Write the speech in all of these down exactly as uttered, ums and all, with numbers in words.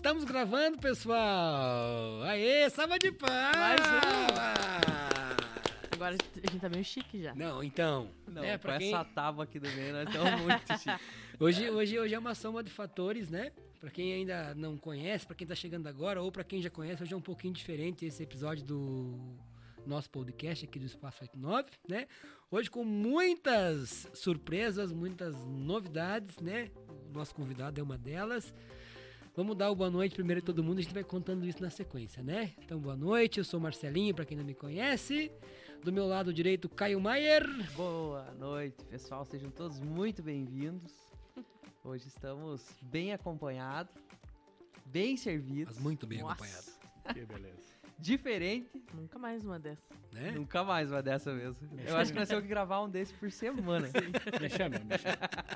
Estamos gravando, pessoal! Aê, salva de palmas! Mais um. Agora a gente tá meio chique já. Não, então... Não, né, com pra quem... essa tábua aqui do meio, nós estamos muito chique. Hoje, hoje, hoje é uma soma de fatores, né? Pra quem ainda não conhece, pra quem tá chegando agora, ou pra quem já conhece, hoje é um pouquinho diferente esse episódio do nosso podcast aqui do Espaço oitenta e nove, né? Hoje com muitas surpresas, muitas novidades, né? O nosso convidado é uma delas. Vamos dar o boa noite primeiro de todo mundo, a gente vai contando isso na sequência, né? Então, boa noite, eu sou o Marcelinho, pra quem não me conhece. Do meu lado direito, Caio Maier. Boa noite, pessoal, sejam todos muito bem-vindos. Hoje estamos bem acompanhados, bem servidos. Mas muito bem Nossa. acompanhado. Que beleza. Diferente. Nunca mais uma dessa. Né? Nunca mais uma dessa mesmo. Eu acho que nós temos que gravar um desse por semana. Me chama, me chama.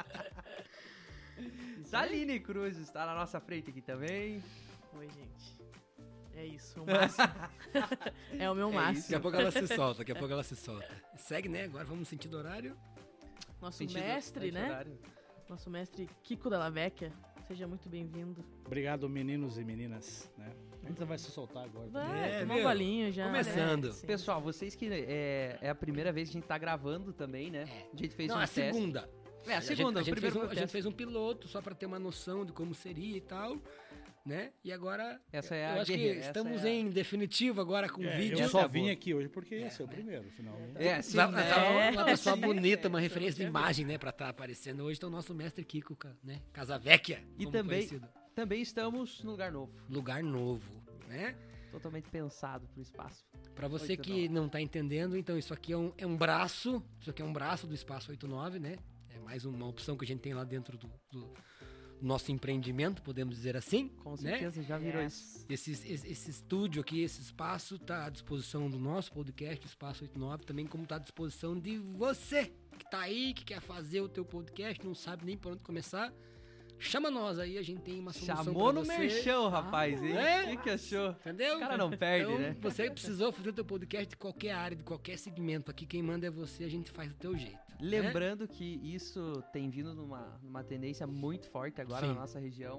Saline Cruz está na nossa frente aqui também. Oi, gente. É isso, o máximo. É o meu É máximo. Daqui a pouco ela se solta, daqui a pouco ela se solta. Segue, né? Agora vamos no sentido horário. Nosso Sentido- mestre, né? horário. Nosso mestre Kiko Della Vecchia. Seja muito bem-vindo. Obrigado, meninos e meninas. Né? A gente vai se soltar agora. também. Vai, É, tomar um viu? bolinho já. Começando. né? Sim. Pessoal, vocês que é, é a primeira vez que a gente tá gravando também, né? A gente fez Não, um a teste. segunda. É, a gente- segunda, a o gente, fez primeiro um, a foi o gente teste. fez um piloto só pra ter uma noção de como seria e tal, né? E agora, Essa é eu a acho que guerreira, essa estamos é a- em definitivo agora com É, vídeo. eu Essa só é vim boa. aqui hoje porque ia ser o primeiro, finalmente. É, sim, Uma, né? uma pessoa Sim, bonita, é, uma é, referência de é. imagem, né? Pra estar aparecendo. Hoje tá o nosso mestre Kiko, ca- né? Casa Vecchia. E como também- conhecido. Também estamos num lugar novo. Lugar novo, né? Totalmente pensado pro espaço. Pra você oito que não tá entendendo, então isso aqui é um, é um braço, isso aqui é um braço do Espaço oitenta e nove, né? É mais uma opção que a gente tem lá dentro do, do nosso empreendimento, podemos dizer assim. Com né? certeza, já virou Yes. isso. Esse, esse, esse estúdio aqui, esse espaço tá à disposição do nosso podcast, Espaço oitenta e nove, também como tá à disposição de você que tá aí, que quer fazer o teu podcast, não sabe nem por onde começar. Chama nós aí, a gente tem uma solução Chamou pra no você. merchão, rapaz, hein? É? O que, que achou? Entendeu? O cara não perde, então, né? Você precisou fazer o teu podcast de qualquer área, de qualquer segmento. Aqui quem manda é você, a gente faz do teu jeito. né? Lembrando que isso tem vindo numa, numa tendência muito forte agora Sim. na nossa região.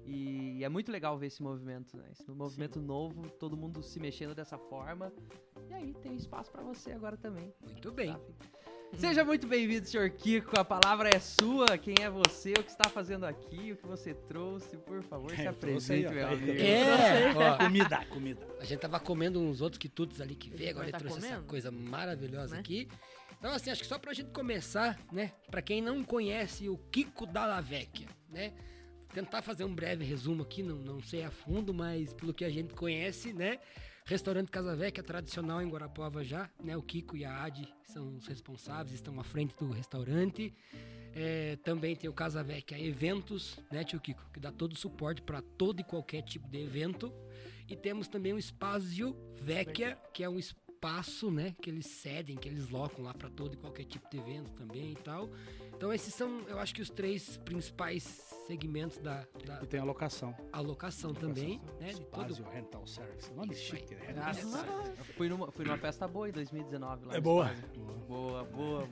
E é muito legal ver esse movimento, né? Esse movimento novo, todo mundo se mexendo dessa forma. E aí tem espaço pra você agora também. Muito bem. Tá? Seja muito bem-vindo, senhor Kiko. A palavra é sua. Quem é você? O que está fazendo aqui? O que você trouxe? Por favor, se É, eu trouxe aí, apresente, ó, meu tá aí. amigo. É, ó, Comida, comida. a gente tava comendo uns outros quitutes ali que veio, agora Vai ele tá trouxe essa comendo? coisa maravilhosa Né? aqui. Então, assim, acho que só pra gente começar, né? Pra quem não conhece o Kiko Dalla Vecchia, né? Tentar fazer um breve resumo aqui, não, não sei a fundo, mas pelo que a gente conhece, né? Restaurante Casa Vecchia, tradicional em Guarapuava já, né? O Kiko e a Adi são os responsáveis, estão à frente do restaurante. É, também tem o Casa Vecchia Eventos, né, tio Kiko? Que dá todo o suporte para todo e qualquer tipo de evento. E temos também o Spazio Vecchia, que é um espaço, né, que eles cedem, que eles locam lá para todo e qualquer tipo de evento também e tal. Então esses são, eu acho que os três principais segmentos da, da E tem a locação. alocação também, né? De todo... Spazio Rental Service. Nome Isso chique, aí. né? Graças Rental a Service. Deus. Fui numa, fui numa festa boa em dois mil e dezenove lá É no boa. Spazio. Boa, boa, boa.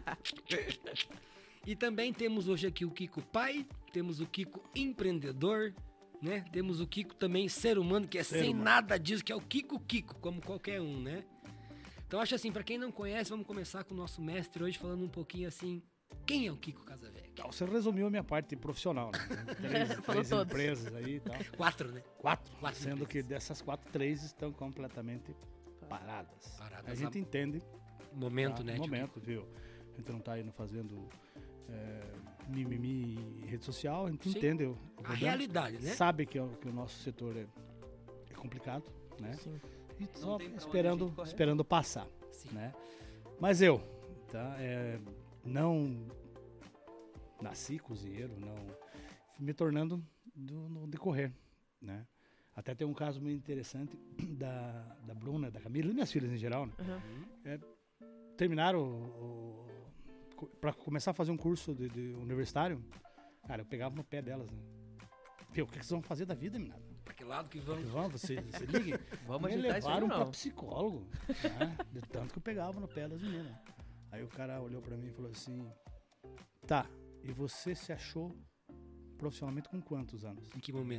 E também temos hoje aqui o Kiko pai, temos o Kiko empreendedor, né? Temos o Kiko também ser humano, que é Ser sem humano. nada disso, que é o Kiko Kiko, como qualquer um, né? Então acho assim, pra quem não conhece, vamos começar com o nosso mestre hoje falando um pouquinho assim, quem é o Kiko Casa Vecchia? Então, você resumiu a minha parte profissional, né? Três, Falou três todos. empresas aí e tal. Quatro, né? Quatro. Quatro Sendo empresas. que dessas quatro, três estão completamente paradas. Paradas A gente a- entende. Momento, tá? né? No tio momento, viu? A gente não tá indo fazendo é, mimimi em rede social, a gente Sim. entende o, o Kiko? A problema. realidade, né? Sabe que, o- que o nosso setor é, é complicado, né? Sim. E só tem pra onde a esperando, gente correr. esperando passar, Sim. né? Mas eu, tá? É, não nasci cozinheiro, não fui me tornando do, no decorrer, né? Até tem um caso muito interessante da, da Bruna, da Camila e minhas filhas em geral, né? Uhum. Terminaram o, o, para começar a fazer um curso de, de universitário, cara, eu pegava no pé delas, né? Viu, o que vocês vão fazer da vida, menina? Pra que lado que vamos? Vão, você, você ligue. Vamos Me ajeitar isso aí levaram ou pra não? psicólogo, né? De tanto que eu pegava no pé das meninas. Aí o cara olhou pra mim e falou assim, tá, e você se achou profissionalmente com quantos anos? Em que momento?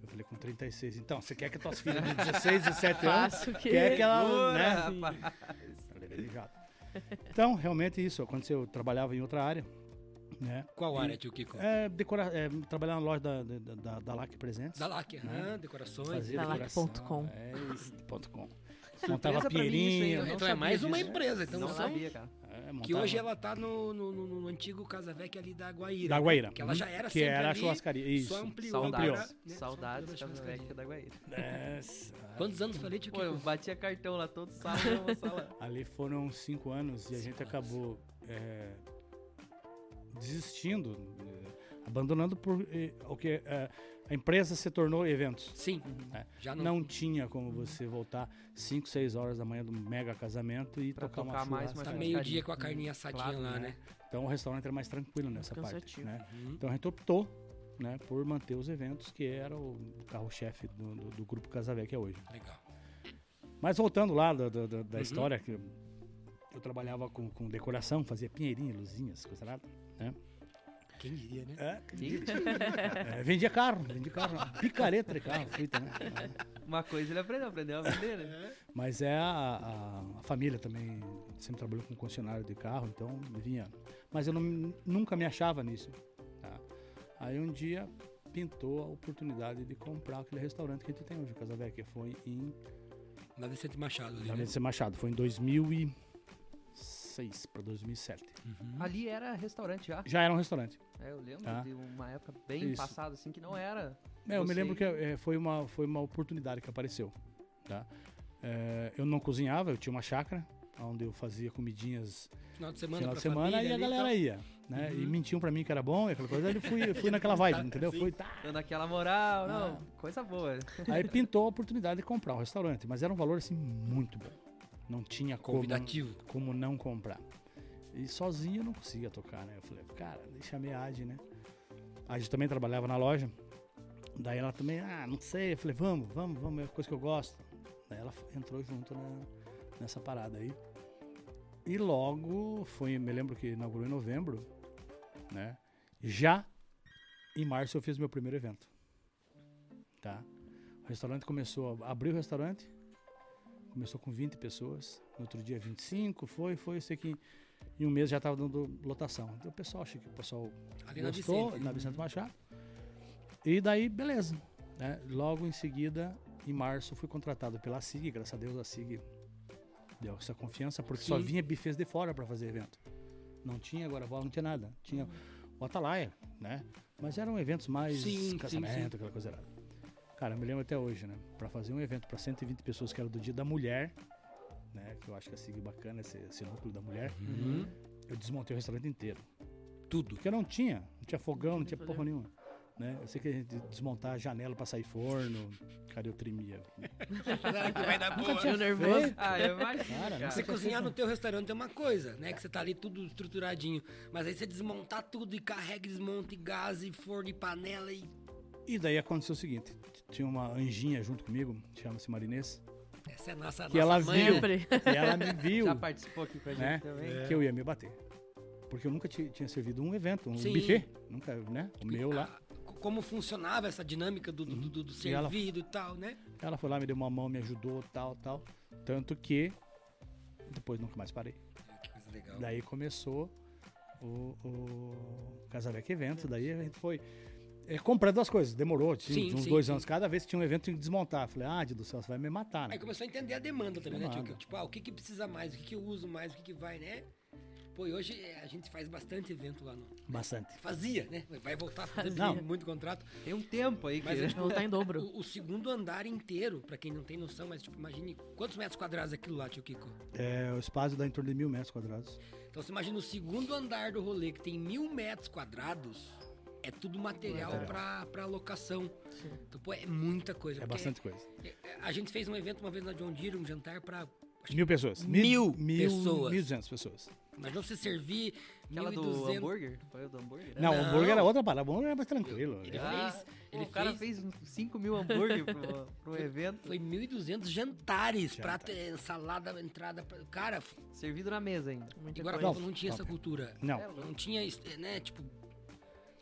Eu falei, com trinta e seis. Então, você quer que tuas filhas de dezesseis, dezessete anos, Fácil que... quer que ela, Ora, né? rapaz. Eu levei de jato. Então, realmente isso aconteceu. Eu trabalhava em outra área, né? Qual E- área, tio Kiko? É, decora, é, trabalhar na loja da, da, da, da L A C Presentes. Da Lac, né? aham, decorações. Fazia Da Lac decoração, ponto com. É isso, ponto com. Surpresa Montava pra mim isso, hein? pierinha. Eu não Então é sabia mais uma disso. empresa. Então Não são- sabia, cara. É, Que montava- hoje ela tá no, no, no- no antigo Casa Vecchia ali da Guaíra. Da né? Guaíra. Que ela já era Que sempre era a ali, churrascaria. Isso. Só ampliou Saudades. agora, né? Só Saudades ampliou a da churrascaria. Vecchia da Guaíra. Essa- Quantos anos falei, tio Pô, eu Kiko? batia cartão lá todo sábado, eu vou lá. Ali foram cinco anos e a gente Cinco acabou é, desistindo, é, abandonando por é, o que é, a empresa se tornou eventos. Sim. É. Já não. Não tinha como você voltar cinco, seis horas da manhã do mega casamento e Pra tocar uma tocar mais uma Tá churrascaria. churrascaria. meio-dia com a carninha assadinha Claro, lá, né? né? Então o restaurante era mais tranquilo nessa Mais parte. cansativo. Né? Uhum. Então a gente optou, né, por manter os eventos, que era o carro-chefe do, do, do grupo Casa Vecchia hoje. Legal. Mas voltando lá da, da, da- da Uhum. história, que eu, eu trabalhava com, com decoração, fazia pinheirinha, luzinhas, coisa nada. Né? Quem diria, né? É, Sim. é, vendia carro, vendia carro, picareta de carro, fui também. né? Uma coisa ele aprendeu, aprendeu a vender, né? Mas é a, a- a família também, sempre trabalhou com concessionário de carro, então vinha. Mas eu não- nunca me achava nisso. Tá? Aí um dia pintou a oportunidade de comprar aquele restaurante que a gente tem hoje, o Casa Vecchia. Foi em Na Vicente Machado ali, na né? Vicente Machado, foi em dois mil e seis para dois mil e sete. Uhum. Ali era restaurante já. Já era um restaurante. É, eu lembro Tá. de uma época bem Isso. passada, assim, que não era. É, eu me Você- lembro que é, foi, uma, foi uma oportunidade que apareceu. Tá? É, eu não cozinhava, eu tinha uma chácara, onde eu fazia comidinhas Final de semana final pra de semana família e a ali galera tal. ia. Né? E Uhum. mentiam pra mim que era bom e aquela coisa. Aí eu fui, eu fui naquela vibe, entendeu? Sim. Fui, tá. Dando aquela moral, não, Ah. coisa boa. Aí pintou a oportunidade de comprar o restaurante, mas era um valor assim muito bom. Não tinha como, Convidativo. como não comprar. E sozinho eu não conseguia tocar, né? Eu falei, cara, deixa a minha Adi, né? A Adi também trabalhava na loja. Daí ela também, ah, não sei. Eu falei, vamos, vamos, vamos, é coisa que eu gosto. Daí ela entrou junto na- nessa parada aí. E logo foi, me lembro que inaugurou em novembro, né? Já em março eu fiz meu primeiro evento. Tá? O restaurante começou, a abrir o restaurante, começou com vinte pessoas, no outro dia vinte e cinco, foi, foi, eu sei que em um mês já estava dando lotação. Então o pessoal, achei que o pessoal Ali na gostou, Vicente. na Vicente Machado. E daí, beleza. Né? Logo em seguida, em março, fui contratado pela S I G, graças a Deus a S I G deu essa confiança, porque só Sim. vinha bufês de fora para fazer evento. Não tinha agora, não tinha nada. Tinha o Atalaia, né? Mas eram eventos mais Sim, sim, casamento, sim. aquela coisa errada. Cara, eu me lembro até hoje, né? Pra fazer um evento pra cento e vinte pessoas, que era do Dia da Mulher, né? Que eu acho que é assim, bacana esse, esse núcleo da mulher. Uhum. Eu desmontei o restaurante inteiro. Tudo. Porque não tinha, não tinha fogão, não tinha Fazer. porra nenhuma. Né? Eu sei que a gente desmontar a janela pra sair forno, cara, eu tremia. vai dar boa. Tinha nervoso. feito. Ah, eu imagino. Cara, cara. não Você cozinhar no teu restaurante é uma coisa, né? Que você tá ali tudo estruturadinho. Mas aí você desmontar tudo e carrega, desmonta e gás e forno e panela e... E daí aconteceu o seguinte, tinha uma anjinha junto comigo, chama-se Marinês, Essa é a nossa, Que nossa ela mãe. viu. Sempre. e ela me viu, Já participou aqui com a gente Né? também. É. que eu ia me bater. Porque eu nunca ti- tinha servido um evento, um Sim. buffet, nunca, né? O meu lá. Ah, como funcionava essa dinâmica do, do, do, do E ela- servido e tal, né? Ela foi lá, me deu uma mão, me ajudou, tal, tal. Tanto que depois nunca mais parei. Que coisa legal. Daí começou o, o Casa Vecchia Eventos, daí a gente foi é, comprando as coisas. Demorou, tinha Sim, uns sim, dois sim. anos. Cada vez que tinha um evento, tinha que desmontar. Falei, ah, Deus do céu, você vai me matar, né? Aí começou a entender a demanda também, né, Demanda. tio? Tipo, ah, o que que precisa mais, o que que eu uso mais, o que que vai, né? Pô, e hoje é, a gente faz bastante evento lá no... Bastante. Fazia, né? Vai voltar a fazer Não. muito, muito contrato. Tem um tempo aí que. Mas é, Vou voltar em dobro. O, o segundo andar inteiro, pra quem não tem noção, mas tipo, imagine quantos metros quadrados é aquilo lá, tio Kiko? É, o espaço dá em torno de mil metros quadrados. Então você imagina o segundo andar do rolê, que tem mil metros quadrados, é tudo material, Material. Pra, pra locação. Então, pô, é muita coisa. É porque bastante coisa. A gente fez um evento uma vez na John Deere, um jantar pra... Mil pessoas. Mil mil pessoas. Mil e duzentas pessoas. Imagina você servir Aquela mil e do duzentos... hambúrguer? Foi o do hambúrguer? né? Não, o Não. hambúrguer era outra parada. O hambúrguer era mais tranquilo. Ele Ah, fez- pô, ele o cara fez- fez cinco mil hambúrguer pro, pro evento, Foi mil e duzentos jantares, Jantar. prato, ensalada, entrada... pra- Cara, servido na mesa ainda. Muita agora coisa. não, não tinha essa top. cultura. Não. Não tinha, né, tipo...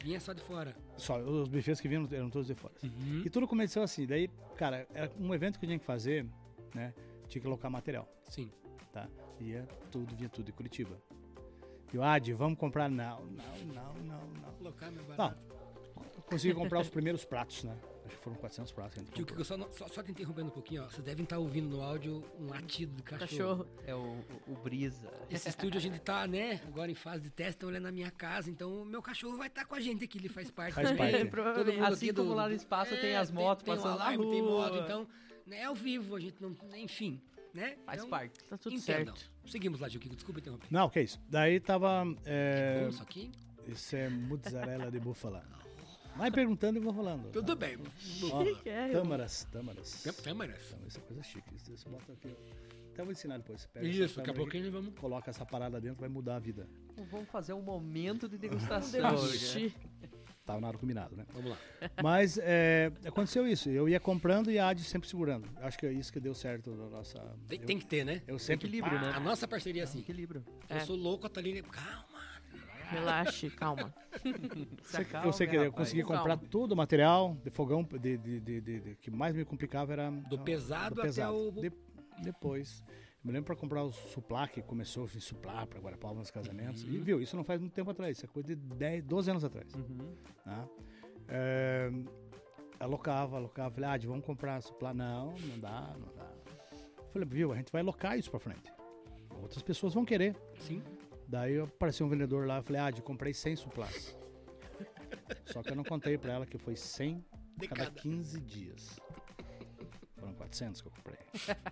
Vinha só de fora. Só, os bufês que vinham eram todos de fora. Uhum. E tudo começou assim. Daí, cara, era um evento que eu tinha que fazer, né? Tinha que alocar material, Sim. tá? Ia tudo, vinha tudo de Curitiba. E o Adi, vamos comprar? Não, não, não, não, não. Colocar meu Tá, barato. eu consegui comprar os primeiros pratos, né? Acho que foram quatrocentos pratos. que a gente Tio, que comprou. eu só, só, só te interrompendo um pouquinho, ó. Vocês devem estar ouvindo no áudio um latido de cachorro. Cachorro. É o, o, o Brisa. Esse estúdio a gente tá, né, agora em fase de teste, tá olhando na minha casa, então o meu cachorro vai estar com a gente aqui, ele faz parte Faz também. parte. Todo Provavelmente. mundo Assim aqui como lá no espaço tem as motos tem, tem passando um alarme, na tem rua. moto, então, né, é ao vivo, a gente não, enfim, né? Faz então, parte. Tá tudo entendam. certo. Seguimos lá, Tio Kiko, desculpa interromper. Não, que isso. Daí tava. É, Bom, isso aqui? esse é mozzarella de búfala. Vai perguntando e eu vou falando. Tudo bem. Ó, que é? tâmaras, tâmaras. Tem câmeras. Então, isso é coisa chique. Isso você bota aqui. Até eu vou ensinar depois. Você pega Isso, essa daqui a tâmara pouquinho vamos... aqui, coloca essa parada dentro, vai mudar a vida. Então vamos fazer um momento de Vamos degustação. degustar. Tava na hora combinado, né? Vamos lá. Mas é, aconteceu isso. Eu ia comprando e a Adi sempre segurando. Acho que é isso que deu certo na nossa. Tem, eu, tem que ter, né? eu sempre. Equilíbrio, pá, né? A nossa parceria é assim. Equilíbrio. Eu É. sou louco, a Thaline... Calma. Relaxe, calma. Se Eu acalme, sei que eu rapaz. consegui Calma. comprar todo o material de fogão. De, de, de, de- de- que mais me complicava era. Do ah, pesado do até pesado. o- De- depois. Eu me lembro para comprar o suplá, que começou a vir suplá para Guarapuava nos casamentos. E viu, isso não faz muito tempo atrás. Isso é coisa de dez, doze anos atrás. Uhum. Né? É, alocava, alocava. Falei, ah, Adi, vamos comprar suplá. Não, não dá, não dá. Falei, viu, a gente vai alocar isso pra frente. Outras pessoas vão querer. Sim. Daí apareceu um vendedor lá, eu falei, ah, Adi, comprei cem suplás. Só que eu não contei pra ela que foi cem De a cada cada. quinze dias. Foram quatrocentos que eu comprei.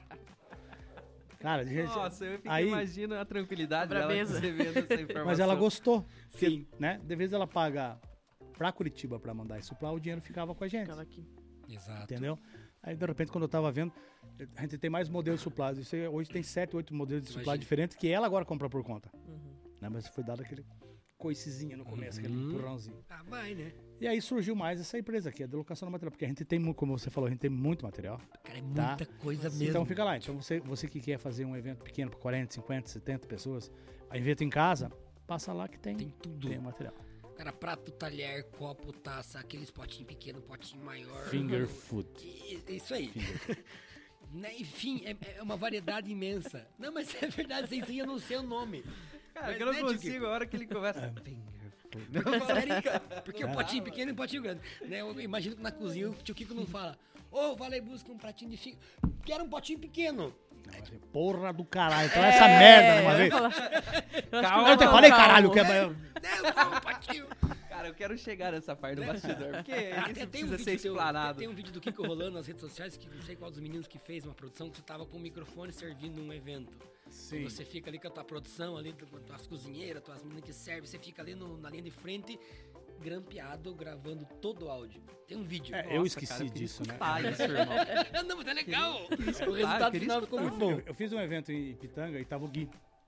Cara, gente, Nossa, eu fiquei aí- imagino a tranquilidade A dela braveza. recebendo essa informação. mas ela gostou. Porque, Sim. né, de vez ela pagar pra Curitiba pra mandar esse suplá, o dinheiro ficava com a gente. Aquela aqui. Exato. Entendeu? Aí, de repente, quando eu tava vendo, a gente tem mais modelos de suplás. Isso aí, hoje tem sete, oito modelos de suplá Imagina. diferentes que ela agora compra por conta. Uhum. Né? Mas foi dado aquele coicezinho no começo, aquele Uhum. empurrãozinho. Ah, vai, né? E aí surgiu mais essa empresa aqui, a de locação do material. Porque a gente tem, mu- como você falou, a gente tem muito material. Cara, é Tá. muita coisa mesmo. Então fica lá. Então você, você que quer fazer um evento pequeno para quarenta, cinquenta, setenta pessoas, a evento em casa, passa lá que tem, Tem tem, tudo. o material. Cara, prato, talher, copo, taça, aqueles potinhos pequenos, potinho maior. Finger food. I- Isso aí. Finger. Né, enfim, é, é uma variedade imensa. Não, mas é verdade, vocês iam no seu nome. Cara, Mas, que eu não né, tio consigo, Kiko? a hora que ele começa. É. Finger food. Eu falaria, cara, porque o potinho pequeno e o potinho grande. Né, eu imagino que na cozinha o tio Kiko não fala, ô, vai lá e busca um pratinho de figo. Quero um potinho pequeno. Não, mas é porra do caralho. Então essa merda numa vez. Calma, Eu te falei, calma. caralho, que é. Né, eu quero um potinho. Cara, eu quero chegar nessa parte do bastidor, porque Até isso tem um precisa ser vídeo teu- explanado. tem um vídeo do Kiko rolando nas redes sociais, que não sei qual dos meninos que fez uma produção, que você tava com o microfone servindo um evento. Sim. Você fica ali com a tua produção, ali, tu- tuas cozinheiras, tuas meninas que servem, você fica ali no- na linha de frente, grampeado, gravando todo o áudio. Tem um vídeo. É, eu Nossa, esqueci cara, eu queria disso, né? escutar isso, irmão. Não, mas é legal. o escutar, eu resultado queria final ficou escutar. muito bom. Eu, eu fiz um evento em Pitanga e tava o Gui.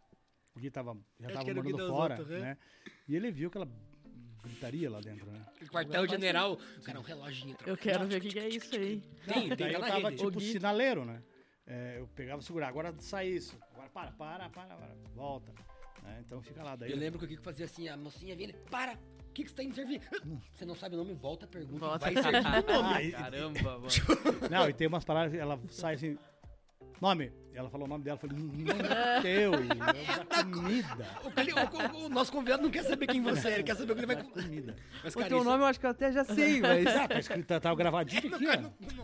O Gui tava, já Acho tava que era o Gui morando das fora, outras, né? né? E ele viu aquela gritaria lá dentro, né? Quartel-general, cara, um reloginho. Eu quero ver o que, que é isso aí. Tem, tem, Daí tá eu na tava rede. tipo O Gui- sinaleiro, né? É, eu pegava e segurava, agora sai isso. Agora para, para, para, para, volta. Né? Então fica lá. Daí Eu lembro que o Kiko fazia assim, a mocinha vinha, ele, para, o que, que você tá indo servir? Você não sabe o nome, volta, pergunta, Volta. vai servir o nome. Ah, e- Caramba, mano. Não, e tem umas palavras, ela sai assim. Nome. Ela falou o nome dela, eu falei, não teu, é da comida. O, cli- o- o- o nosso convidado não quer saber quem você é, ele quer saber o que ele vai Da comer. comida. Mas, O cara, teu isso- nome eu acho que eu até já sei, mas... Ah, tá escrito, tá, tá gravadinho aqui,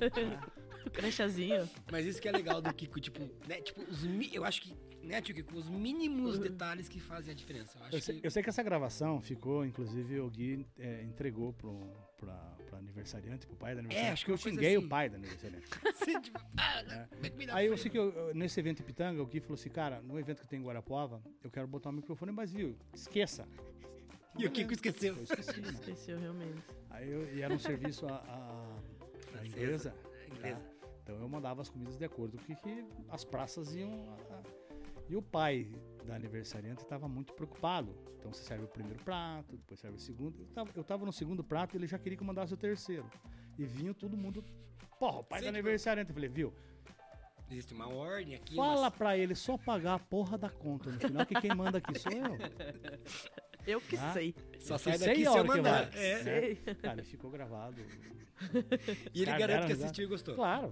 ó. Crechazinho. Mas isso que é legal do Kiko, tipo, né, tipo, os mi- eu acho que, né, tio Kiko, os mínimos detalhes que fazem a diferença. Eu acho Eu sei, que... eu sei que essa gravação ficou, inclusive, o Gui é, entregou pro, pra, pra aniversariante, pro pai da aniversariante. acho que eu uma coisa xinguei assim. o pai da aniversariante. Assim, tipo, ah, vai comer na Aí eu frente. sei que eu- eu- nesse evento em Pitanga, o Gui falou assim, cara, no evento que tem em Guarapuava, eu quero botar o microfone, mas viu, esqueça. E o Kiko esqueceu. Eu esqueci, né? Esqueceu realmente. Aí eu, e era um serviço a, a, a inglesa. Inglesa. tá? Então eu mandava as comidas de acordo com o que, que as praças iam. a- a- E o pai da aniversariante estava muito preocupado. Então você serve o primeiro prato, depois serve o segundo. Eu tava, eu tava no segundo prato e ele já queria que eu mandasse o terceiro. E vinha todo mundo. Porra, o pai Sim, da tipo- aniversariante. Eu falei, viu? Existe uma ordem aqui, Fala mas... pra ele só pagar a porra da conta no final, que quem manda aqui sou eu. Eu que Ah. sei. Só Eu sai sei daqui a se eu hora que mandar. vai. É. Sei. Cara, ficou gravado. E ele Cara, garante que deram assistiu e gostou. Claro.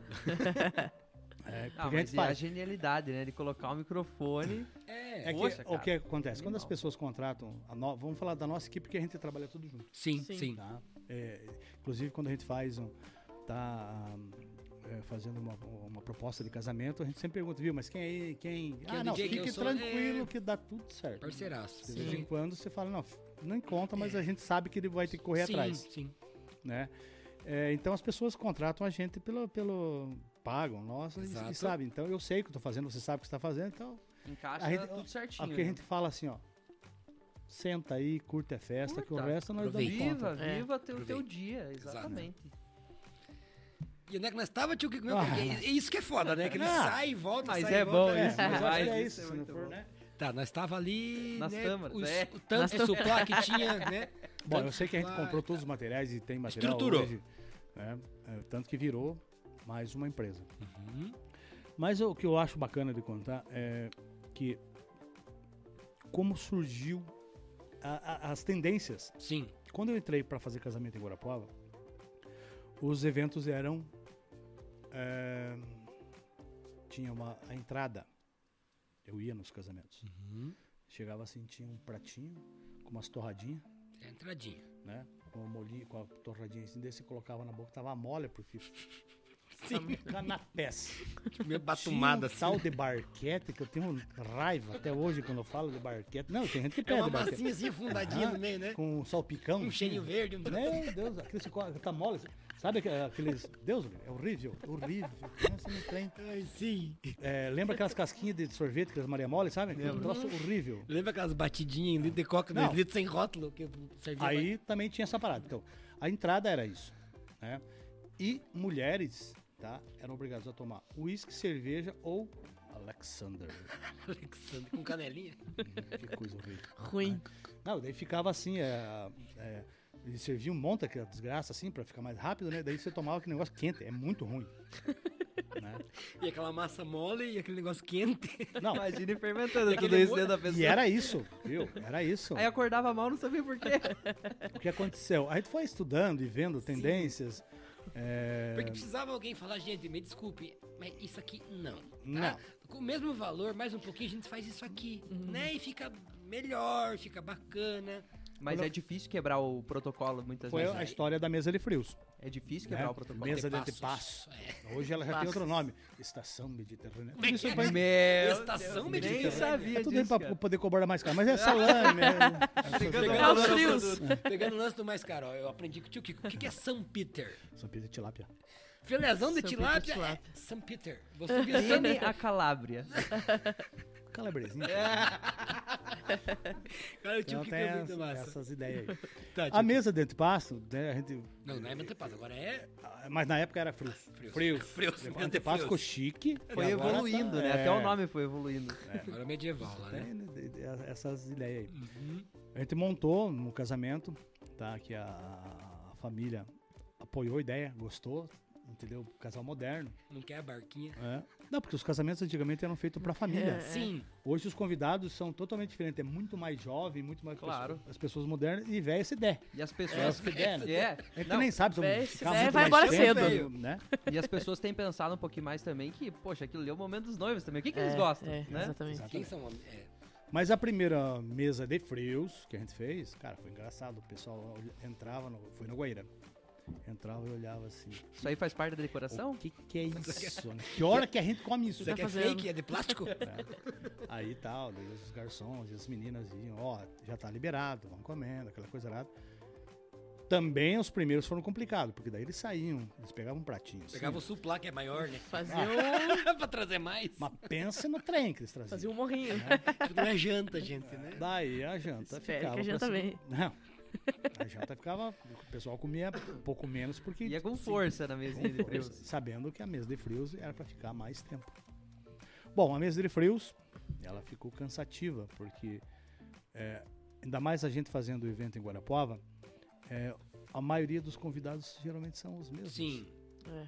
É, Ah, porque a mas gente é a faz. genialidade, né? De colocar o microfone. É. É que, Poxa, o cara, que acontece? Quando as animal. pessoas contratam, a no- vamos falar da nossa equipe, porque a gente trabalha tudo junto. Sim, Sim. sim. Tá? É, inclusive, quando a gente faz um, tá é, fazendo uma, uma proposta de casamento, a gente sempre pergunta, viu, mas quem aí, quem... Quem é ah, o não, D J que eu fique sou? tranquilo É. que dá tudo certo. Parceiraço. De vez Sim. em quando você fala, não, não conta, mas a gente sabe que ele vai ter que correr sim, atrás, sim. né? É, então as pessoas contratam a gente pelo, pelo pagam, nossa, e, Exato. e sabe. Então eu sei o que eu tô fazendo, você sabe o que está fazendo, então Encaixa A gente- tudo certinho. aqui a né? gente fala assim, ó, senta aí, curta a festa, que o Curta. resto nós damos Aproveita. conta. Viva, É. viva teu, teu Aproveita. dia, exatamente. E onde é que nós tava, tio? Que, meu, Ah. porque é isso que é foda, né? Que ele Ah. sai e volta, Mas sai é e volta. bom É, isso, mas eu acho mas que é isso isso, é se não muito for, bom. né? Tá, nós tava ali, Nas né, câmaras, os- é. o tanto Nas de tâmaras. suplá que tinha, né? Bom, Tanto eu sei que a gente suplá, comprou todos os materiais e tem material Estruturou. hoje, né? É, tanto que virou mais uma empresa. Uhum. Mas o que eu acho bacana de contar é que como surgiu a- a- as tendências. Sim. Quando eu entrei para fazer casamento em Guarapuava, os eventos eram é, tinha uma a entrada. Eu ia nos casamentos. Uhum. Chegava assim, tinha um pratinho com umas torradinhas, É a entradinha. né? Com a molinha, com a torradinha assim, daí você colocava na boca, tava mole, porque Sim. canapés. Meio Tinha batumada um assim. tal de barquete, que eu tenho raiva até hoje quando eu falo de barquete. Não, tem gente que É pede uma barquete. massinha assim, fundadinha Ah, no meio, né? Com salpicão. Um cheirinho verde. Um Meu Deus, aquele chocolate tá mole. Sabe aqu- aqueles... Deus, é horrível, horrível. Pensa no trem. Ai, sim. É, lembra aquelas casquinhas de sorvete, aquelas Maria Mole, sabe? Aquele troço horrível. Lembra aquelas batidinhas em litro de coca, Não. dois litros sem rótulo que servia Aí também tinha essa parada. Então, a entrada era isso, né? E mulheres, tá? Eram obrigadas a tomar uísque, cerveja ou Alexander. pra Alexandre com canelinha. Hum, que coisa horrível. Ruim. Não, daí ficava assim, é, é, eles serviam um monte aquela desgraça assim, pra ficar mais rápido, né? Daí você tomava aquele negócio quente, é muito ruim. Né? E aquela massa mole e aquele negócio quente. Não, Imagine fermentando Aquele tudo isso molho- dentro da pessoa. e era isso, viu? Era isso. Aí acordava mal, não sabia por quê. O que aconteceu? A gente foi estudando e vendo tendências. é, Porque precisava alguém falar, gente, me desculpe, mas isso aqui não. Tá? Não. Com o mesmo valor, mais um pouquinho, a gente faz isso aqui, né? E fica melhor, fica bacana. Mas é difícil quebrar o protocolo muitas Foi vezes. a história da mesa de frios. É difícil né? quebrar o protocolo. Mesa de Antepassos. antepasso. É. Hoje ela já tem Passos. outro nome. Estação Mediterrânea. Como é Tudo que isso é? pra- Meu Estação Deus, Mediterrânea. Nem sabia É tudo aí disso, pra cara. poder cobrar mais caro. Mas é salame. é, Pegando Pegar os valor ao frios. produto. Pegando o lance do mais caro, ó, eu aprendi com o tio Kiko. O que, que é São Peter? São pizza de tilápia. Filézão de São Peter tilápia, tilápia. é São Peter. Vou subir São Vene a Calábria. Calabresinha. Cara, o tio Então Kiko tem é muito essa- massa. essas ideias aí. Tá, tio A mesa de antepasso, né, a gente, Não, não é antepasso, agora é mas na época era frios. frios. Frios. Frios. Depois antepasso ficou chique. Foi e agora evoluindo, tá- né? é, Até o nome foi evoluindo. Agora é medieval lá, né? tem, né, de- de- essas ideias aí. Uhum. A gente montou no casamento, tá? Que a, a família apoiou a ideia, gostou, entendeu? Casal moderno. Não quer a barquinha. É. Não, porque os casamentos antigamente eram feitos pra família. É. Sim. Hoje os convidados são totalmente diferentes. É muito mais jovem, muito mais Claro. pessoa- as pessoas modernas e velho se der. E as É, pessoas. se der, né? É, A gente não, nem sabe se Véi, vamos se ficar der, muito vai mais embora tempo, cedo. né? e as pessoas têm pensado um pouquinho mais também que, poxa, aquilo ali é o momento dos noivos também. O que, que É, eles gostam? é, né? Exatamente. Quem são? É, Mas a primeira mesa de frios que a gente fez, cara, foi engraçado. O pessoal olha- entrava, no, foi no Guaíra. Entrava e olhava assim. Isso aí faz parte da decoração? O que, que é isso? né? Que hora que a gente come isso? Isso aqui é fazendo? fake? É de plástico? né? Aí tal, daí os garçons e as meninas iam, ó, já tá liberado, vão comendo, aquela coisa lá. Também os primeiros foram complicados, porque daí eles saíam, eles pegavam um pratinho. assim, Pegava o suplá, que é maior, né? Fazia um, pra trazer mais. Mas pensa no trem que eles traziam. fazia um morrinho. Tudo não é janta, gente, né? Daí a janta Espere ficava. que a pra janta cima- vem. Não. A janta ficava. O pessoal comia um pouco menos porque. Ia com força na mesinha de frios. Sabendo que a mesa de frios era para ficar mais tempo. Bom, a mesa de frios, ela ficou cansativa, porque é, ainda mais a gente fazendo o evento em Guarapuava, é, a maioria dos convidados geralmente são os mesmos. Sim. É.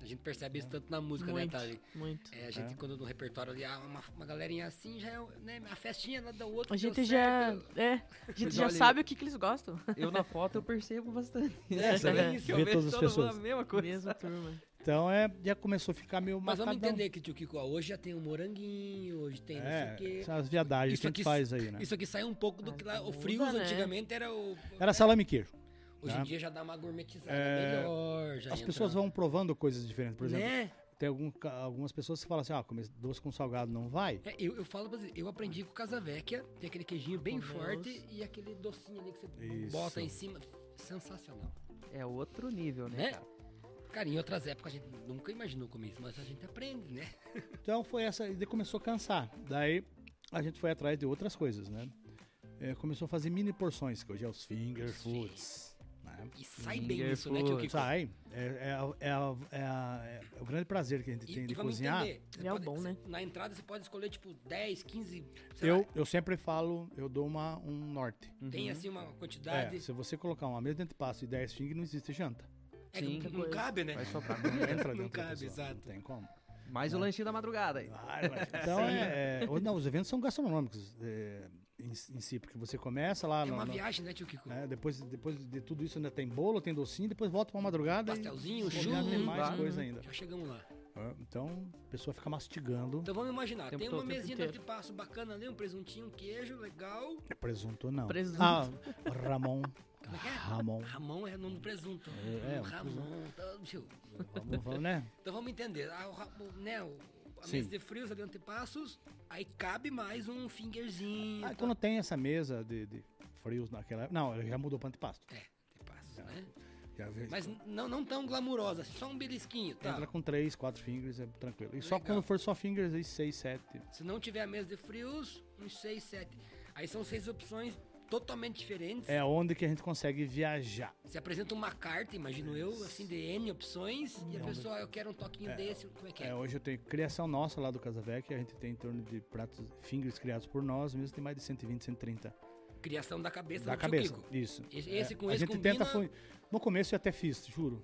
A gente percebe isso tanto na música, Muito, né, Thali? muito. É, a gente, É. quando no repertório ali, ah, uma, uma galerinha assim, já é né, a festinha lá da outra. A deu gente já, certo. é, a gente Mas já olha, sabe o que, que eles gostam. Eu na foto eu percebo bastante. É, você é vê- isso. Eu vê vejo todas as todo mundo pessoas. a mesma coisa. Mesma turma. Então é, já começou a ficar meio Mas vamos marcadão. entender que, tio Kiko, ó, hoje já tem um moranguinho, hoje tem não sei É, o quê. essas viadagens Isso que a gente aqui- faz aí, né? Isso aqui sai um pouco do Ah, que lá. O muda, frios né? antigamente era o. Era salame e queijo. Hoje tá? em dia já dá uma gourmetizada É, melhor. Já As entra- pessoas vão provando coisas diferentes. Por exemplo, Né? tem algum, ca- algumas pessoas que falam assim, ah, comer doce com salgado não vai. É, eu, eu falo pra você, eu aprendi com o Casavecchia, tem aquele queijinho bem Com forte doce. e aquele docinho ali que você Isso. bota em cima. Sensacional. É outro nível, né, Né? cara? Cara, em outras épocas a gente nunca imaginou comer isso, mas a gente aprende, né? Então foi essa, e daí começou a cansar. Daí a gente foi atrás de outras coisas, né? É, começou a fazer mini porções, que hoje é os finger Os foods. Né? E sai Finger bem isso, né, tio food. Kiko? Sai. É, é, a- é, a- é a- é o grande prazer que a gente E, tem e de vamos cozinhar. entender. você E é o pode- bom, você- né? Na entrada você pode escolher, tipo, dez, quinze, sei Eu, lá, eu sempre falo, eu dou uma, um norte. tem Uhum. assim uma É, quantidade. se você colocar uma mesa de antepasto e dez finger, não existe janta. É, que Sim. não, não cabe, né? Vai soprar. Não entra Não dentro da cabe, pessoa, exato. Não tem como. Mais o lanchinho da madrugada aí. Vai, vai. Então, é, é, ou- não, os eventos são gastronômicos é, em, em si, porque você começa lá... É no- uma no- viagem, né, tio Kiko? é, depois, depois de tudo isso ainda tem bolo, tem docinho, depois volta pra madrugada Pastelzinho, e já tem churros, mais vai. coisa ainda. Já chegamos lá. É, então, a pessoa fica mastigando. Então vamos imaginar, Tempo tem todo, uma tempo mesinha inteiro. de passo bacana ali, um presuntinho, um queijo, legal. É presunto não. Presunto. Ah, Ramon. Como é que é? Ramon. Ramon é o nome do presunto. É, é, um Ramon. Tá, tio. Vamos, vamos, né? Então vamos entender. Ah, o, ra- o- né, o, a Sim. mesa de frios ali, antepassos, aí cabe mais um fingerzinho. Ah, tá? quando tem essa mesa de, de frios naquela... Não, já mudou para antepasto. É, antepassos, né? Já vê- Mas n- não, não tão glamurosa, assim, só um belisquinho, tá? Entra com três, quatro fingers, é tranquilo. E só Legal. quando for só fingers, aí seis, sete. Se não tiver a mesa de frios, uns seis, sete. Aí são seis opções totalmente diferentes. É onde que a gente consegue viajar. Você apresenta uma carta, imagino eu, assim, de N opções, e a pessoa, eu quero um toquinho desse, como é que é? É, hoje eu tenho criação nossa lá do Casavec, a gente tem em torno de pratos, fingers criados por nós, mesmo tem mais de cento e vinte, cento e trinta. Criação da cabeça Da do cabeça, tio Kiko. isso. Esse, É, esse com a esse gente combina... tenta... fu- No começo eu até fiz, juro.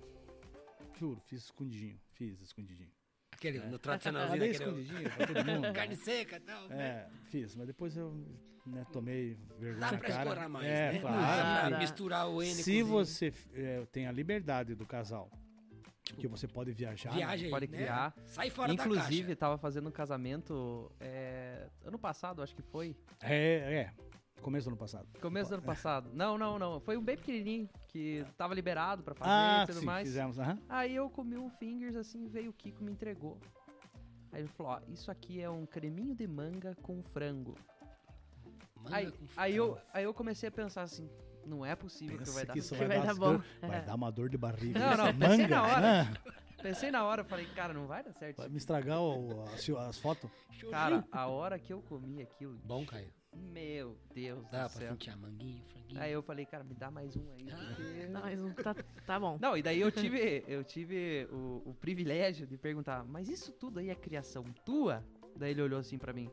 Juro, fiz escondidinho, fiz escondidinho. Aquele, no Ah, tradicionalzinho, dei aquele... escondidinho pra todo mundo. Carne seca e tal, né? É, fiz, mas depois eu né, tomei vergonha Dá na pra cara. explorar mais, é, né? claro. Dá pra Dá. misturar o N Se com o você é, tem a liberdade do casal, que você pode viajar, Viagem, Pode né? criar. Sai fora Inclusive, da caixa. tava fazendo um casamento é, ano passado, acho que foi. é, é, começo do ano passado. Começo do ano passado. Não, não, não. Foi um bem pequenininho, que tava liberado pra fazer Ah, e tudo sim, mais. fizemos, aham. Aí eu comi um fingers assim, veio o Kiko me entregou. Aí ele falou, ó, isso aqui é um creminho de manga com frango. Manga Aí, com aí, eu, frango. aí eu comecei a pensar assim, não é possível que Pensa vai dar que isso certo. vai, vai dar, dar bom. dor- vai dar uma dor de barriga. Não, não, Essa pensei manga, na hora. né? Pensei na hora, falei, cara, não vai dar certo. Vai isso me estragar o- as, as fotos. Chorinho. Cara, a hora que eu comi aquilo, Bom, Caio. meu Deus Dá do pra céu. sentir a manguinha, o franguinho. Aí eu falei, cara, me dá mais um aí. porque- Tá, mas um- tá, tá bom. Não, e daí eu tive, eu tive o, o privilégio de perguntar, mas isso tudo aí é criação tua? Daí ele olhou assim pra mim.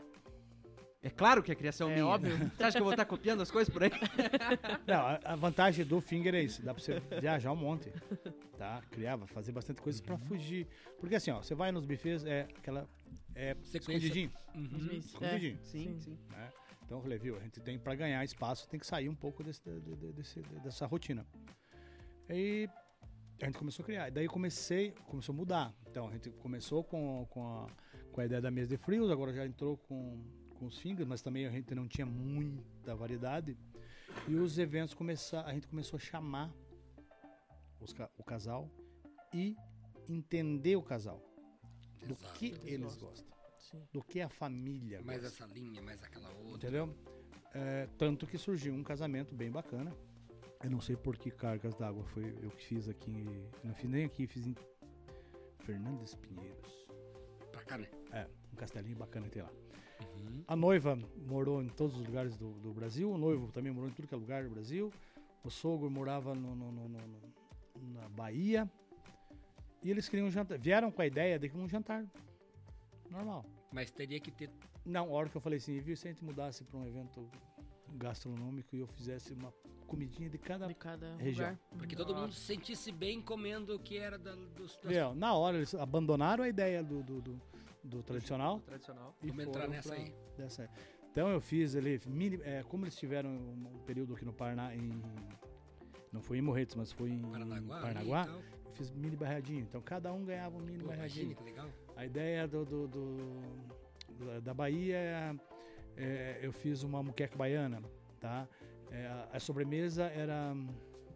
É claro que é criação É minha. óbvio. Você acha que eu vou estar copiando as coisas por aí? Não, a, a vantagem do finger é isso, dá pra você viajar um monte, tá? Criar, vai fazer bastante coisa pra fugir. Porque assim, ó, você vai nos buffets, é aquela, é Sequência. escondidinho, Uhum. Isso, é. escondidinho, Sim, Sim. sim. né? Então eu falei, viu, a gente tem pra ganhar espaço, tem que sair um pouco desse, de- de- desse- dessa rotina. Aí a gente começou a criar, e daí eu comecei, começou a mudar. Então a gente começou com, com, a, com a ideia da mesa de frios, agora já entrou com, com os fingers, mas também a gente não tinha muita variedade. E os eventos começaram, a gente começou a chamar os ca- o casal e entender o casal. Do Exato. que Eles eles gostam. gostam, Sim. do que a família Mais gosta. essa linha, mais aquela outra. Entendeu? É, tanto que surgiu um casamento bem bacana. Eu não sei por que cargas d'água foi eu que fiz aqui. em- Não fiz nem aqui, fiz em Fernandes Pinheiros. Pra cá, né? É, um castelinho bacana que tem lá. Uhum. A noiva morou em todos os lugares do, do Brasil. O noivo também morou em tudo que é lugar do Brasil. O sogro morava no, no- no- no- no- na Bahia. E eles queriam jantar. Vieram com a ideia de que um jantar normal. Mas teria que ter... Não, a hora que eu falei assim, viu, se a gente mudasse para um evento gastronômico e eu fizesse uma comidinha de cada... De cada região. lugar. Porque todo mundo se sentisse bem comendo o que era da, dos... das- Meu, na hora eles abandonaram a ideia do, do, do, do tradicional. Tradicional. E Vamos entrar foram nessa pra- aí. dessa aí. Então eu fiz ali, mini, é, como eles tiveram um, um período aqui no Paraná, em, não foi em Morretes, mas foi em Paranaguá, ali Paranaguá, e tal. eu fiz mini barradinho. Então cada um ganhava um mini Pô, barradinho. imagina que legal. A ideia do, do- do- da- da Bahia é, é, eu fiz uma muqueca baiana, tá? É, a, a sobremesa era hum,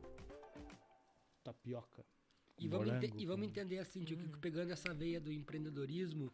tapioca. E vamos, morango ente- e vamos com- entender assim, tio, que pegando essa veia do empreendedorismo,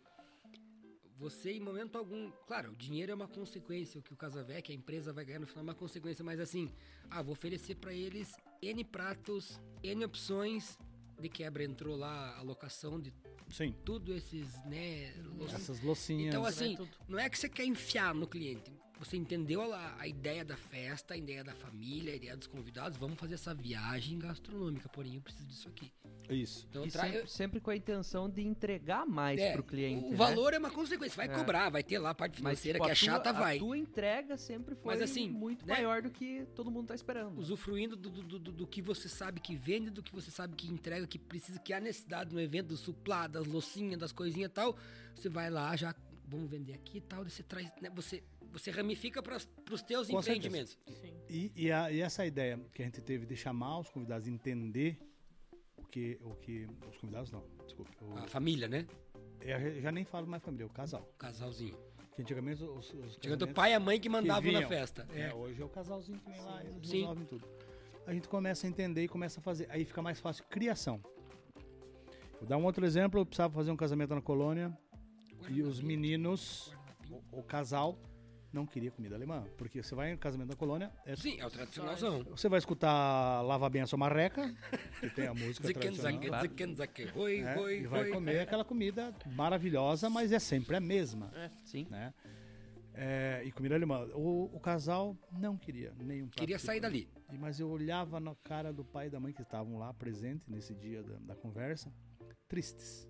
você em momento algum, claro, o dinheiro é uma consequência, o que o Casavec, a empresa vai ganhar no final é uma consequência, mas assim, ah, vou oferecer pra eles N pratos, N opções, de quebra entrou lá a locação de Sim, tudo esses, né, lo- essas loucinhas. Então, Vai assim, tudo. não é que você quer enfiar no cliente. Você entendeu a, a ideia da festa, a ideia da família, a ideia dos convidados. Vamos fazer essa viagem gastronômica, porém eu preciso disso aqui. Isso. Então, E tra- sempre, eu- sempre com a intenção de entregar mais é, pro cliente. o né? valor é uma consequência. Vai É. cobrar, vai ter lá a parte Mas, financeira tipo, que a é chata, tua, vai. A tua entrega sempre foi Mas, assim, muito né? maior do que todo mundo tá esperando. Usufruindo do, do, do, do que você sabe que vende, do que você sabe que entrega, que precisa, que há necessidade no evento, do suplá, das loucinhas, das coisinhas e tal. Você vai lá, já vamos vender aqui e tal, daí você traz, né, você, você ramifica para os teus Com certeza. empreendimentos. Sim. E, e, a- e essa ideia que a gente teve de chamar os convidados, entender o que, o que os convidados não, desculpa, o- A família, né? eu já nem falo mais família, é o casal. O casalzinho. Porque antigamente os, os Chegando o casamentos pai e a mãe que mandavam vinham. na festa. É, É. hoje é o casalzinho que vem lá, eles Sim. resolvem tudo. A gente começa a entender e começa a fazer, aí fica mais fácil criação. Vou dar um outro exemplo, eu precisava fazer um casamento na colônia e os meninos, o, o casal não queria comida alemã, porque você vai em casamento na colônia, é Sim, é o tradicionalzão. você vai escutar Lava Bem a Sua Marreca, que tem a música Ziken, tradicional, zaken, claro. ziken, zaken, Oi, né? oi, E vai oi. comer aquela comida maravilhosa, mas é sempre a mesma, Sim. né? É, e comida alemã. O, o casal não queria nenhum prato Queria de sair comida. dali. E- Mas eu olhava na cara do pai e da mãe que estavam lá presentes nesse dia da, da conversa, tristes,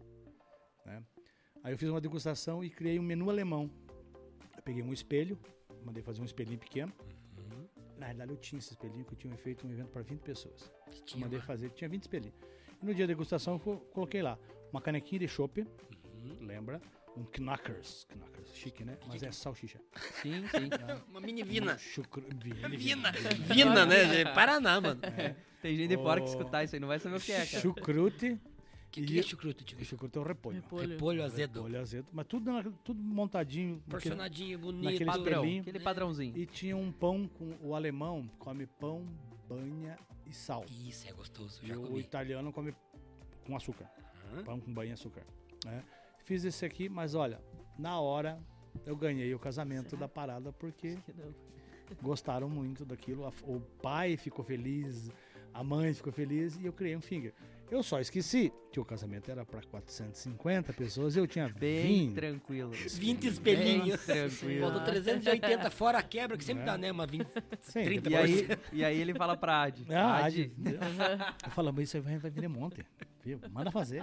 né? Aí eu fiz uma degustação e criei um menu alemão. Eu peguei um espelho, mandei fazer um espelhinho pequeno. Uhum. Na realidade eu tinha esse espelhinho que eu tinha feito um evento para vinte pessoas. Que Eu tinha mandei lá. fazer, tinha vinte espelhinhos. E no dia da degustação eu fo- coloquei lá uma canequinha de chopp, Uhum. lembra? Um Knackers, Knackers, chique, né? Mas é salsicha. Sim, sim. Uma mini vina. Um chucru- vina. Vina. Vina, né? gente? Paraná, mano. Tem gente de fora que Oh. escutar isso aí, não vai saber o que é, cara. Chucrute. Que E que é eu- chucrute, tio? E chucrute é o repolho. Repolho. Repolho azedo. Repolho azedo. Mas tudo, na- tudo montadinho. naquele- Porcionadinho, bonito. naquele Padrão, espelhinho. aquele padrãozinho. E tinha um pão com... O alemão come pão, banha e sal. Isso, é gostoso. E Já o comi. italiano come com açúcar. Aham. Pão com banha e açúcar. né? Fiz esse aqui, mas olha, na hora eu ganhei o casamento da parada porque Que não. gostaram muito daquilo. A- O pai ficou feliz, a mãe ficou feliz e eu criei um finger. Eu só esqueci que o casamento era para quatrocentas e cinquenta pessoas e eu tinha Bem vinte. tranquilo. vinte espelhinhos. Bem tranquilo. Faltou trezentos e oitenta fora a quebra, que sempre É. dá, né? Uma vinte, Sim, trinta E por aí, cento. e aí ele fala pra Adi. Ah, Adi, Adi. Eu falo, mas isso aí vai, vai vir monte. Viu? Manda fazer.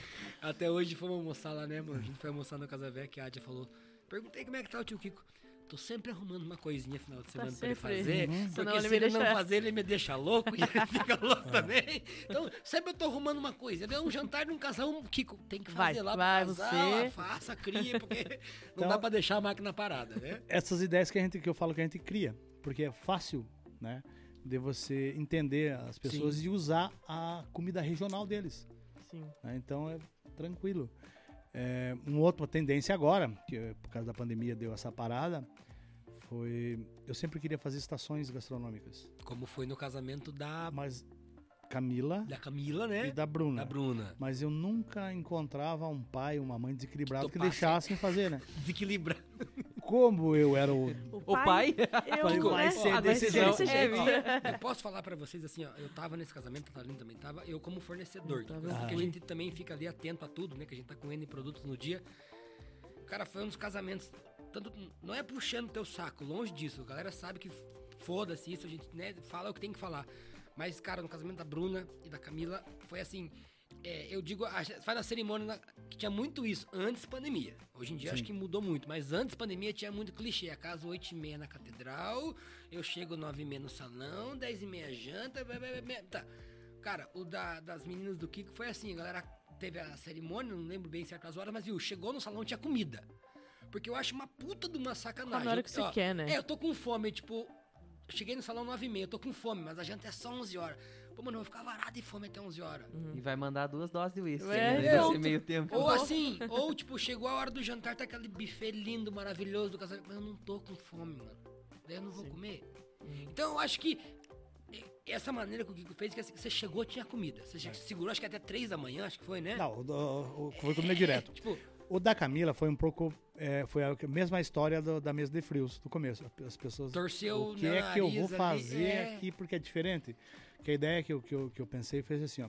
Até hoje fomos almoçar lá, né, mano? A gente foi almoçar na Casa Velha, que a Adia falou. Perguntei como é que tá o tio Kiko. Tô sempre arrumando uma coisinha final de semana pra ele sempre. fazer. Uhum. Porque Senão ele se me ele não deixa- fazer, ele me deixa louco e ele fica louco também. Então, sempre eu tô arrumando uma coisa. É um jantar num casal, um Kiko, tem que fazer Vai, lá vai pro casal, você. lá, faça, cria, porque não Então- dá pra deixar a máquina parada, né? Essas ideias que a gente que eu falo que a gente cria, porque é fácil, né, de você entender as pessoas Sim. e usar a comida regional deles. Sim. né? Então é tranquilo. É, uma outra tendência agora, que eh, por causa da pandemia deu essa parada, foi eu sempre queria fazer estações gastronômicas, Como foi no casamento da, mas Camila da Camila, né? e da Bruna. Da Bruna. Mas eu nunca encontrava um pai, uma mãe desequilibrado Que que, topasse. deixassem fazer, né? Desequilibra. Como eu era o O pai? Eu, Falei, vai né? ser Ah, decisão. desse É, jeito. Eu posso falar pra vocês assim, ó, eu tava nesse casamento, a Thaline também tava, eu como fornecedor, Tá que vendo? coisa que a Ah. gente também fica ali atento a tudo, né, que a gente tá com N produtos no dia. Cara, foi um dos casamentos, tanto, não é puxando teu saco, longe disso, a galera sabe que foda-se isso, a gente, né, fala o que tem que falar. Mas, cara, no casamento da Bruna e da Camila, foi assim, é, eu digo, a, faz a cerimônia, na- que tinha muito isso antes da pandemia. Hoje em dia Sim. acho que mudou muito, mas antes da pandemia tinha muito clichê. A casa oito e meia na catedral, eu chego nove e meia no salão, dez e meia janta, blá, blá, blá, blá. Tá. Cara, o da, das meninas do Kiko foi assim, a galera teve a cerimônia, não lembro bem certas horas, mas viu, chegou no salão, tinha comida. Porque eu acho uma puta de uma sacanagem. Na hora que você Ó, quer, né? É, eu tô com fome, tipo, eu cheguei no salão nove e meia, eu tô com fome, mas a janta é só onze horas. Pô, mano, eu vou ficar varado de fome até onze horas. E vai mandar duas doses de uísque. É, né, pronto. nesse meio tempo. Ou assim, ou tipo, chegou a hora do jantar, tá aquele buffet lindo, maravilhoso do casamento, mas eu não tô com fome, mano. Daí eu não vou Sim. comer. Então eu acho que essa maneira que o Kiko fez, que assim, você chegou, tinha comida. Você É. segurou, acho que até três da manhã, acho que foi, né? Não, o, o, o, foi comida direto. Tipo, O da Camila foi um pouco. É, foi a mesma história do- da mesa de frios, do começo. As pessoas. torceu O que o é que eu vou nariz ali, fazer é. aqui porque é diferente? Que a ideia que eu, que eu, que eu pensei foi assim, ó.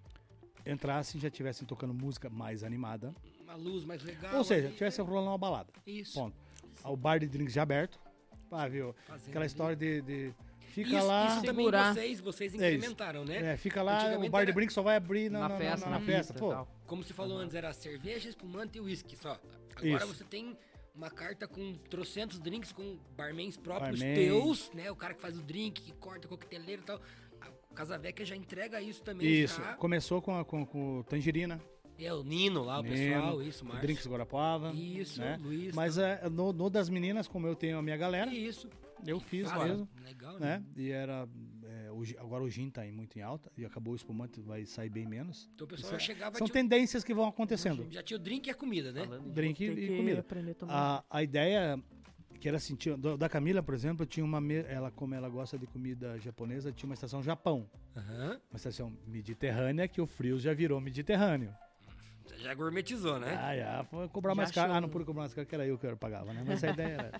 Entrassem e já estivessem tocando música mais animada. Uma luz mais legal. Ou seja, ali, tivesse é. rolando uma balada. Isso. Ponto. O bar de drinks já aberto. Ah, viu? Fazendo Aquela ali. história de. de fica isso, lá. Isso também Segurar. vocês, vocês É isso. incrementaram, né? É, fica lá, Antigamente o bar de era- drinks só vai abrir na, Na na- festa, na, na festa. pista Pô, e tal. Como se falou antes, era cerveja, espumante e uísque só. Agora Isso. você tem uma carta com trocentos drinks, com barmans próprios Barman. teus, né? O cara que faz o drink, que corta, coqueteleiro e tal. A Casa Vecchia já entrega isso também. isso. Já. Começou com, a, com, com o Tangerina. É, o Nino lá, o Nino, pessoal, isso, o Márcio. Drinks Guarapuava. Isso, né? Luiz. Mas tá. é, no, no das meninas, como eu tenho a minha galera, Isso. eu fiz Fala. mesmo. Legal, Né? né? E era. é, o gin- agora o gin tá em- muito em alta e acabou o espumante, vai sair bem menos. Então o pessoal Isso é- já chegava, São tinha, tendências que vão acontecendo. já tinha o drink e a comida, né? Falando em Drink Tem e que comida. aprender a tomar. A, a ideia que era assim, tinha- do- da Camila, por exemplo, tinha uma. me- Ela, como ela gosta de comida japonesa, tinha uma estação Japão. Aham. Uma estação mediterrânea que o frio já virou mediterrâneo. Você já gourmetizou, né? Ah, já, foi cobrar Já mais caro. achou Ah, não um- pude cobrar mais caro, que era eu que eu pagava, né? Mas a ideia era.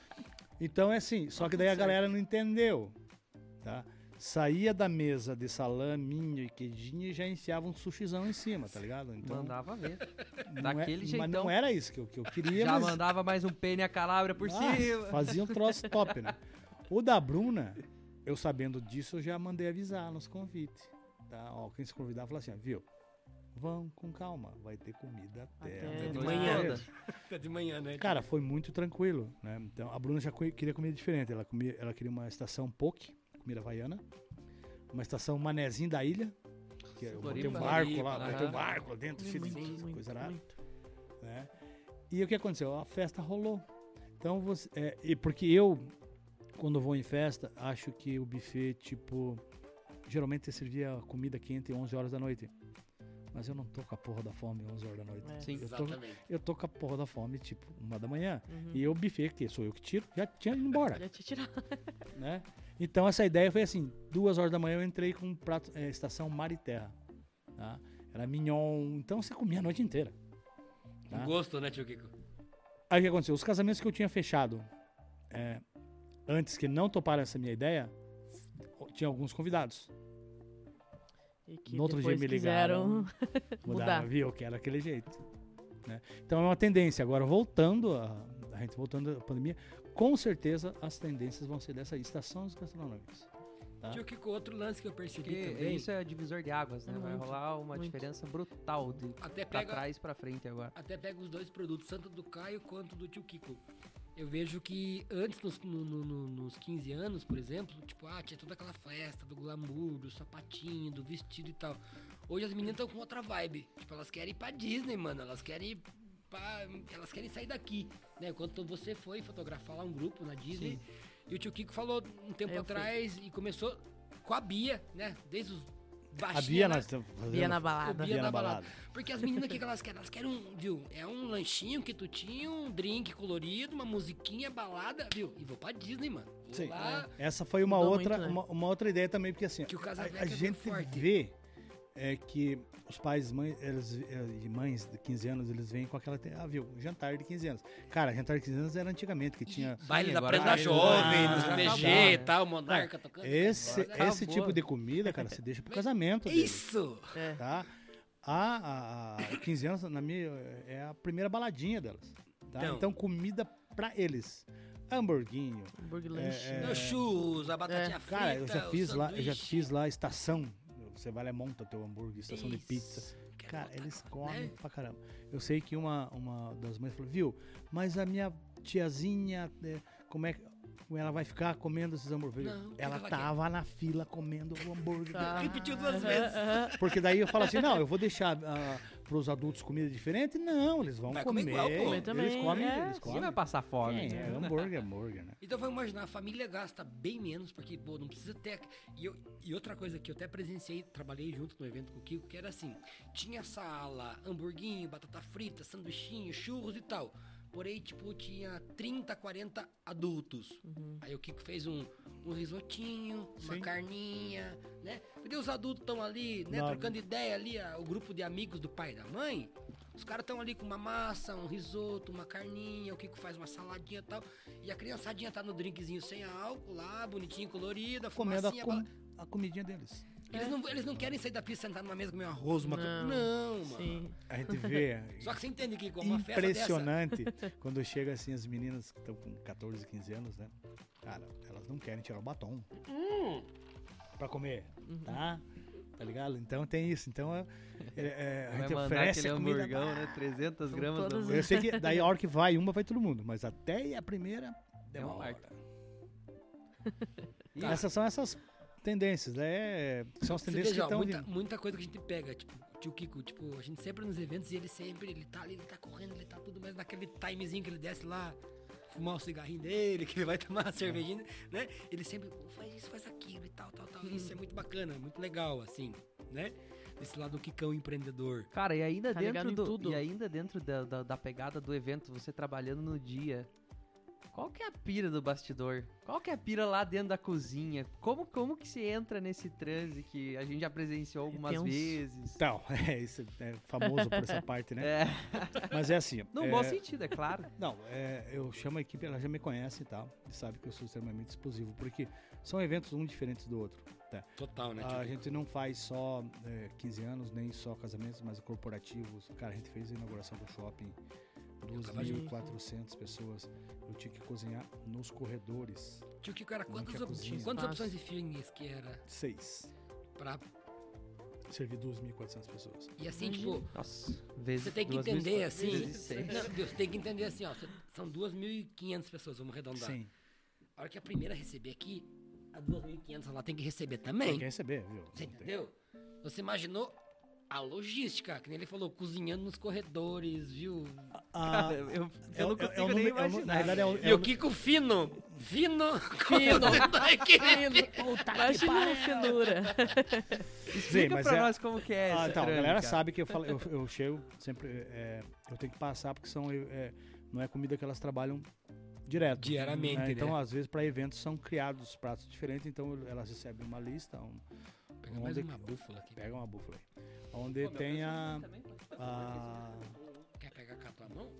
Então é assim, só que daí a galera não entendeu. Tá? Saía da mesa de salaminho e queijinho e já enfiava um sushizão em cima, tá ligado? Então, Mandava ver. não daquele é, jeitão. Mas não era isso que eu, que eu queria, Já mas mandava mais um pênis calabria por ah, cima. fazia um troço top, né? O da Bruna, eu sabendo disso, eu já mandei avisar nos convites. Tá? Ó, quem se convidar, falou assim, ó, viu? Vão com calma, vai ter comida até, Até a de noite manhã. inteira. Até de manhã, né? Cara, foi muito tranquilo, né? Então, a Bruna já co- queria comida diferente. Ela, comia, ela queria uma estação poke, comida havaiana. Uma estação manezinho da ilha. Que eu botei um Floripa. barco lá, Floripa, botei um aham. barco lá dentro, cheio de muito, muito, coisa arada, muito. né? E o que aconteceu? A festa rolou. Então, você, é, e porque eu, quando vou em festa, acho que o buffet, tipo, geralmente servia comida quente onze horas da noite. Mas eu não tô com a porra da fome onze horas da noite. É. Sim. Eu tô, Exatamente. eu tô com a porra da fome, tipo, uma da manhã. Uhum. E o buffet, que sou eu que tiro, já tinha ido embora, Já te tirar. né? Então essa ideia foi assim, duas horas da manhã eu entrei com um prato, é, estação mar e terra, tá? Era mignon, então você comia a noite inteira. Um Tá? gosto, né, tio Kiko? Aí o que aconteceu? Os casamentos que eu tinha fechado é, antes que não toparam essa minha ideia, tinha alguns convidados. E que No outro dia depois me quiseram ligaram, mudar. mudaram, viu? Que era aquele jeito. Né? Então é uma tendência. Agora, voltando, a, a gente voltando à pandemia, com certeza as tendências vão ser dessa estações gastronômicas. Tá? Tio Kiko, outro lance que eu percebi Porque também. isso é divisor de águas, né? Vai Muito, rolar uma muito. diferença brutal de Até pra pega, trás pra frente agora. até pega os dois produtos, tanto do Caio quanto do tio Kiko. Eu vejo que antes, nos, no- no- no- nos quinze anos, por exemplo, tipo, ah, tinha toda aquela festa do glamour, do sapatinho, do vestido e tal. Hoje as meninas estão com outra vibe. Tipo, elas querem ir pra Disney, mano. Elas querem ir pra, elas querem sair daqui, né? Quando você foi fotografar lá um grupo na Disney, e o tio Kiko falou um tempo Eu fui. atrás e começou com a Bia, né? Desde os A baixinhos. Bia, lá. nós estamos fazendo... Bia na O balada. Bia Bia na na balada. balada. Porque as meninas, o que, que elas querem? Elas querem um, viu? É um lanchinho que tu tinha, um drink colorido, uma musiquinha, balada, viu? E vou pra Disney, mano. Vou Sim. lá. Essa foi uma Mudou outra, muito, né? uma, uma outra ideia também, porque assim, Que o a, Casa a Vecchia é gente forte. vê é, que os pais mães, eles, eh, e mães de quinze anos, eles vêm com aquela, ah, viu, jantar de quinze anos. Cara, jantar de quinze anos era antigamente, que tinha... Baile da agora prenda vai- jovem, Ah, nos tá B G bom. e tal, Monarca tocando. Esse, Agora- esse Acabou. tipo de comida, cara, você deixa pro casamento deles, Isso! É. tá? A, a, a quinze anos, na minha, é a primeira baladinha delas, tá? Então. Então, comida pra eles. Hamburguinho. Hambúrguer É, lanche. é, Meus churros, a batatinha frita, Cara, eu já o fiz lá, eu já sanduíche. fiz lá a estação. Você vai lá e monta teu hambúrguer, estação de Isso. pizza. Quero Cara, tá, eles né? comem pra caramba. Eu sei que uma, uma das mães falou, viu, mas a minha tiazinha, é, como é que ela vai ficar comendo esses hambúrgueres? Não, o que Ela ela tava na fila comendo o hambúrguer. Tá. Repetiu duas Aham, vezes. aham. Porque daí eu falo assim, não, eu vou deixar uh, pros adultos comida diferente? Não, eles vão Vai comer. comer igual, pô. Comer Eles também, comem, é. eles Quem comem. vai passar fome? É, é hambúrguer, hambúrguer, né? Então vamos imaginar, a família gasta bem menos, porque, pô, não precisa ter... E, eu- e outra coisa que eu até presenciei, trabalhei junto no evento com o Kiko, que era assim, tinha sala, hamburguinho, batata frita, sanduichinho, churros e tal. Porém, tipo, tinha trinta, quarenta adultos. Aí o Kiko fez um, um risotinho, uma Sim. carninha, né? Porque os adultos estão ali, né, Não. trocando ideia ali, a- o grupo de amigos do pai e da mãe. Os caras estão ali com uma massa, um risoto, uma carninha, o Kiko faz uma saladinha e tal. E a criançadinha tá no drinkzinho sem álcool lá, bonitinho, colorido, a Comendo a, fumacinha... com- bala- a comidinha deles. Eles, não, eles não querem sair da pista, sentar numa mesa comer um arroz, uma... Não. Não, mano. Sim. A gente vê Só que você entende que com uma festa dessa... impressionante quando chega assim as meninas que estão com catorze, quinze anos, né? Cara, elas não querem tirar o batom Hum, pra comer, Uhum. tá? Tá ligado? Então tem isso. Então é, é, a Vai gente mandar oferece aquele a comida. hamburgão, né? trezentas Com gramas de todas hambúrguer. Eu sei que daí a hora que vai uma, vai todo mundo. Mas até ir a primeira É uma demora. marca. Tá. Essas são essas tendências, né? São as Você tendências veja, que ó, estão muita, vindo. muita coisa que a gente pega, tipo, o tio Kiko, tipo, a gente sempre nos eventos e ele sempre, ele tá ali, ele tá correndo, ele tá tudo, mas naquele timezinho que ele desce lá, fumar o cigarrinho dele, que ele vai tomar a cervejinha, né? Ele sempre, pô, faz isso, faz aquilo e tal, tal, tal. Isso é muito bacana, muito legal, assim, né? Esse lado do Kikão empreendedor. Cara, e ainda Tá ligado dentro em do tudo. e ainda dentro da, da, da pegada do evento, você trabalhando no dia. Qual que é a pira do bastidor? Qual que é a pira lá dentro da cozinha? Como como que se entra nesse transe que a gente já presenciou algumas tenso. vezes? Então, é, isso é famoso por essa parte, né? É, Mas é assim. no é, bom sentido, é claro. Não, é, eu chamo a equipe, ela já me conhece e tal, e sabe que eu sou extremamente explosivo, porque são eventos um diferentes do outro. Tá? Total, né, tio A Kiko? gente não faz só é, quinze anos, nem só casamentos, mas corporativos. Cara, a gente fez a inauguração do shopping, duas tava mil e junto. quatrocentas pessoas. Eu tinha que cozinhar nos corredores. Tio Kiko era Não quantas, tinha op- cozinha. quantas Espaço. opções de filmes que era Seis. pra... Servi duas mil e quatrocentas pessoas. E assim, Imagina. tipo, Nossa, vezes você tem que duas mil e entender, quatrocentas, assim... vezes seis. Não, Deus, você tem que entender assim, ó, você- são duas mil e quinhentas pessoas, vamos arredondar. Sim. A hora que a primeira receber aqui, a duas mil e quinhentas lá tem que receber Tem também. que receber, viu? Você Não tem- entendeu? Você imaginou a logística, que nem ele falou, cozinhando nos corredores, viu? Ah, Eu, eu é não o- é o consigo número- nem é o nu- imaginar. na verdade é o, E é o Kiko fino, fino, Fino. Você tá aqui. Imagina a finura. Explica mas pra é- nós como que é Ah, esse então, a trâmite, galera cara. sabe que eu, falo, eu, eu chego sempre. é, eu tenho que passar porque são, é, não é comida que elas trabalham direto. Diariamente, né? Então, né? às vezes, para eventos são criados pratos diferentes, então eu- elas recebem uma lista. Um, Pega mais onde- uma búfala aqui. Pega uma búfala aí. Onde tem a. a Quer pegar com a tua mão?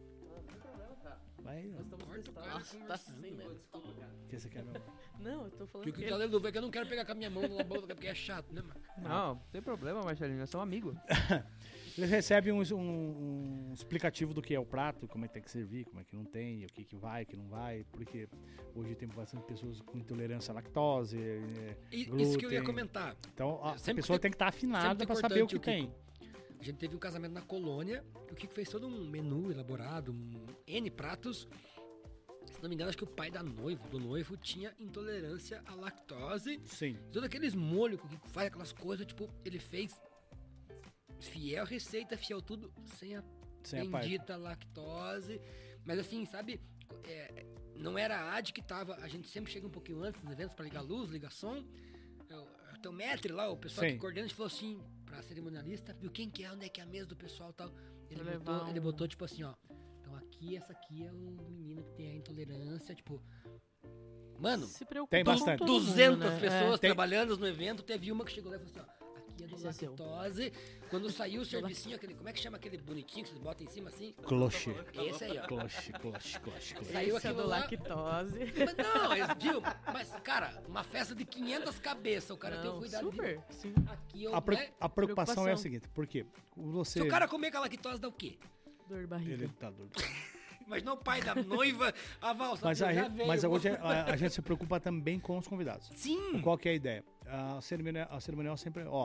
vai, Corta o cara Nossa, tá conversando. assim, né? o que você quer, meu amor? Não, eu tô falando Porque que o Galego é que eu não quero pegar com a minha mão na boca, porque é chato, né, mano? Não, não tem problema, Marcelinho, nós somos amigos. Eles recebem um, um- um explicativo do que é o prato, como é que tem que servir, como é que não tem, o que, que vai, o que não vai, porque hoje tem bastante pessoas com intolerância à lactose. é, E, isso que eu ia glúten. comentar. Então a Sempre pessoa te- tem que estar afinada sempre para te saber o cortando, que tio tem. A gente teve um casamento na colônia, e o Kiko fez todo um menu elaborado, um N pratos. Se não me engano, acho que o pai da noiva, do noivo, tinha intolerância à lactose. Sim. Todos aqueles molhos que o Kiko faz, aquelas coisas, tipo, ele fez fiel à receita, fiel tudo, sem a Sem a parte. bendita lactose. Mas assim, sabe, é, não era a AD que tava, a gente sempre chega um pouquinho antes nos eventos pra ligar luz, ligar som. Até o metre lá, o pessoal Sim. que coordena, a gente falou assim, pra cerimonialista, viu quem que é, onde é que é a mesa do pessoal e tal. Ele Pra botou, levar ele um- botou tipo assim, ó, então aqui, essa aqui é um menino que tem a intolerância, tipo... Mano, se preocupa Tem com bastante. todo mundo, duzentas né? pessoas É. Tem- trabalhando no evento, teve uma que chegou lá e falou assim, ó, aqui é do Esse é seu. lactose. Quando saiu o servicinho, aquele, como é que chama aquele bonitinho que vocês botam em cima assim? Cloche. Esse aí, ó. Cloche, cloche, cloche, cloche. Saiu Esse é aquilo do lá. lactose. Mas não, eles- viu? Mas, cara, uma festa de quinhentas cabeças, o cara tem o Não, cuidado super, de... sim. Aqui eu, A, pre- né? a preocupação é a Preocupação. seguinte, porque você... Se o cara comer com a lactose, dá o quê? Dor de barriga. Ele tá doido. Imagina o pai da noiva, a valsa, Mas, a, já gente- veio. mas hoje a, a gente se preocupa também com os convidados. Sim! Qual que é a ideia? A cerimonial, a cerimonial sempre, ó,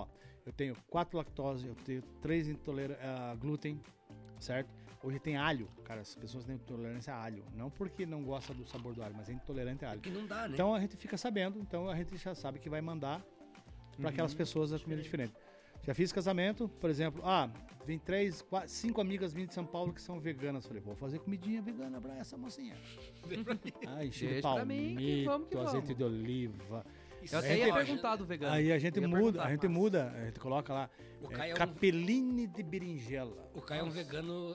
eu tenho quatro lactose, eu tenho três intolerância a glúten, certo? Hoje tem alho, cara, as pessoas têm intolerância a alho, não porque não gosta do sabor do alho, mas é intolerante a alho. Que não dá, né? Então a gente fica sabendo, então a gente já sabe que vai mandar para aquelas pessoas a comida diferente. Já fiz casamento, por exemplo, ah, vem três, quatro, cinco amigas minhas de São Paulo que são veganas. Falei, vou fazer comidinha vegana pra essa mocinha. Ah, enchi de Deixa pra mim que vamos que palmito, azeite vamos. de oliva. Eu até Aí ia tem- perguntar do vegano. Aí a gente Eu ia muda, perguntar, a gente mas- muda, a gente coloca lá O é, Caio é um- capeline de berinjela. O Caio é um vegano.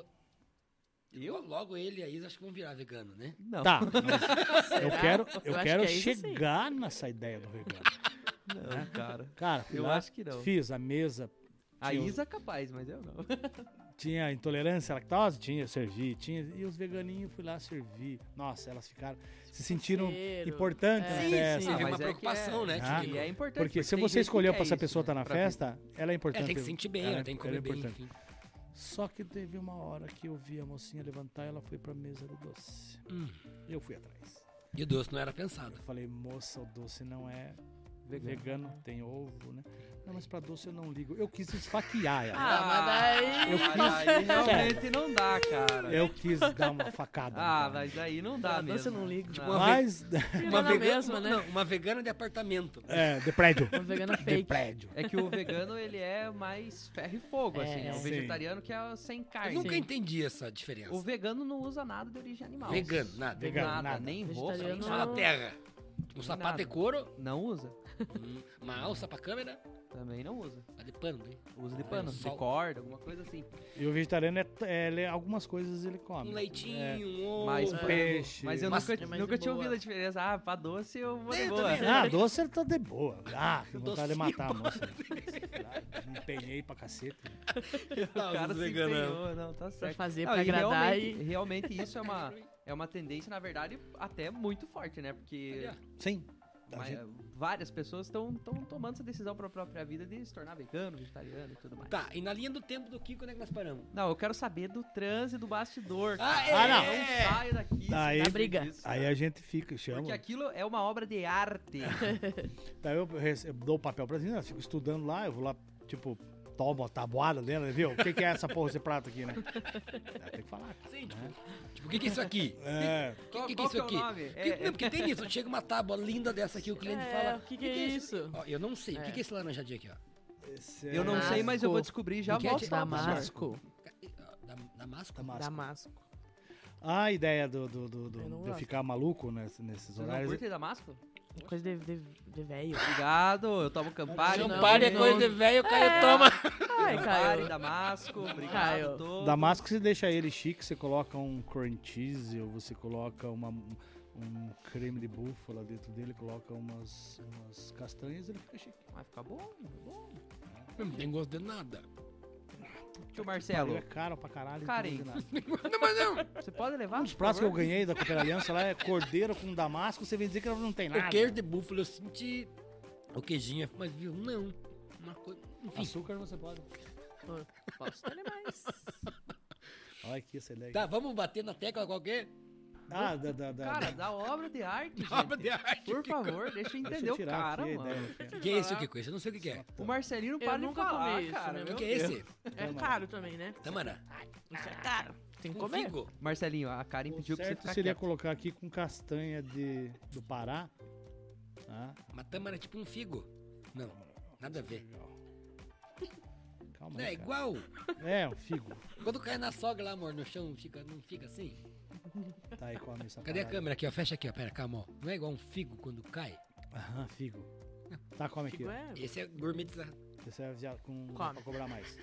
Eu? Logo ele e a Isa acho que vão virar vegano, né? Não. Tá, mas eu Será? quero, eu Eu acho quero que é isso sim. chegar nessa ideia do vegano. Não, cara. Cara, fui Eu lá, acho que não. fiz a mesa, A Tinha- Isa é capaz, mas eu não. tinha intolerância à lactose? Tinha, servi, tinha. E os veganinhos fui lá servir. Nossa, elas ficaram, se sentiram Parceiro. importantes É. na Sim, festa. sim, Ah, vê mas uma é que preocupação, é- né? Ah, Tipo, E é importante. Porque se tem você gente que escolheu quer pra essa isso, pessoa né, estar na pra festa, ela é importante. é, tem que se sentir bem, Ela- né? Tem que ela é comer bem, importante. enfim. Só que teve uma hora que eu vi a mocinha levantar e ela foi pra mesa do doce. Hum. Eu fui atrás. E o doce não era pensado. Eu falei, moça, o doce não é Vegano. vegano, tem ovo, né? Não, mas pra doce eu não ligo. Eu quis esfaquear ela. Ah, mas daí... Eu Ah, aí realmente não dá, cara. Eu quis dar uma facada. Ah, no cara. mas aí não dá Ah, mesmo. doce eu não ligo. Não. Uma Mas, Uma na vegana, mesma, né? não, uma vegana de apartamento. é, de prédio. Uma vegana De fake. prédio. É que o vegano, ele é mais ferro e fogo, É, assim. É um sim. vegetariano que é sem Eu carne. nunca Sim. entendi essa diferença. O vegano não usa nada de origem animal. Vegano, nada. Vegano, nada, nada. nem roupa, nem Vegetariano Só nada. na terra. Um sapato nada. de couro, Não usa. hum, uma alça pra câmera, Também não usa. a de pano, né? Usa de Ah, pano, só- de corda, alguma coisa assim. E o vegetariano, é, é, ele- algumas coisas ele come. Um leitinho, É. um ovo. Mais É. peixe. Mas eu Mas- nunca, é mais nunca de tinha boa. ouvido a diferença. Ah, pra doce eu vou de Eu boa. também. Ah, doce ele tá de boa. Ah, que Um vontade de docinho, matar a moça. Me empenhei pra cacete. O cara os se veganão. empenhou, não, tá Pra certo. fazer, Não, pra e agradar realmente, e... realmente isso é uma, é uma tendência, na verdade, até muito forte, né? Porque Sim. A mas, gente- várias pessoas estão tomando essa decisão pra própria vida de se tornar vegano, vegetariano e tudo mais. Tá, e na linha do tempo do Kiko, onde é que nós paramos? Não, eu quero saber do transe do bastidor. Ah, cara. é! Ah, não. Não saia daqui. Aí- sem Da briga. disso, Aí cara. a gente fica, chama. Porque aquilo é uma obra de arte. Daí eu, rece- eu dou o papel pra cima, eu fico estudando lá, eu vou lá, tipo, tomo a tabuada dela, viu? O que, que é essa porra, esse prato aqui, né? É, tem que falar. Sim, tipo, tipo, o que, que é isso aqui? É, O que, Qual- que, que é qual isso que é o aqui? nome? Porque, É- não, porque tem isso, chega uma tábua linda dessa aqui, o cliente É, fala. o que que é isso? Ó, eu não sei, o que, É. que é esse laranjadinho aqui, ó? esse Eu não é- sei, mas eu vou Damasco. descobrir já O que é volto de- falar pro senhor. Damasco. Da, Damasco? Damasco. Damasco. A ideia do, do, do, do- Eu não de eu gosto. ficar maluco nesse- nesses Vocês não horários. curtem Damasco? Coisa de, de, de velho. Obrigado, eu tomo Campari. Não, Campari é não. coisa de velho, o Caio toma. Ai, Campari, Caio. Damasco, obrigado Caio. a todos. Damasco, você deixa ele chique, você coloca um cream cheese, ou você coloca uma, um creme de búfala dentro dele, coloca umas, umas castanhas, ele fica chique. Vai ficar bom, fica bom. Não tem gosto de nada. Tio Ele Marcelo, é caro pra caralho. Karen. não tem nada. Não, mas não. você pode levar? Um dos por pratos que eu favor? ganhei da Cooper Aliança lá é cordeiro com damasco, você vem dizer que não tem nada. O queijo de búfalo eu senti. O queijinho, mas viu? Não. Uma coisa. Enfim. Açúcar você pode. Posso ter mais. Olha aqui essa ideia. Tá, vamos bater na tecla qualquer? Ah, da, da, da, Cara, da obra de arte, gente. Obra de arte, Por Kiko. favor, deixa eu deixa entender eu o tirar cara, aqui a mano. ideia aqui. O que é esse, o Kiko? Esse eu não sei o que, que é. O Marcelinho não Eu para de nunca falar, comi isso, cara. né, O meu que é esse? É caro também, né? Tâmara. Isso é caro. Tem que Um comer. figo. Marcelinho, a Karen O pediu pra você certo ficar seria quieto. colocar aqui com castanha de, do Pará. Tá? Uma tâmara é tipo um figo. Não, nada a ver. Calma Não, aí, é cara. igual. É, um figo. Quando cai na sogra lá, amor, no chão, fica, não fica assim? Tá aí, come essa Cadê a parada. câmera aqui, ó? Fecha aqui, ó. Pera, calma, ó. Não é igual um figo quando cai? Aham, figo. Tá, come aqui. Figo ó. é Esse é gourmetizar. Esse é já com, Come. pra cobrar mais.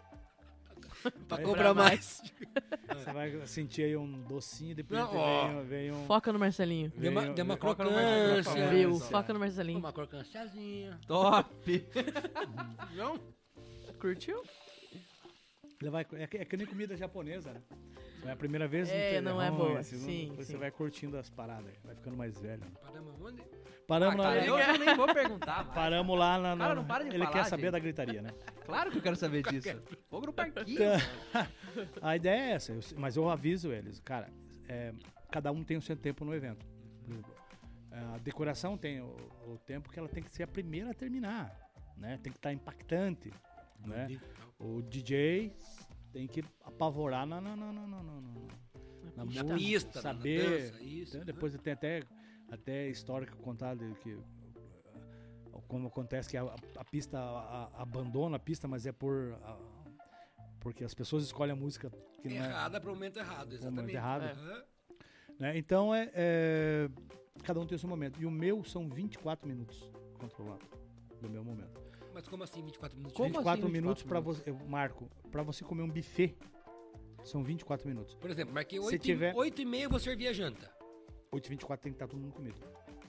Pra Vai cobrar mais. Você vai sentir aí um docinho, depois Não, ó. vem, vem um... Foca no Marcelinho. Deu uma, Vem- deu uma vem- Coloca no crocância. microfone. Viu? Essa. Foca no Marcelinho. Uma crocânciazinha. Top! Não? Curtiu? Ele vai, é, que- é que nem comida japonesa, né? É a primeira vez É, tem- não é ruim, boa. a segunda, Sim, depois sim. você vai curtindo as paradas, vai ficando mais velho. Paramos onde? Paramos Ah, lá, cara, eu já nem vou perguntar mais. paramos lá na, na- Cara, não para de ele falar, quer saber gente. da gritaria, né? Claro que eu quero saber disso. Fogo no parquinho. Tá. A ideia é essa, eu- mas eu aviso eles, cara, é, cada um tem o seu tempo no evento. Por exemplo, a decoração tem o, o tempo que ela tem que ser a primeira a terminar. né? Tem que estar impactante, né? O D J tem que apavorar na, na, na, na, na, na, na, Na música, pista, na saber. dança, isso, Então, né? depois tem até, até história que contada que uh, como acontece que a, a pista a, a, abandona a pista, mas é por a, porque as pessoas escolhem a música que não é Errada pro momento errado, momento exatamente. errado. Aham. né? Então é, é cada um tem o seu momento. E o meu são vinte e quatro minutos controlado do meu momento. Mas como assim vinte e quatro minutos? Como vinte e quatro assim minutos vinte e para quatro você, eu marco, para você comer um buffet são vinte e quatro minutos. Por exemplo, marquei Se oito, tiver- e, oito e meia, eu vou servir a janta. oito e vinte e quatro tem que estar todo mundo comido.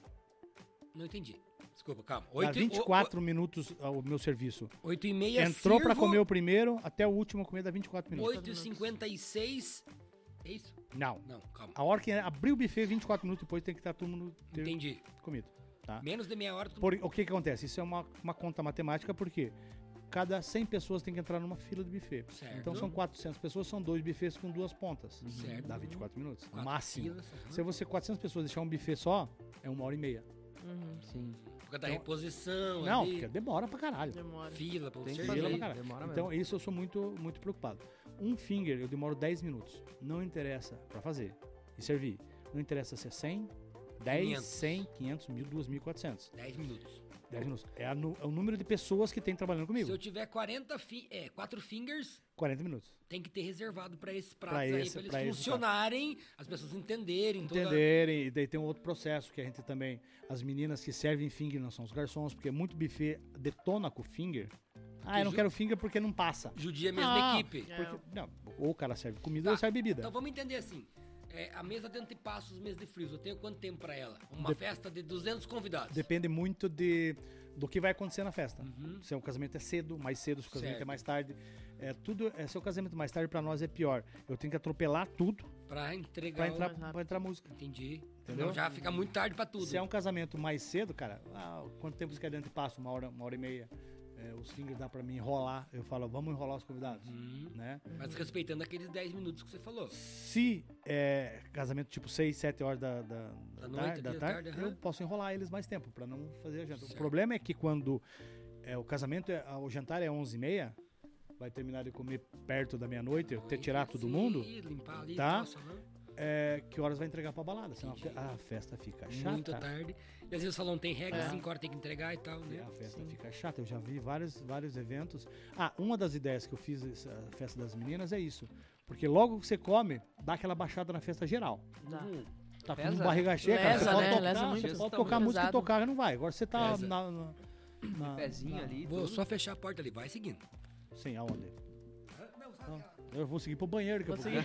Não entendi. Desculpa, calma. Dá oito, e- vinte e quatro minutos o meu serviço. o- oito e meia Entrou para sirvo, comer o primeiro, até o último comer dá vinte e quatro minutos. oito e cinquenta e seis. É isso? Não. Não, calma. A hora que abrir o buffet, vinte e quatro minutos depois tem que estar todo mundo ter Entendi. comido. Tá? Menos de meia hora. Tu... Por, o que que acontece? Isso é uma, uma conta matemática porque cada cem pessoas tem que entrar numa fila de buffet. Certo. Então são quatrocentas pessoas, são dois buffets com duas pontas. Certo. Dá vinte e quatro minutos, no Quatro máximo. filas, aham. Se você quatrocentas pessoas deixar um buffet só, é uma hora e meia. Uhum. Sim. Por causa da Então- reposição, Não, ali, porque demora pra caralho. Demora. fila pra Tem você que Fila fazer. pra caralho. Demora Então mesmo. isso eu sou muito, muito preocupado. Um finger eu demoro dez minutos. Não interessa pra fazer e servir. Não interessa se é cem, dez, quinhentos. cem, quinhentos, mil, duas mil e quatrocentos. dez minutos. dez minutos. É, a nu- é o número de pessoas que tem trabalhando comigo. Se eu tiver quarenta fi... é, quatro fingers, quarenta minutos. tem que ter reservado pra esses pratos Pra aí, esse- pra eles pra esse funcionarem, as pessoas entenderem. toda- Entenderem, e daí tem um outro processo que a gente também, as meninas que servem finger não são os garçons, porque muito buffet detona com o finger. Ah, eu não ju- quero finger porque não passa. Judia a mesma Ah, equipe. É. Porque, não, ou o cara serve comida Tá, ou serve bebida. Então vamos entender assim. É, a mesa de antepassos, mesa de frios, eu tenho quanto tempo pra ela? Uma Dep- festa de duzentos convidados. Depende muito de, do que vai acontecer na festa. Uhum. Se o casamento é cedo, mais cedo, se o casamento Certo. é mais tarde. É, tudo, é, se o casamento é mais tarde, pra nós é pior. Eu tenho que atropelar tudo Pra entregar pra o... entrar, mais rápido. pra entrar música. Entendi. Entendeu? Não, já fica muito tarde pra tudo. Se é um casamento mais cedo, cara, ah, quanto tempo você quer dentro de passo? Uma hora, uma hora e meia. É, os fingers dá pra mim enrolar. Eu falo, vamos enrolar os convidados. Uhum. Né? Mas respeitando aqueles dez minutos que você falou. Se é casamento tipo seis, sete horas da, da, Da da noite, tarde, da ali, da tarde, tarde, eu aham. posso enrolar eles mais tempo pra não fazer a janta. Certo. O problema é que quando é, o casamento, é, o jantar é onze e meia, vai terminar de comer perto da meia-noite, eu ter tirar todo Sim, mundo, limpar ali, tá? tal, salão. é, que horas vai entregar pra balada? Senão Entendi. a festa fica chata. Muito tarde. E às vezes o salão tem regra, É. cinco horas tem que entregar e tal, E né? a festa Sim. fica chata. Eu já vi vários, vários eventos. Ah, uma das ideias que eu fiz essa festa das meninas é isso. Porque logo que você come, dá aquela baixada na festa geral. Dá. Uhum. Tá Pesa, tudo né? barriga cheia, cara. Lesa, Você pode né? tocar, Lesa você muito. pode Tá tocar muito música e pesado. tocar, não vai. Agora você tá Pesa. na, na, na- Pezinho ali. Vou tudo. só fechar a porta ali, vai seguindo. Sim, aonde? Não, Não, eu vou seguir pro banheiro. Que Vou eu seguir.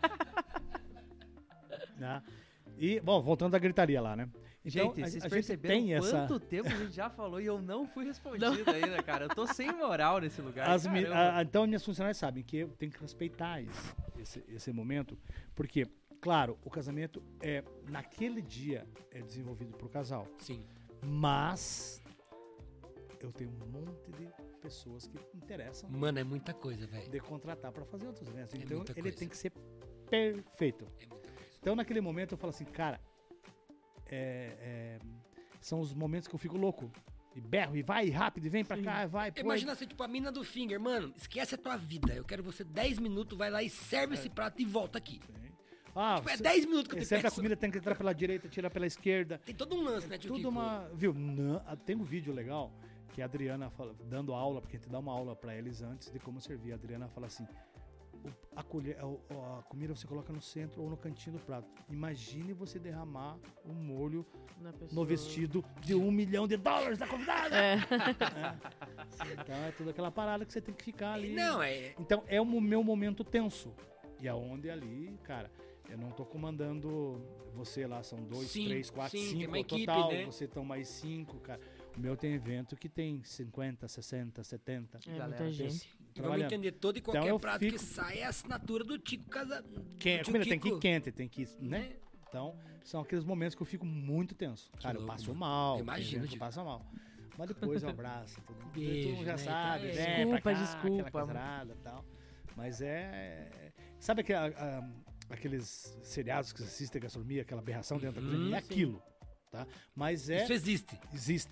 Né? E, bom, voltando da gritaria lá, né? Então, Gente, a- vocês a gente perceberam tem essa... quanto tempo a gente já falou e eu não fui respondido ainda, cara. Eu tô sem moral nesse lugar. As mi- caramba. a- então, minhas funcionárias sabem que eu tenho que respeitar esse, esse, esse momento, porque, claro, o casamento é, naquele dia, é desenvolvido pro casal, Sim. mas eu tenho um monte de pessoas que interessam Mano, é muita coisa, velho. de contratar para fazer outros eventos. É Então, muita ele coisa. tem que ser perfeito. É muita coisa. Então, naquele momento, eu falo assim, cara, é, é, são os momentos que eu fico louco. E berro, e vai, e rápido, e vem pra cá, e vai, pô. Imagina assim, tipo, a mina do finger, mano, esquece a tua vida. Eu quero você dez minutos, vai lá e serve esse prato e volta aqui. Ah, Tipo, é você- dez minutos que eu te sempre a peço. comida tem que entrar pela direita, tirar pela esquerda. Tem todo um lance, né, tio Tudo Kiko? uma. Viu? Não, ah, tem um vídeo legal que a Adriana fala, dando aula, porque a gente dá uma aula pra eles antes de como servir. A Adriana fala assim: o- a, colher, a, a comida você coloca no centro ou no cantinho do prato. Imagine você derramar o molho Na pessoa. no vestido de um milhão de dólares da convidada. É. É. Então é toda aquela parada que você tem que ficar ali. Não, é... Então é o meu momento tenso. E aonde ali, cara, eu não tô comandando você lá, são dois, Sim, três, quatro, sim, tem cinco uma no equipe, total. né? Você estão mais cinco, cara. O meu tem evento que tem cinquenta, sessenta, setenta. É Galera, muita tem- gente. E vamos trabalhando. entender todo e qualquer Então eu prato fico- que sai é a assinatura do Tico Casa... do Quem, a tio comida tem que ir Kiko, quente, tem que ir, né? né? Então, são aqueles momentos que eu fico muito tenso. Cara, eu louco, passo mano. mal. Imagino, tem evento que Tico. eu passo mal. Mas depois eu abraço. Todo mundo, Beijo, todo mundo já né? sabe, Tá, né? desculpa, pra cá, desculpa. Aquela coisa arada e tal. Mas é... Sabe aquela, a- aqueles seriados que você assiste a gastronomia, aquela aberração dentro da Uhum, cozinha? É sim. aquilo, tá? Mas é... Isso existe. Existe.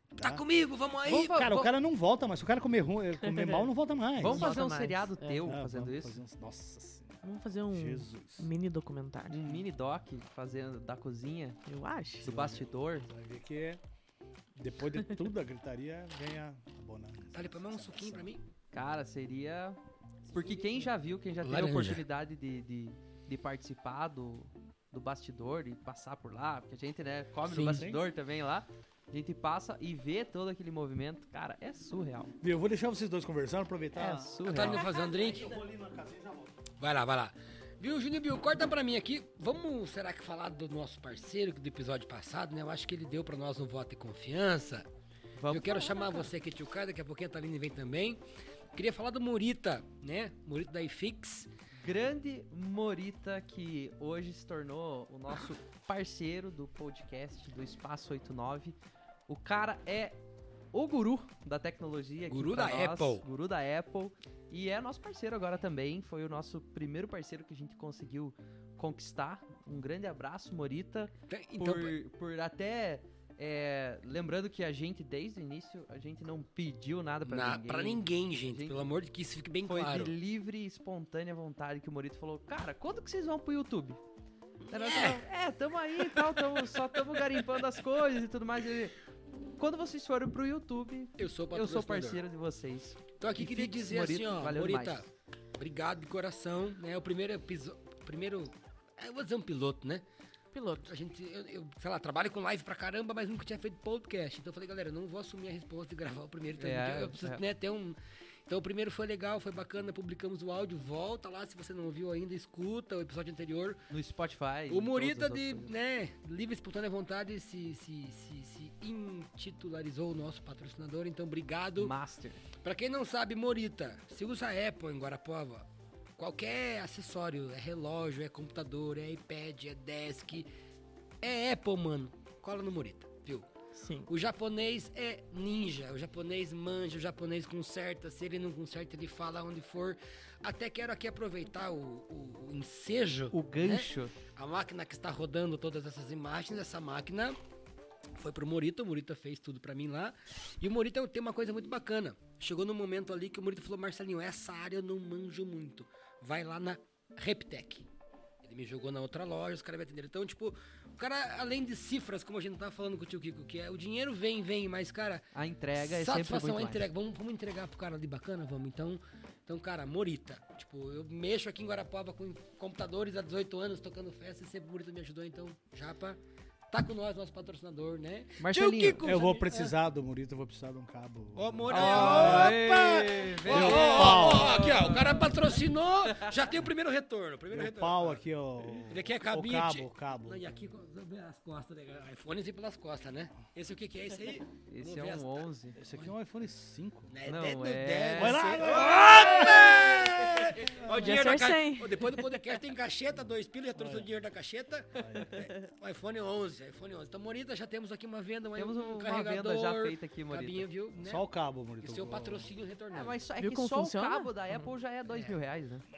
Tá comigo, vamos aí. Vamos fa- Cara, o vamos- cara não volta mais. Se o cara comer, ruim, comer mal, não volta mais. Vamos Não fazer um volta mais. seriado É. teu Ah, fazendo vamos isso? fazer um- Nossa senhora. Vamos fazer um Jesus. mini documentário. Um mini doc fazendo da cozinha, Eu acho. do bastidor. Vai ver que é... Depois de tudo a gritaria, vem a bonança. Dá ali pra mais um suquinho pra mim? Cara, seria... Porque quem já viu, quem já teve Laranja. a oportunidade de, de, de participar do, do bastidor e passar por lá, porque a gente, né, come Sim. no bastidor também lá, a gente passa e vê todo aquele movimento, cara, é surreal. Viu, eu vou deixar vocês dois conversando, É aproveitar. Tá surreal. indo fazer um drink? Eu vou ali na casinha e já volto. Vai lá, vai lá. Viu, Juninho Bill, corta pra mim aqui. Vamos, será que falar do nosso parceiro do episódio passado, né? Eu acho que ele deu pra nós um voto de confiança. Vamos Eu quero falar, chamar cara. você aqui, tio Caio, daqui a pouquinho a Thaline vem também. Queria falar do Morita, né? Morita da iFix. Grande Morita, que hoje se tornou o nosso parceiro do podcast do Espaço oitenta e nove. O cara é o guru da tecnologia aqui Guru pra da nós, Apple. Guru da Apple. E é nosso parceiro agora também. Foi o nosso primeiro parceiro que a gente conseguiu conquistar. Um grande abraço, Morita. Então, por, por até... é, lembrando que a gente, desde o início, a gente não pediu nada pra na, ninguém. pra ninguém, gente, Gente, pelo amor de que isso fique bem Foi claro. de livre e espontânea vontade que o Morito falou, cara, quando que vocês vão pro YouTube? Era É. só, é, tamo aí e tal, tamo, só tamo garimpando as coisas e tudo mais. Ele, quando vocês forem pro YouTube, Eu sou eu sou patrocinador. parceiro de vocês. Então aqui E queria Fix, dizer Morita, assim, ó, valeu Morita, demais. obrigado de coração, né? O primeiro episódio, primeiro, eu vou dizer um piloto, né? Piloto. A gente, eu, eu, sei lá, trabalho com live pra caramba, mas nunca tinha feito podcast. Então eu falei, galera, eu não vou assumir a resposta de gravar o primeiro. Então É, eu preciso, é. né, ter um... Então o primeiro foi legal, foi bacana, publicamos o áudio, volta lá, se você não ouviu ainda, escuta o episódio anterior. No Spotify. O e Morita todas as de, outras coisas. né, livre e espontânea vontade se, se, se, se intitularizou o nosso patrocinador, então obrigado. Master. Pra quem não sabe, Morita, se usa Apple em Guarapuava, qualquer acessório, é relógio, é computador, é iPad, é desk, é Apple, mano, cola no Morita, viu? Sim. O japonês é ninja, o japonês manja, o japonês conserta, se ele não conserta, ele fala onde for. Até quero aqui aproveitar o, o, o ensejo, O né? gancho. A máquina que está rodando todas essas imagens, essa máquina foi pro Morita, o Morita fez tudo pra mim lá. E o Morita tem uma coisa muito bacana. Chegou num momento ali que o Morita falou, Marcelinho, essa área eu não manjo muito. Vai lá na Reptec. Ele me jogou na outra loja, os caras me atenderam. Então, tipo, o cara, além de cifras, como a gente tava falando com o tio Kiko, que é o dinheiro vem, vem, mas, cara, A entrega é sempre satisfação, muito a mais. entrega. Vamos, vamos entregar pro cara ali bacana? Vamos. Então, então, cara, Morita. Tipo, eu mexo aqui em Guarapuava com computadores há dezoito anos, tocando festa, e sempre o Morita me ajudou. Então, Japa, tá com nós, nosso patrocinador, né? Marcelinho, Tio Kiko, Eu vou sabe? precisar do Morita, eu vou precisar de um cabo. Ó, Morita. Aê, Opa! vem. Ó, ó, ó, aqui, ó, o cara patrocinou, já tem o primeiro retorno. Primeiro Meu retorno. pau aqui, ó. Ele aqui é O cabinho. cabo, tio. o cabo. Não, e aqui as costas, né? iPhone assim pelas costas, né? Esse o que que é esse aí? Esse Vamos é ver as- um onze. Esse aqui é um iPhone cinco. Né, Não, deve- é- deve Vai lá, ser- vai Opa! Ó, o dinheiro da ser ca... cem. Ó, depois do podcast tem cacheta, dois pilos, já trouxe o dinheiro da cacheta. É, o iPhone onze, iPhone onze. Então, Morita, já temos aqui uma venda, um, Temos um uma carregador. venda já feita aqui, Morita. Cabinho, viu? Né? Só o cabo, Morita. E seu Eu- patrocínio É, retornando. mas só, é Viu que como só funciona? o cabo da Apple já é dois mil reais, né?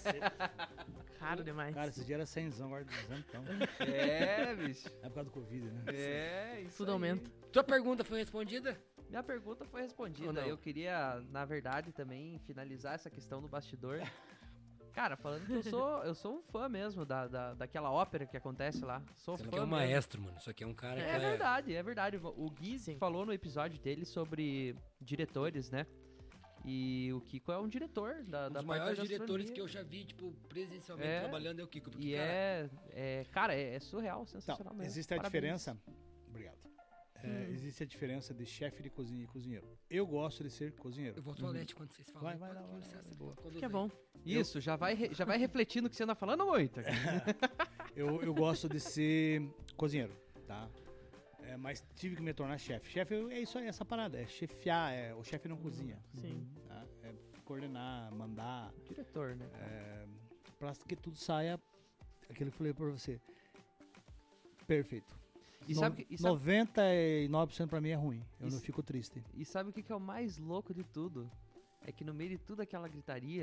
Caro demais. Cara, esse dia era cenzão, agora duzentão. É, bicho. É por causa do Covid, né? É, isso Tudo aí. aumenta. Tua pergunta foi respondida? Minha pergunta foi Ou respondida. não? Eu queria, na verdade, também finalizar essa questão do bastidor. Cara, falando que eu sou, eu sou um fã mesmo da, da, daquela ópera que acontece lá. Sou Você fã não é um mesmo. maestro, mano. Isso aqui é um cara que É verdade, é verdade. O Gui Sim. falou no episódio dele sobre diretores, né? E o Kiko é um diretor da, Um da dos parte da maiores gastronomia. diretores que eu já vi, tipo, presencialmente É. trabalhando é o Kiko. Porque, E cara, é, é. Cara, é, é surreal, Então, sensacional mesmo. existe a Parabéns. diferença. Obrigado. É, Hum. Existe a diferença de chefe de cozinha e cozinheiro. Eu gosto de ser cozinheiro. eu vou ao toalete quando vocês falam. Vai, vai lá, Com vai lá, licença, boa. quando Que é vem. bom. Isso, já vai, re- já vai refletindo o que você anda falando muito. Eu, eu gosto de ser cozinheiro, tá? É, mas tive que me tornar chefe. Chefe é isso aí, essa parada. É chefiar, é, o chefe não cozinha. Sim. Tá? É coordenar, mandar, Diretor, né? é, pra que tudo saia aquilo que eu falei pra você. Perfeito. E No- sabe, que- e, sabe, noventa e nove por cento pra mim é ruim. Eu não Isso- fico triste. e sabe o que, que é o mais louco de tudo? É que no meio de toda aquela gritaria,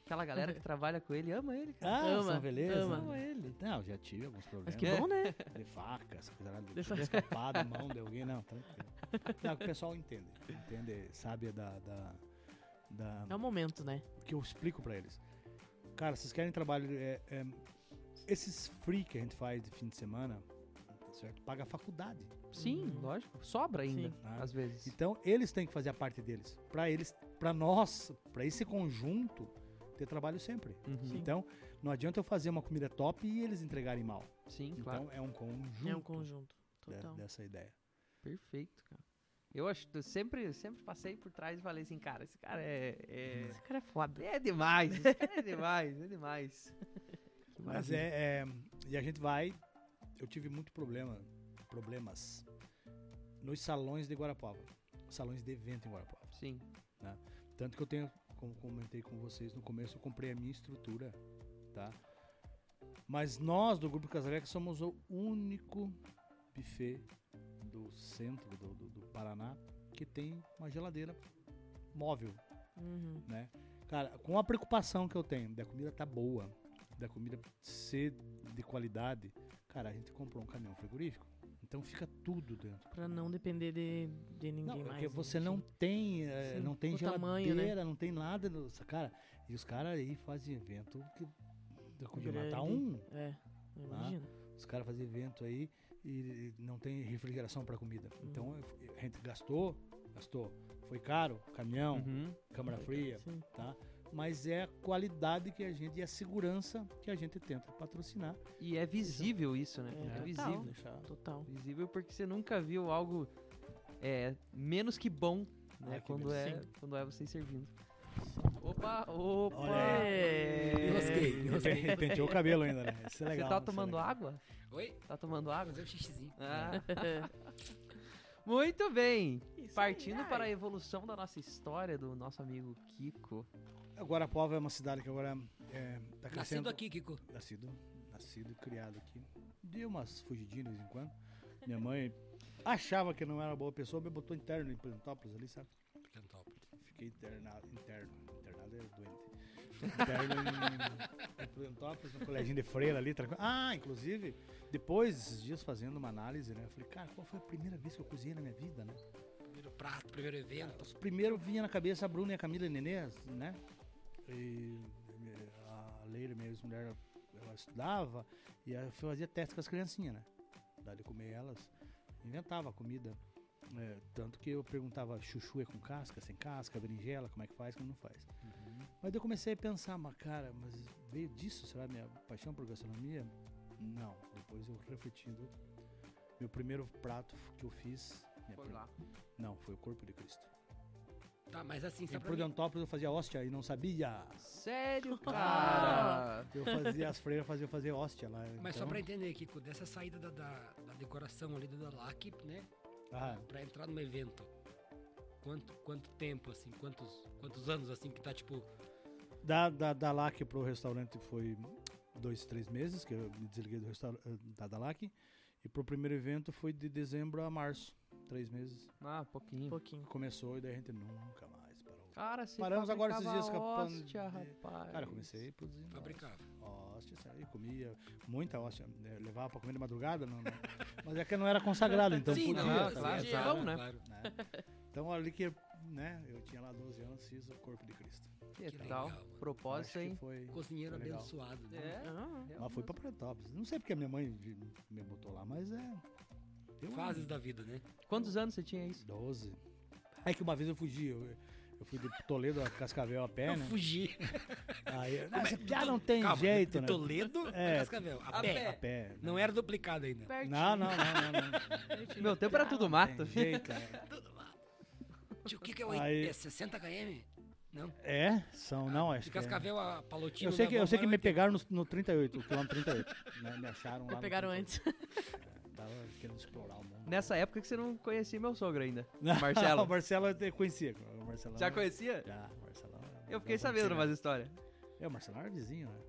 aquela galera que trabalha com ele ama ele, cara. Ah, Ama, são beleza. ama. Ama ele. Não, já tive alguns problemas. Mas que bom, né? De facas, coisa lá, De de faca. escapar da mão de alguém, não, tranquilo. Não, o pessoal entende, entende, sabe da, da, da É o momento, né? que eu explico pra eles. Cara, vocês querem trabalho, é, é, esses free que a gente faz de fim de semana, certo? Paga a faculdade. Sim, Uhum. lógico. Sobra ainda, Sim. às vezes. Então, eles têm que fazer a parte deles. Pra eles, pra nós, pra esse conjunto, ter trabalho sempre. Uhum. Sim. Então, não adianta eu fazer uma comida top e eles entregarem mal. Sim, Então, claro. é um conjunto, É um conjunto. de- Total. dessa ideia. Perfeito, cara. Eu acho eu sempre, sempre passei por trás e falei assim, cara, esse cara é. É, Esse cara é foda. é demais, esse cara é demais, é demais. Que Mas maravilha. é, é- E a gente vai. Eu tive muito problema, problemas nos salões de Guarapuava. Salões de evento em Guarapuava. Sim. Tanto que eu tenho, como comentei com vocês no começo, eu comprei a minha estrutura, tá? Mas nós do Grupo Casareca somos o único buffet do centro do, do, do Paraná que tem uma geladeira móvel, Uhum. né? Cara, com a preocupação que eu tenho da comida tá boa, da comida ser de qualidade, cara, a gente comprou um caminhão frigorífico. Então fica tudo dentro. Pra não depender de, de ninguém Não, mais. porque né? você não Sim. tem, eh, Sim, não tem o geladeira, tamanho, né? não tem nada, no- cara. E os caras aí fazem evento que podia matar Grande. um. É, eu Ah. imagino. Os caras fazem evento aí e não tem refrigeração para comida. Então a gente gastou, gastou. Foi caro, caminhão, Uhum. câmara fria, Sim. tá? Mas é a qualidade que a gente e a segurança que a gente tenta patrocinar. E é visível isso, né? É, É, total. visível. Deixar- Total. Visível porque você nunca viu algo é, menos que bom, né? Ah, que quando, é, beleza. quando é vocês servindo. Opa, opa! Olha aí. É. Enrosquei, enrosquei. E penteou o cabelo ainda, né? Isso é Você legal. tá isso é tomando legal. água? Oi? Tá tomando água? Fazer um xixizinho. Ah. Muito bem! Isso Partindo aí, ai. para a evolução da nossa história do nosso amigo Kiko. Guarapuava é uma cidade que agora é, tá crescendo. Nascido aqui, Kiko. Nascido, nascido e criado aqui. Dei umas fugidinhas de vez em quando. Minha mãe achava que eu não era uma boa pessoa, me botou interno em Plentópolis ali, sabe? Fiquei internado, interno, internado é doente. Interno em, em Plentópolis, no coleginho de freira ali, tranquilo. Ah, inclusive, depois desses dias fazendo uma análise, né? Eu falei, cara, qual foi a primeira vez que eu cozinhei na minha vida, né? Primeiro prato, primeiro evento. Os primeiro vinha na cabeça a Bruna e a Camila e a Nenê, né? E a Leila, minha ex-mulher, ela estudava e eu fazia teste com as criancinhas, né? Daí de comer elas, inventava comida. É, tanto que eu perguntava, chuchu é com casca, sem casca, berinjela, como é que faz, como não faz. Mas daí eu comecei a pensar, mas cara, mas veio disso, será minha paixão por gastronomia? Não, depois eu refletindo, meu primeiro prato que eu fiz, minha Foi prim- lá. não, foi o Corpo de Cristo. Tá, mas assim, só Em pra mim. Prudentópolis eu fazia hóstia e não sabia. Sério, cara? Eu fazia, as freiras faziam fazer hóstia lá. Mas só então- pra entender, Kiko, dessa saída da, da, da decoração ali da L A C, né? Ah, Pra entrar num evento. Quanto, quanto tempo, assim? Quantos, quantos anos, assim, que tá, tipo... da, da, da L A C pro restaurante foi dois, três meses que eu me desliguei do restaurante da Dalac. E pro primeiro evento foi de dezembro a março. Três meses. Ah, pouquinho. Um pouquinho. Começou e daí a gente nunca mais parou. Cara, você Paramos agora esses dias fabricava com a pan- hóstia, é, rapaz. Cara, eu comecei produzindo Fabricava. hóstia, saía, comia muita hóstia. né, Levava pra comer de madrugada, não, não. Mas é que não era consagrado, então Sim, podia. não, Ah, tá claro, ligado? claro, né? claro. né? Então ali que, né, eu tinha lá doze anos, fiz o Corpo de Cristo. Que Que tal? legal, mano. Propósito, Acho que hein? foi, Cozinheiro foi legal. abençoado, né? É. Ah, Mas fui pra Prudentópolis. Não sei porque a minha mãe vi- me botou lá, mas é... eu- Fases da vida, né? Quantos anos você tinha isso? doze. É que uma vez eu fugi, eu, eu fui de Toledo a Cascavel a pé, Eu né? fugi. Aí, ah, esse piá não tem Calma, jeito, de né? Toledo É. a Cascavel. A, A pé. pé. A pé. Não era duplicado ainda. Não, não, não, não, não. Meu tempo era tudo Não mato. tem jeito, né? Tudo lá. Tio, o que, que é o Aí- é sessenta quilômetros? Não? É, são, não, acho De que é. Cascavel a Palotina. Eu sei que, eu sei que me pegaram no, no trinta e oito, o quilômetro trinta e oito. Né? Me acharam lá me no pegaram trinta e oito. antes. É, tava querendo explorar o mundo. Nessa época que você não conhecia meu sogro ainda. Não, Marcelo. o Marcelo eu conhecia. O Marcelão, Já conhecia? Já, o Marcelão. Eu fiquei sabendo umas histórias. É, o Marcelão era vizinho, né?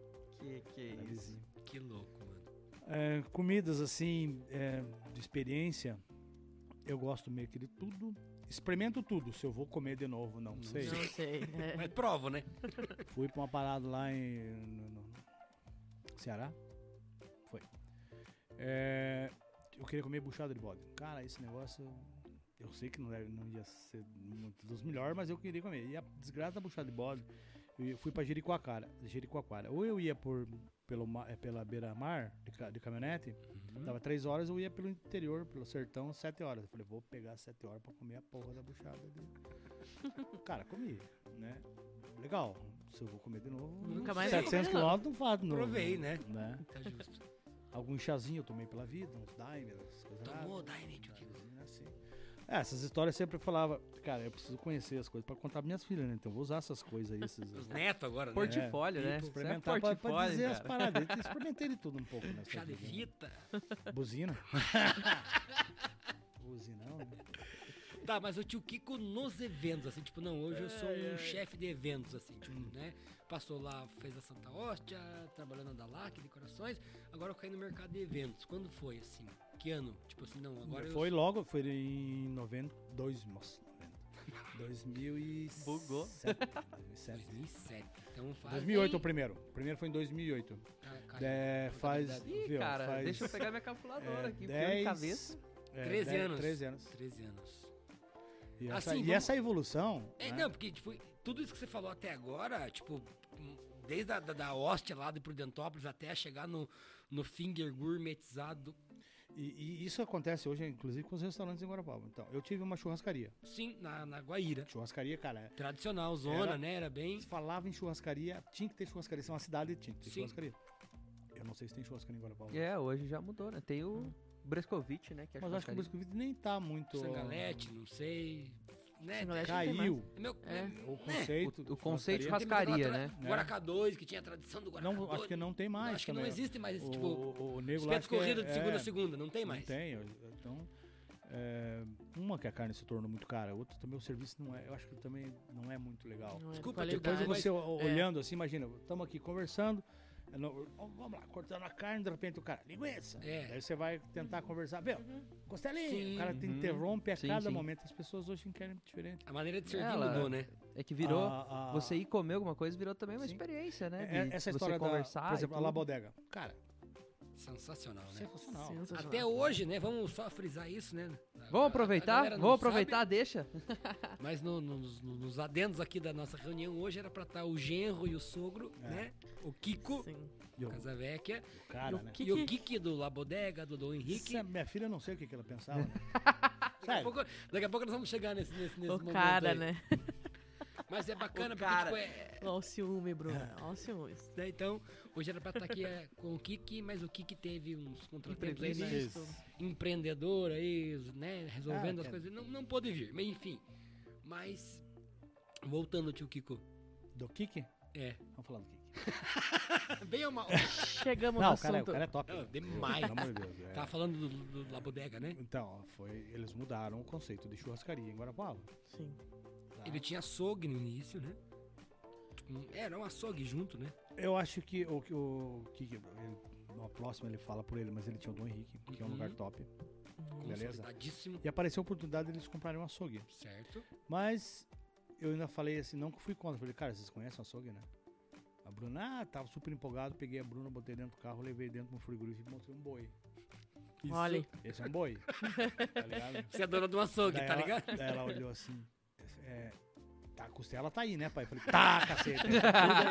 Que que Era isso? vizinho. Que louco, mano. É, comidas assim, é, de experiência, eu gosto meio que de tudo experimento tudo. Se eu vou comer de novo, não sei. Não sei. É. Mas provo, né? Fui pra uma parada lá em no, no Ceará. Foi. É, eu queria comer buchada de bode. Cara, esse negócio... Eu sei que não, deve, não ia ser muito dos melhores, mas eu queria comer. E a desgraça da buchada de bode... Eu fui pra Jericoacoara, Jericoacoara. Ou eu ia por, pelo, ma- eh, pela beira-mar de, ca- de caminhonete, Uhum. dava três horas, eu ia pelo interior, pelo sertão, sete horas. Eu falei, vou pegar sete horas pra comer a porra da buchada. De... Cara, comi, né? Legal. Se eu vou comer de novo, Nunca mais setecentos vou comer, quilômetros não faz. Não, Provei, né? né? Tá justo. Algum chazinho eu tomei pela vida, uns daime, essas coisas. Tomou lá. daime, tio Kiko? Assim. É, essas histórias sempre eu falava, cara, eu preciso conhecer as coisas pra contar pras minhas filhas, né? Então eu vou usar essas coisas aí, esses... Os netos agora, né? Portfólio, né? Isso é experimentar pra, pra portfólio, dizer as cara. paradas. Eu experimentei de tudo um pouco nessa Chá de vida, né? fita. Buzina. Buzinão, né? Tá, mas o tio Kiko nos eventos, assim, tipo, não, hoje eu sou um chefe de eventos, assim, tipo, Hum. né? Passou lá, fez a Santa Hóstia, trabalhou na Dalac, decorações, agora eu caí no mercado de eventos. Quando foi, assim? Que ano? Tipo assim, não, agora Foi eu... logo, foi em noventa, dois, nossa, noventa, dois mil e Bugou. sete, dois mil e sete. dois mil e sete, então faz... dois mil e oito o primeiro. O primeiro foi em dois mil e oito. É, faz, Ih, viu, cara, faz, deixa eu pegar minha calculadora é, aqui, porque dez, de cabeça... é, treze dez, anos. treze anos. treze anos. E essa, Assim, e vamos- essa evolução... É, né? não, porque, tipo, tudo isso que você falou até agora, tipo, desde a da, da hóstia lá de Prudentópolis até chegar no, no finger gourmetizado, E, e isso acontece hoje, inclusive, com os restaurantes em Guarapava. Então, eu tive uma churrascaria. sim, na, na Guaíra. Churrascaria, cara, Tradicional, zona, Era- né? Era bem... se falava em churrascaria, tinha que ter churrascaria. Se é uma cidade, tinha que ter Sim. churrascaria. Eu não sei se tem churrascaria em Guarapava. É, hoje já mudou, né? Tem o Brescovitch, né? Que é Mas acho que o churrascaria. biscoito nem tá muito... Sangalete, não sei... Né? Sangalete não tem Caiu É meu, É. né? o conceito. O- o conceito churrascaria. churrascaria, Tem aquela né? tra- Guaracá dois, que tinha a tradição do Guaracá Não, dois. acho que não tem mais Acho que também. não existe mais esse o, tipo... o, o nego lá Espeto acho que é- corrido de segunda é, a segunda, não tem mais. Não tem. eu- Então, é, uma que a carne se tornou muito cara, outra também o serviço não é... Eu acho que também não é muito legal. Não é de Desculpa, qualidade. Depois mas- você o- é. olhando assim, imagina, estamos aqui conversando, é, não, vamos lá, cortando a carne, de repente o cara, linguiça. É. Aí você vai tentar conversar, meu, costelinha, Sim. o cara te Uhum. interrompe a Sim, cada sim. momento. As pessoas hoje querem diferente. A maneira de servir Ela- mudou, né? É que virou... A- a- Você ir comer alguma coisa virou também uma Sim. experiência, né? é- De essa você história da, conversar por e exemplo, a tudo. La Bodega. Cara, Sensacional, né? sensacional. Sensacional. Até hoje, né? Vamos só frisar isso, né? A- a- Vamos a aproveitar? galera não Vamos aproveitar, sabe, deixa. mas no- no- nos, nos adendos aqui da nossa reunião hoje era pra estar o genro e o sogro, É. né? O Kiko, Sim. E o Casavecchia, cara, E o né? que- e o Kiki do La Bodega, do Dom Henrique. Essa minha filha, eu não sei o que, que ela pensava. Né? Daqui a, Sério. pouco, daqui a pouco nós vamos chegar nesse, nesse, nesse O momento cara, aí. né? Mas é bacana O porque, cara. tipo, é... Olha o ciúme, Bruno. Olha o ciúme. né, então, hoje era pra estar aqui é, com o Kiki, mas o Kiki teve uns contratempos aí, né? Imprevisto. Empreendedor aí, né? Resolvendo Ah, as cara. coisas. Não, não pôde vir, mas enfim. Mas, voltando, tio Kiko. Do Kiki? É. Vamos falar do Kiki. Bem ou mal? Chegamos Não, no o cara, é- o assunto. cara é top. Não, né? demais. Pelo amor de Deus. é. Tava falando do, do La Bodega, né? Então, foi, eles mudaram o conceito de churrascaria em Guarapuava. Sim. tá? Ele tinha açougue no início, né? Tipo, um- Era um açougue junto, né? Eu acho que o que o que que- ele, no próximo ele fala por ele, mas ele tinha o Dom Henrique, que é um Uhum. lugar top. Beleza. Consolidadíssimo. E apareceu a oportunidade deles comprarem um açougue. Certo. Mas eu ainda falei assim, não que fui contra. Falei, cara, vocês conhecem o açougue, né? A Bruna, ah, tava super empolgado, peguei a Bruna, botei dentro do carro, levei dentro do frigorífico e mostrei um boi. Isso. Olha. Esse é um boi. Tá ligado? Você é dona de um açougue, Daí tá ela, ligado? daí ela olhou assim, é, tá, a costela tá aí, né, pai? Falei, tá, cacete. Tudo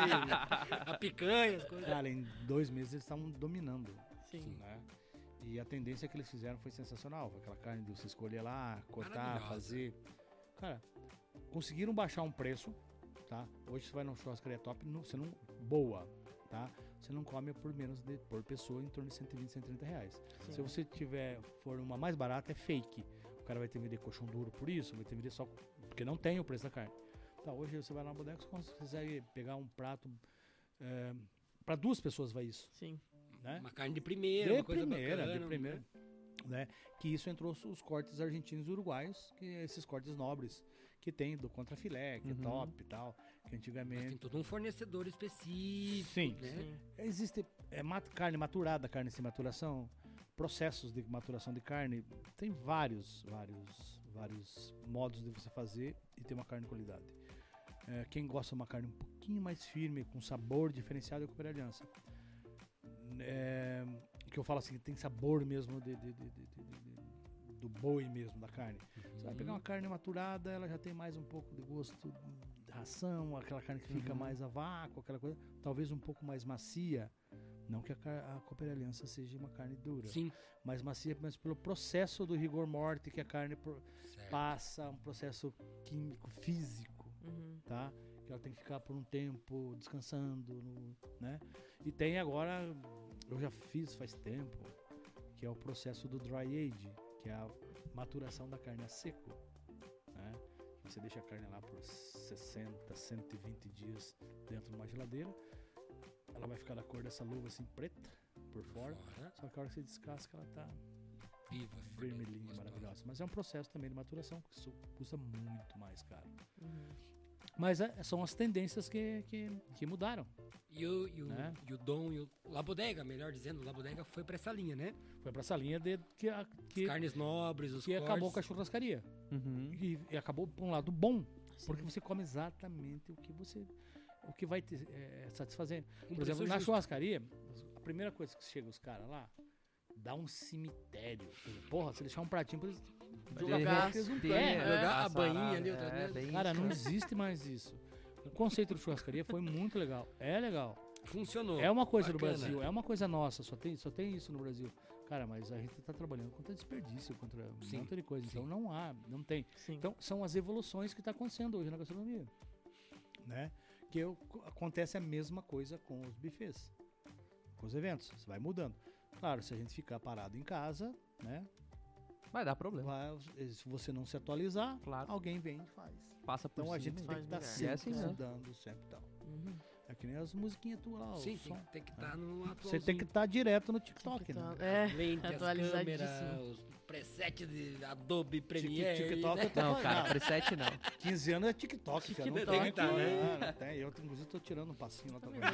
aí. A picanha, as coisas. Cara, em dois meses eles estavam dominando. Sim. Né? E a tendência que eles fizeram foi sensacional. Foi aquela carne de você escolher lá, cortar, Maravilhosa. fazer. Cara, conseguiram baixar um preço, tá? Hoje você vai numa churrascaria top, não, você não. Boa, tá? Você não come por menos de por pessoa em torno de cento e vinte, cento e trinta reais. Sim. Se você tiver, for uma mais barata, é fake. O cara vai ter que vender colchão duro por isso, vai ter que vender só. Porque não tem o preço da carne. Tá, hoje você vai na bodega, você consegue pegar um prato. É, para duas pessoas vai isso, Sim. né? Uma carne de primeira, De uma coisa primeira, bacana. de primeira. Né? Que isso entrou os cortes argentinos e uruguaios, que é esses cortes nobres que tem do contrafilé, que Uhum. é top e tal, que Mas tem antigamente. todo um fornecedor específico, Sim. né? Sim. Existe é, mat- carne maturada, carne sem maturação, processos de maturação de carne, tem vários, vários, vários modos de você fazer e ter uma carne de qualidade. É, quem gosta de uma carne um pouquinho mais firme, com sabor diferenciado, é o Cooper Aliança. É, que eu falo assim, que tem sabor mesmo de, de, de, de, de, de, do boi mesmo, da carne. Você vai pegar uma carne maturada, ela já tem mais um pouco de gosto de ração, aquela carne que fica Uhum. mais a vácuo, aquela coisa, talvez um pouco mais macia. Não que a, car- a Cooper Aliança seja uma carne dura, Sim. mais macia, mas pelo processo do rigor morte que a carne pro- Certo. passa, um processo químico, físico, Uhum. tá? Que ela tem que ficar por um tempo descansando, no- né? E tem agora, eu já fiz faz tempo, que é o processo do dry age, que é a maturação da carne a seco, né? Você deixa a carne lá por sessenta, cento e vinte dias dentro de uma geladeira, ela vai ficar da cor dessa luva assim preta por fora, Fora. só que a hora que você descasca ela tá Viva, vermelhinha, gostosa. maravilhosa. Mas é um processo também de maturação, que isso custa muito mais caro. Uhum. Mas é- são as tendências que, que, que mudaram. E o, e, o, Né? e o Dom e o Labodega, melhor dizendo, o Labodega foi pra essa linha, né? Foi pra essa linha de, que, a- que, Carnes nobres, os que cortes. acabou com a churrascaria. Uhum. E, e acabou por um lado bom, porque Sim. você come exatamente o que você o que vai te é, satisfazer. Um Por exemplo, preço na justo. churrascaria, a primeira coisa que chega os caras lá, dá um cemitério. Porra, você deixar um pratinho pra eles jogar Derreter, fora, eles não é, querem. jogar a bainha sarada, ali, outra é, vez. bem Cara, isso, não né? existe mais isso. O conceito de churrascaria foi muito legal. É legal. Funcionou. É uma coisa do Bacana. Brasil, é uma coisa nossa, só tem, só tem isso no Brasil. Cara, mas a gente tá trabalhando contra desperdício, contra um Sim, monte de coisa. Então sim. não há, não tem. Sim. Então são as evoluções que tá acontecendo hoje na gastronomia, né? Que eu- acontece a mesma coisa com os buffets, com os eventos. Você vai mudando. Claro, se a gente ficar parado em casa, né? Vai dar problema. vai- se você não se atualizar, Claro. alguém vem e faz. Passa por Então a cima gente e- tem que estar Faz sempre melhor. É assim, né? estudando, sempre tal. Uhum. É que nem as musiquinhas tuas lá, o Sim, som. tem, tem que estar no atual. Você tem que estar direto no TikTok, Tem que né? tá- É, Lente, as atualizadíssimo. câmeras, os presets de Adobe Tik- Premiere. TikTok né? eu tô Não, falando, cara, ah, preset não. quinze anos é TikTok, cara. Não TikTok, tem, tá, que- né? ah, não tem. Eu, inclusive, tô tirando um passinho lá também.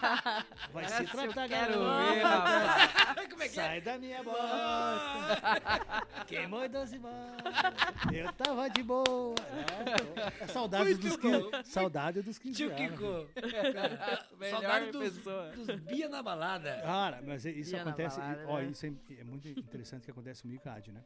Vai Essa se eu tratar, quero garoto. ver, rapaz. Como é que é? Sai da minha bota. Queimou doze voltas. Eu tava de boa. É, é saudade Muito dos bom. quinze, saudade dos quinze Tio anos. Kiko. Cara, Melhor saudade dos, pessoa. dos Bia na balada. Cara, mas isso Ia na acontece. balada, ó, né? isso é, é muito interessante que acontece comigo com a Adi, né?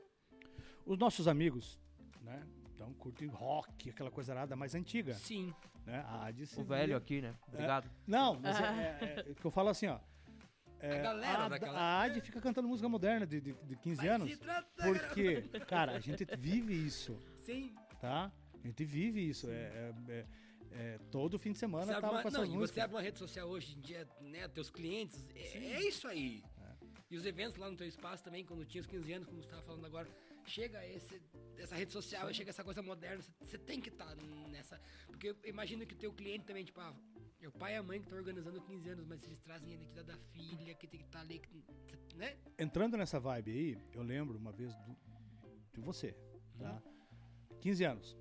Os nossos amigos, né? Então curtem rock, aquela coisa arada mais antiga, Sim. né? A Adi se O velho via- aqui, né? Obrigado. Não, mas é, é- é que eu falo assim, ó. É, A galera a, daquela- a Adi fica cantando música moderna de, de, de quinze Vai anos. se tratar, Porque, cara, a gente vive isso, Sim. tá? A gente vive isso. É, é- é- é, todo fim de semana Você abre tava uma, com não, essas e você músicas. abre uma rede social hoje em dia, né? Teus clientes, é, é isso aí. E os eventos lá no teu espaço também, quando tinha os quinze anos, como você estava falando agora, chega esse, essa rede social, chega essa coisa moderna, você- você tem que estar nessa. Porque eu imagino que o teu cliente também, tipo, ah, é o pai e a mãe que estão organizando quinze anos, mas eles trazem a identidade da filha, que tem que estar ali, que- né? Entrando nessa vibe aí, eu lembro uma vez do- de você, tá? quinze anos.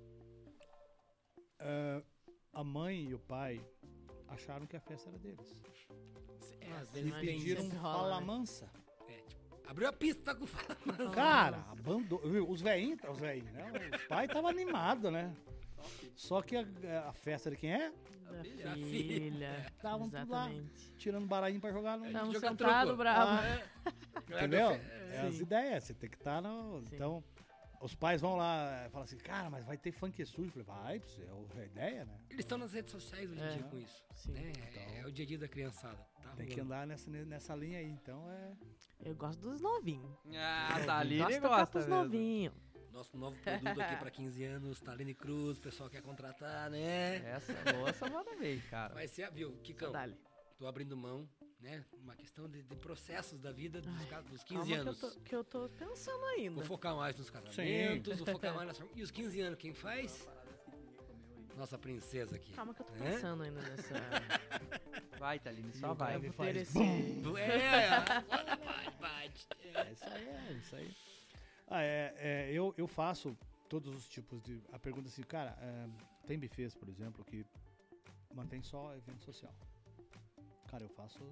Ah, a mãe e o pai acharam que a festa era deles. É, às Nossa, vezes imagina. tem Pediram sempre um rola, fala né? mansa. É, tipo, abriu a pista com fala mansa. Cara, abandonou. Os velhinhos, os velhinhos, né? Os pais estavam animados, né? Só que a, a festa de quem é? Da filha. A filha. Estavam tudo lá, Exatamente. tirando baralhinho pra jogar no. Estavam Jogar sentados, truco. bravo. Ah, entendeu? É as Sim. ideias, você tem que estar no. Sim. Então, os pais vão lá e falam assim, cara, mas vai ter funk sujo. Eu falei, vai, é a ideia, né? Eles estão nas redes sociais hoje em É. dia com isso. Sim. Né? Então. É o dia a dia da criançada. Tá Tem que rolando. andar nessa, nessa linha aí. Então é. Eu gosto dos novinhos. Ah, tá ali, Gosto ele de gosta dos mesmo. novinhos. Nosso novo produto aqui pra quinze anos, Taline Cruz, o pessoal quer contratar, né? Essa moça manda bem, cara. Vai ser, viu, Kikão, Dali. tô abrindo mão, né? Uma questão de, de processos da vida dos, Ai, ca- dos Calma quinze anos. Que eu, tô, que eu tô pensando ainda. Vou focar mais nos casamentos, vou focar mais nas... E os quinze anos, quem faz? Nossa princesa aqui. Calma que eu tô É? pensando ainda nessa. Vai, Thaline, E só o cara vai. me Eu vou faz ter esse. Do- É, bate, bate. É isso aí, é isso aí. Ah, é, é, eu, eu faço todos os tipos de. A pergunta assim, cara, é, tem buffets, por exemplo, que mantém só evento social. Cara, eu faço.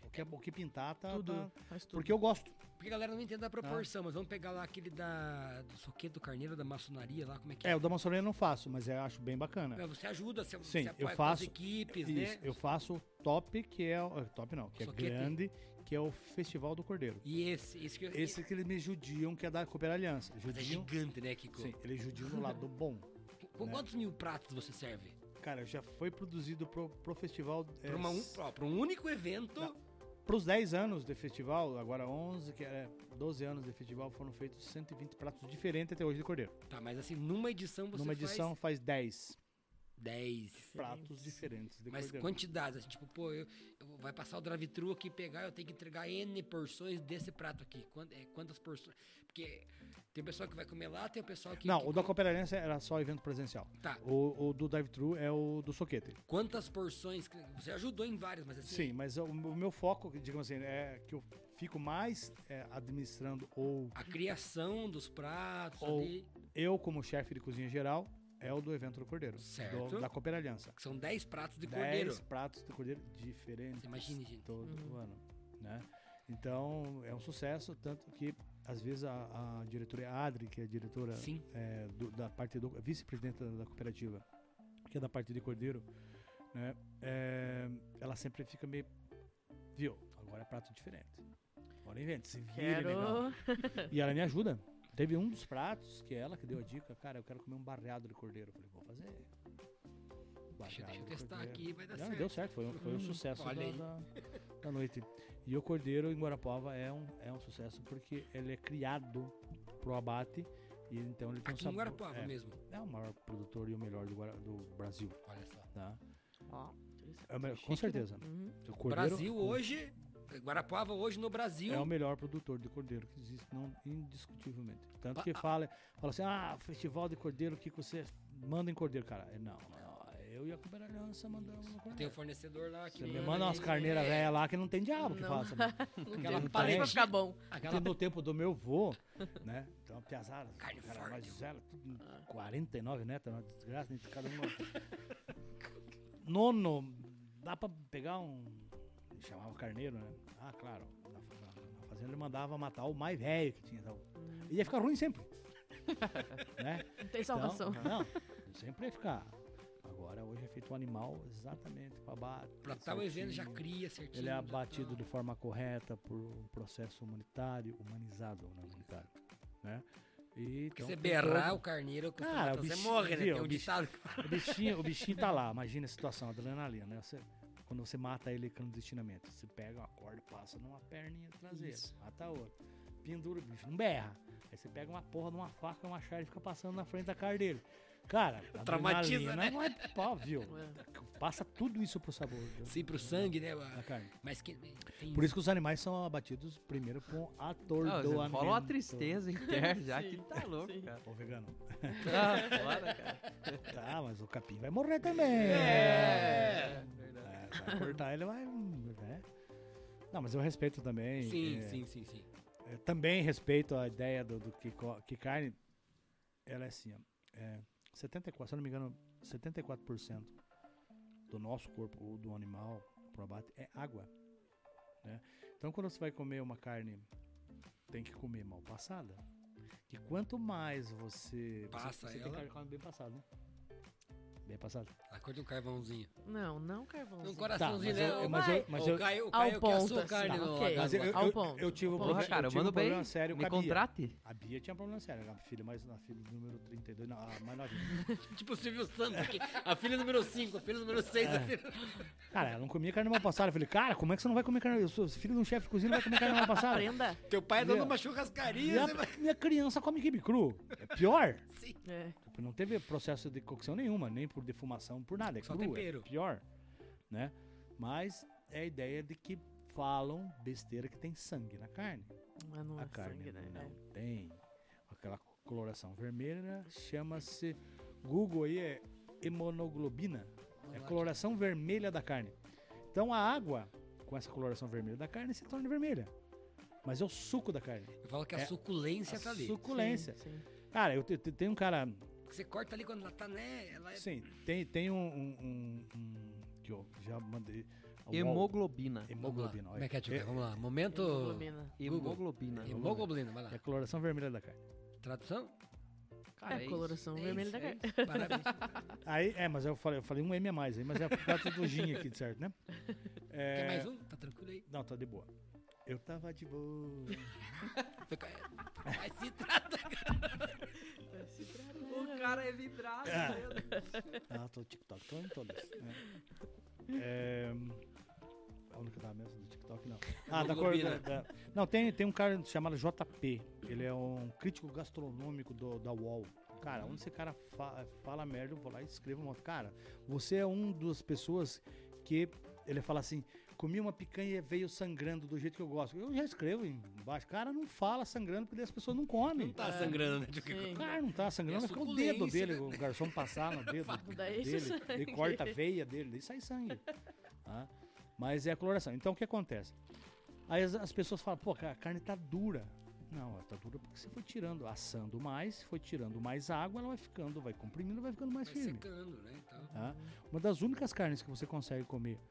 O que, é- o que pintar tá... Tudo, tá- faz tudo. Porque eu gosto. Porque a galera não entende a proporção, mas vamos pegar lá aquele da, do soquete do carneiro, da maçonaria lá, como é que É, o da maçonaria eu não faço, mas eu acho bem bacana. É, você ajuda, você, Sim, você eu apoia com as faço equipes, Isso, né? eu faço o top, que é... o- Top não, que é Soquete. grande, que é o Festival do Cordeiro. E esse, esse que eu... Esse que eles me judiam, que é da Cooper Aliança. Mas é Judiam, gigante, né, Kiko? sim, eles judiam no lado bom. Com né? quantos mil pratos você serve? Cara, já foi produzido pro, pro festival... Para um, ó, pra um único evento... Não. Para os dez anos de festival, agora onze, que é doze anos de festival, foram feitos cento e vinte pratos diferentes até hoje de cordeiro. Tá, mas assim, numa edição você Numa edição faz dez faz dez. pratos diferentes de Mas cordeiro. quantidades, assim, tipo, pô, eu, eu- vai passar o drive-thru aqui, pegar, eu tenho que entregar N porções desse prato aqui. Quant- é, quantas porções? Porque tem o pessoal que vai comer lá, tem o pessoal que... Não, que o da come- Cooper Aliança era só evento presencial. Tá, O, o do drive-thru é o do soquete. quantas porções... que- Você ajudou em várias, mas assim... Sim, mas o, o meu foco, digamos assim, é que eu fico mais é, administrando ou A criação dos pratos Ou- ali, eu como chefe de cozinha geral é o do evento do cordeiro. Certo. do- da Cooper Aliança. que são dez pratos de dez cordeiro. pratos de cordeiro diferentes. Você imagine, gente. Todo Uhum. ano, né? Então, é um sucesso, tanto que às vezes a, a diretora a Adri, que é a diretora Sim. é, do- da parte do vice-presidente da, da cooperativa, que é da parte de cordeiro, né? É, ela sempre fica meio, viu? Agora é prato diferente. Agora invente, se vira, legal. Quero... E ela me ajuda. Teve um dos pratos que ela que deu a dica, cara, eu quero comer um barreado de cordeiro. Eu falei, vou fazer. Deixa, Barreado deixa eu de testar cordeiro. aqui, vai dar Não, certo. deu certo, foi, um- foi um Hum, sucesso da, olha aí. da, da noite. E o cordeiro em Guarapuava é um, é um sucesso porque ele é criado pro abate e então ele tem um Aqui em sabor. Guarapuava é, mesmo. é o maior produtor e o melhor do, Guara- do Brasil, Olha só. tá? Ó, interessante. É o me- com Chique, né? certeza. Uhum. O cordeiro Brasil hoje... Guarapuava hoje no Brasil... é o melhor produtor de cordeiro que existe, não, indiscutivelmente. Tanto Ah, que ah. fala, fala assim, ah, festival de cordeiro, o que que você manda em cordeiro, cara? É, não, não, eu e a Cooper Aliança mandamos no Tem um cordeiro. fornecedor lá que Você me manda manda umas ali, carneiras é, velhas lá que não tem diabo que Não. faça. né? Aquela Não Parece tem. pra ficar bom. Aquela No tempo do meu vô, né? Então, uma piazada. Carne cara, forte. mais velho, tudo quarenta e nove netos, uma desgraça, né? Cada um. Nono, dá pra pegar um. Chamava carneiro, né? Ah, claro. Na, na- na fazenda ele mandava matar o mais velho que tinha. Então, ia ficar ruim sempre. né? Não tem salvação. Então, não, sempre ia ficar. Agora, hoje é feito um animal exatamente para abate. Pra tal evento já certinho. cria certinho. Ele é já abatido tal. de forma correta por um processo humanitário, humanizado, não humanitário, né? E, Porque então, você tem berrar todo- o carneiro, Cara, Cara, o você bichinho- morre, né? viu, Tem um o bicho- ditado. o bichinho, o bichinho tá lá, imagina a situação, adrenalina, né? Você, quando você mata ele clandestinamente, você pega uma corda, passa numa perninha traseira, Isso. mata a outra, pendura o bicho, não berra. Aí você pega uma porra de uma faca, uma chave e fica passando na frente da cara dele. Cara, a Traumatiza, adrenalina né? não é pau, viu? É. Passa tudo isso pro sabor do- Sim, pro sangue, né? da carne. Mas que. Tem Por isso que os animais são abatidos primeiro com Não, atordoamento. rola uma tristeza interna já Sim, que tá louco, sim. cara. Ô, vegano. Ah, fora, cara. Tá, mas o capim vai morrer também. É. verdade. É, você vai cortar ele, vai... né? Não, mas eu respeito também. Sim, é, sim, sim, sim. é, também respeito a ideia do, do que, co- que carne, ela é assim, ó, é, setenta e quatro, se eu não me engano, setenta e quatro por cento do nosso corpo ou do animal pro abate é água, né? Então quando você vai comer uma carne, tem que comer mal passada. E quanto mais você... Passa você, você tem ela. carne que come bem passada, né? Bem passada. A cor de um carvãozinho. Não, não carvãozinho. Um coraçãozinho, Tá, mas né? eu- mas Vai. eu- mas o eu- Caio, o Ao Caio que ponto, assou assim, carne tá, no ok. Mas eu, eu, Ao eu- ponto. eu tive um Porra, problema, cara, eu tive um manda bem. problema sério com Me a Bia. contrate. A Bia tinha problema sério, a filha mais, a filha número trinta e dois, não, a mais novinha. Tipo o Silvio Santos aqui. A filha número cinco, a filha número seis, É. a filha... Cara, ela não comia carne mal passada. Eu falei, cara, como é que você não vai comer carne? Eu sou filho de um chefe de cozinha, não vai comer carne mal passada. Aprenda. Teu pai é dando Meu. uma E churrascaria, você vai... a minha criança come quibe cru. É pior. Sim. É. Tipo, não teve processo de cocção nenhuma, nem por defumação, por nada. É Só cru, tempero. é pior. Né? Mas é a ideia de que falam besteira que tem sangue na carne. Mas não A é carne sangue, né? não É. tem. Aquela coloração vermelha chama-se... Google aí é hemoglobina. É coloração vermelha da carne. Então a água, com essa coloração vermelha da carne, se torna vermelha. Mas é o suco da carne. Eu falo que a É, suculência A tá ali. suculência. Sim, sim. Cara, eu te- te- tenho um cara... Porque você corta ali quando ela tá, né? Ela é... Sim, tem, tem um, um- um- um que eu já mandei... A Wall. Hemoglobina. Hemoglobina. Como olha. é que é, tio? É- Vamos lá. Momento. Hemoglobina. Hemoglobina. Hemoglobina, vai lá. É a coloração vermelha da carne. Tradução? Cara, É é a coloração É vermelha isso, da é carne. isso. Parabéns. Aí, é, mas eu falei, eu falei um M a mais aí, mas é por causa do gin aqui, de certo, né? É, Quer mais um? Tá tranquilo aí. Não, tá de boa. Eu tava de boa. Vai se trata. O cara é vidrado. Ah. Ah, tô no TikTok, tô em todas. Né? É, a única da mesa do TikTok, não. Ah, da cor. Da, da- não, tem, tem um cara chamado J P. Ele é um crítico gastronômico do, da Wall. Cara, onde esse cara fa- fala merda, eu vou lá e escrevo uma. Cara, você é um das pessoas que ele fala assim: comi uma picanha e veio sangrando do jeito que eu gosto. Eu já escrevo embaixo. Cara, não fala sangrando porque as pessoas não comem. Não tá sangrando, né? tio? Sim. Cara, não tá sangrando, É vai ficar o dedo suculência, dele, né? o garçom passar no dedo Daí dele, isso ele sangue. corta a veia dele, daí sai sangue. Tá? Mas é a coloração. Então o que acontece? Aí as, as pessoas falam, pô, a carne tá dura. Não, ela tá dura porque você foi tirando, assando mais, foi tirando mais água, ela vai ficando, vai comprimindo, vai ficando mais Vai firme. secando, né? Então, Tá? Uma das únicas carnes que você consegue comer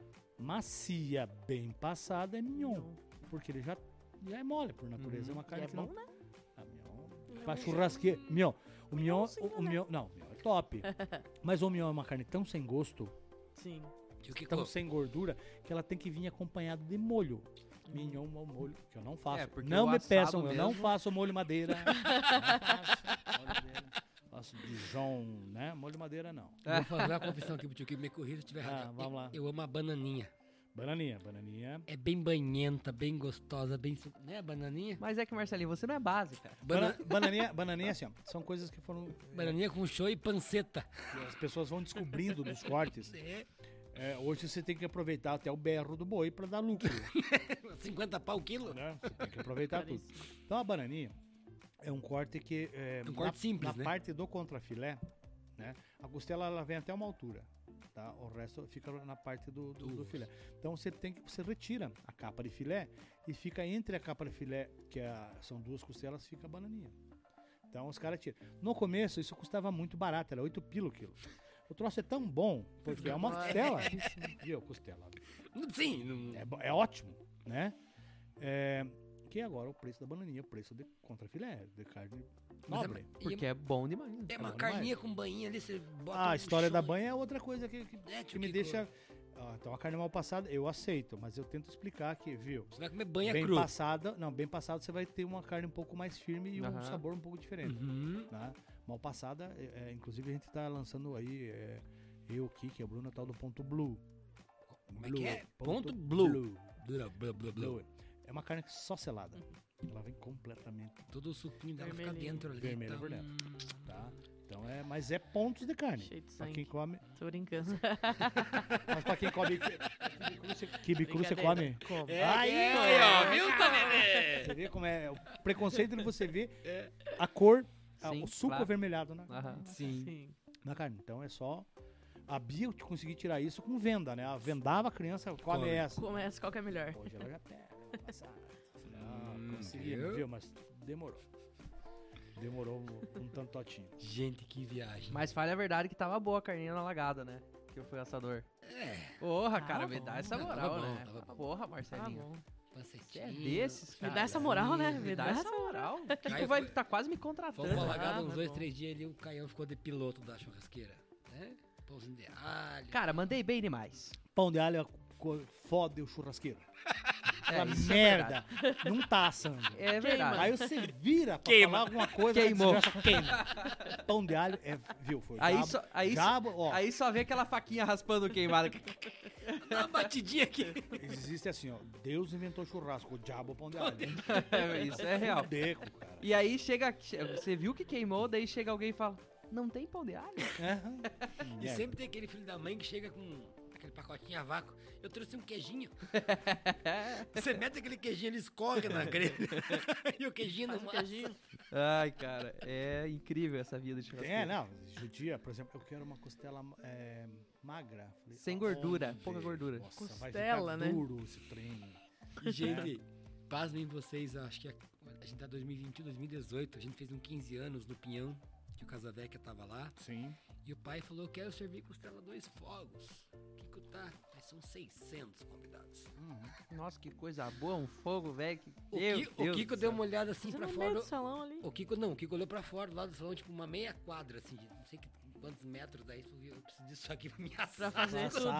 macia, bem passada, é mignon. Porque ele já, já é mole por natureza. É uma E carne é que não. bom, né? Ah, mignon. Pra churrasqueira. Mignon. O mignon, Mignonzinho, o, o mignon. Não, o mignon é top. Mas o mignon é uma carne tão sem gosto, Sim. tio Kiko, tão sem gordura, que ela tem que vir acompanhada de molho. Mignon ao molho, que eu não faço. É, porque não o me assado peçam, eu não mesmo- faço molho madeira. Não faço molho madeira. Faço Dijon, né? Molho madeira não. vou fazer uma confissão aqui pro tio Kiko, me corrija se estiver Ah, errado. vamos Eu- lá. Eu amo a bananinha. Bananinha, bananinha. É bem banhenta, bem gostosa, bem... su- Né, a bananinha? Mas é que, Marcelinho, você não é base, cara. Bana- Bana- bananinha, bananinha assim, ó, são coisas que foram. é, Bananinha com show e panceta. que as pessoas vão descobrindo nos cortes. É, É, hoje você tem que aproveitar até o berro do boi para dar lucro. cinquenta pau o quilo. Né? Você tem que aproveitar tudo. Então a bananinha é um corte que é, Um corte na, simples, na né? parte do contrafilé, né? A costela ela vem até uma altura, tá? O resto fica na parte do, do, do filé. Então você tem que você retira a capa de filé e fica entre a capa de filé, que é a- são duas costelas, fica a bananinha. Então os caras tiram. No começo isso custava muito barato, era oito pila o quilo. O troço é tão bom, porque é uma costela. Viu, costela. Sim. Não... É, bo- é ótimo, né? É, que agora o preço da bananinha, o preço de contrafilé, de carne Mas nobre. é- Porque é bom demais. né? É uma Não, carninha não com banhinha ali, você bota Ah, a um história da show- banha é outra coisa que, que, É, que tio me Kiko, deixa... Ah, então a carne mal passada eu aceito, mas eu tento explicar que, viu? Você vai comer banha bem cru. passada, não, bem passada você vai ter uma carne um pouco mais firme e um Aham. sabor um pouco diferente. Uhum. Né? Mal passada, é, é, inclusive a gente tá lançando aí, é, eu, o Kiki, a Bruna, tal do ponto blue. Como é que é? Ponto blue. Blá, blá, blá, blá. Blue. É uma carne só selada. Ela vem completamente, Todo o suquinho dela fica Vermelhinho. dentro ali. Vermelho então, por dentro. tá? Então é, mas é pontos de carne. Cheio de Pra quem sangue. come, Tô brincando. mas pra quem come quibe cru, você- quibe cru, você come. Como? É, Aí, é, ó, aí, ó, viu, Tanelê? Você vê como é o preconceito de você ver a cor, a- Sim, o suco claro. avermelhado na, Aham. Sim. Sim. na carne. Então é só. A Bia eu consegui tirar isso com venda, né? Ela vendava a criança, come, Come. essa. Começa qual que é melhor. Hoje ela já pega. Passada. Ah, Hum, consegui, viu? viu? Mas demorou. Demorou um, um tantotinho. Gente, que viagem. Mas fale a verdade que tava boa a carninha na lagada, né? Que eu fui assador. É, Porra, cara, Tava me dá bom. essa Tava moral, bom, né? tava bom. Porra, Tá Marcelinho. bom. Você pancetinha. é desses, Me cara. dá essa moral, né? Me Me dá essa moral. O Kiko Aí vai foi- tá quase me Fomos contratando. pra Ah, lagada uns mas dois, bom. três dias ali, o Caião ficou de piloto da churrasqueira. Né? Pãozinho de alho. Cara, mandei bem demais. Pão de alho é co- fode o churrasqueiro. É, Aquela isso é merda não tá assando. É verdade. Aí você vira pra Queima. falar alguma coisa, Queimou. você já só queima. Pão de alho é, viu, foi Aí jabo, só, aí, só, jabo, ó, aí só vê aquela faquinha raspando queimada. Dá uma batidinha aqui. existe assim, ó, Deus inventou churrasco, o diabo é o pão de alho. Isso é real. Deco, cara. E aí chega, você viu que queimou, daí chega alguém e fala, não tem pão de alho? É. E É. sempre tem aquele filho da mãe que chega com aquele pacotinho a vácuo. Eu trouxe um queijinho. Você mete aquele queijinho, ele escorre na grelha. E o queijinho Faz não um queijinho. Ai, cara, é incrível essa vida de churrasqueiro. É, não, judia, por exemplo, eu quero uma costela é, magra. Falei, Sem gordura, aonde? pouca gordura. Nossa, vai Costela, ficar né? duro esse trem. E, gente, pasmem vocês, acho que a, a gente tá em dois mil e vinte e um, dois mil e dezoito, a gente fez um quinze anos no Pinhão. que o Casavecchia tava lá. Sim. E o pai falou, eu quero servir costela dois fogos. Kiko tá, mas são seiscentos convidados. Nossa, que coisa boa, um fogo, velho. que- O, Meu Ki- o Deus Kiko do deu céu. uma olhada assim Você pra no fora. meio do- do salão ali. O Kiko não, o Kiko olhou pra fora, do lado do salão, tipo uma meia quadra, assim, de não sei que, quantos metros daí. Eu preciso disso aqui pra me assar. Pra fazer tudo.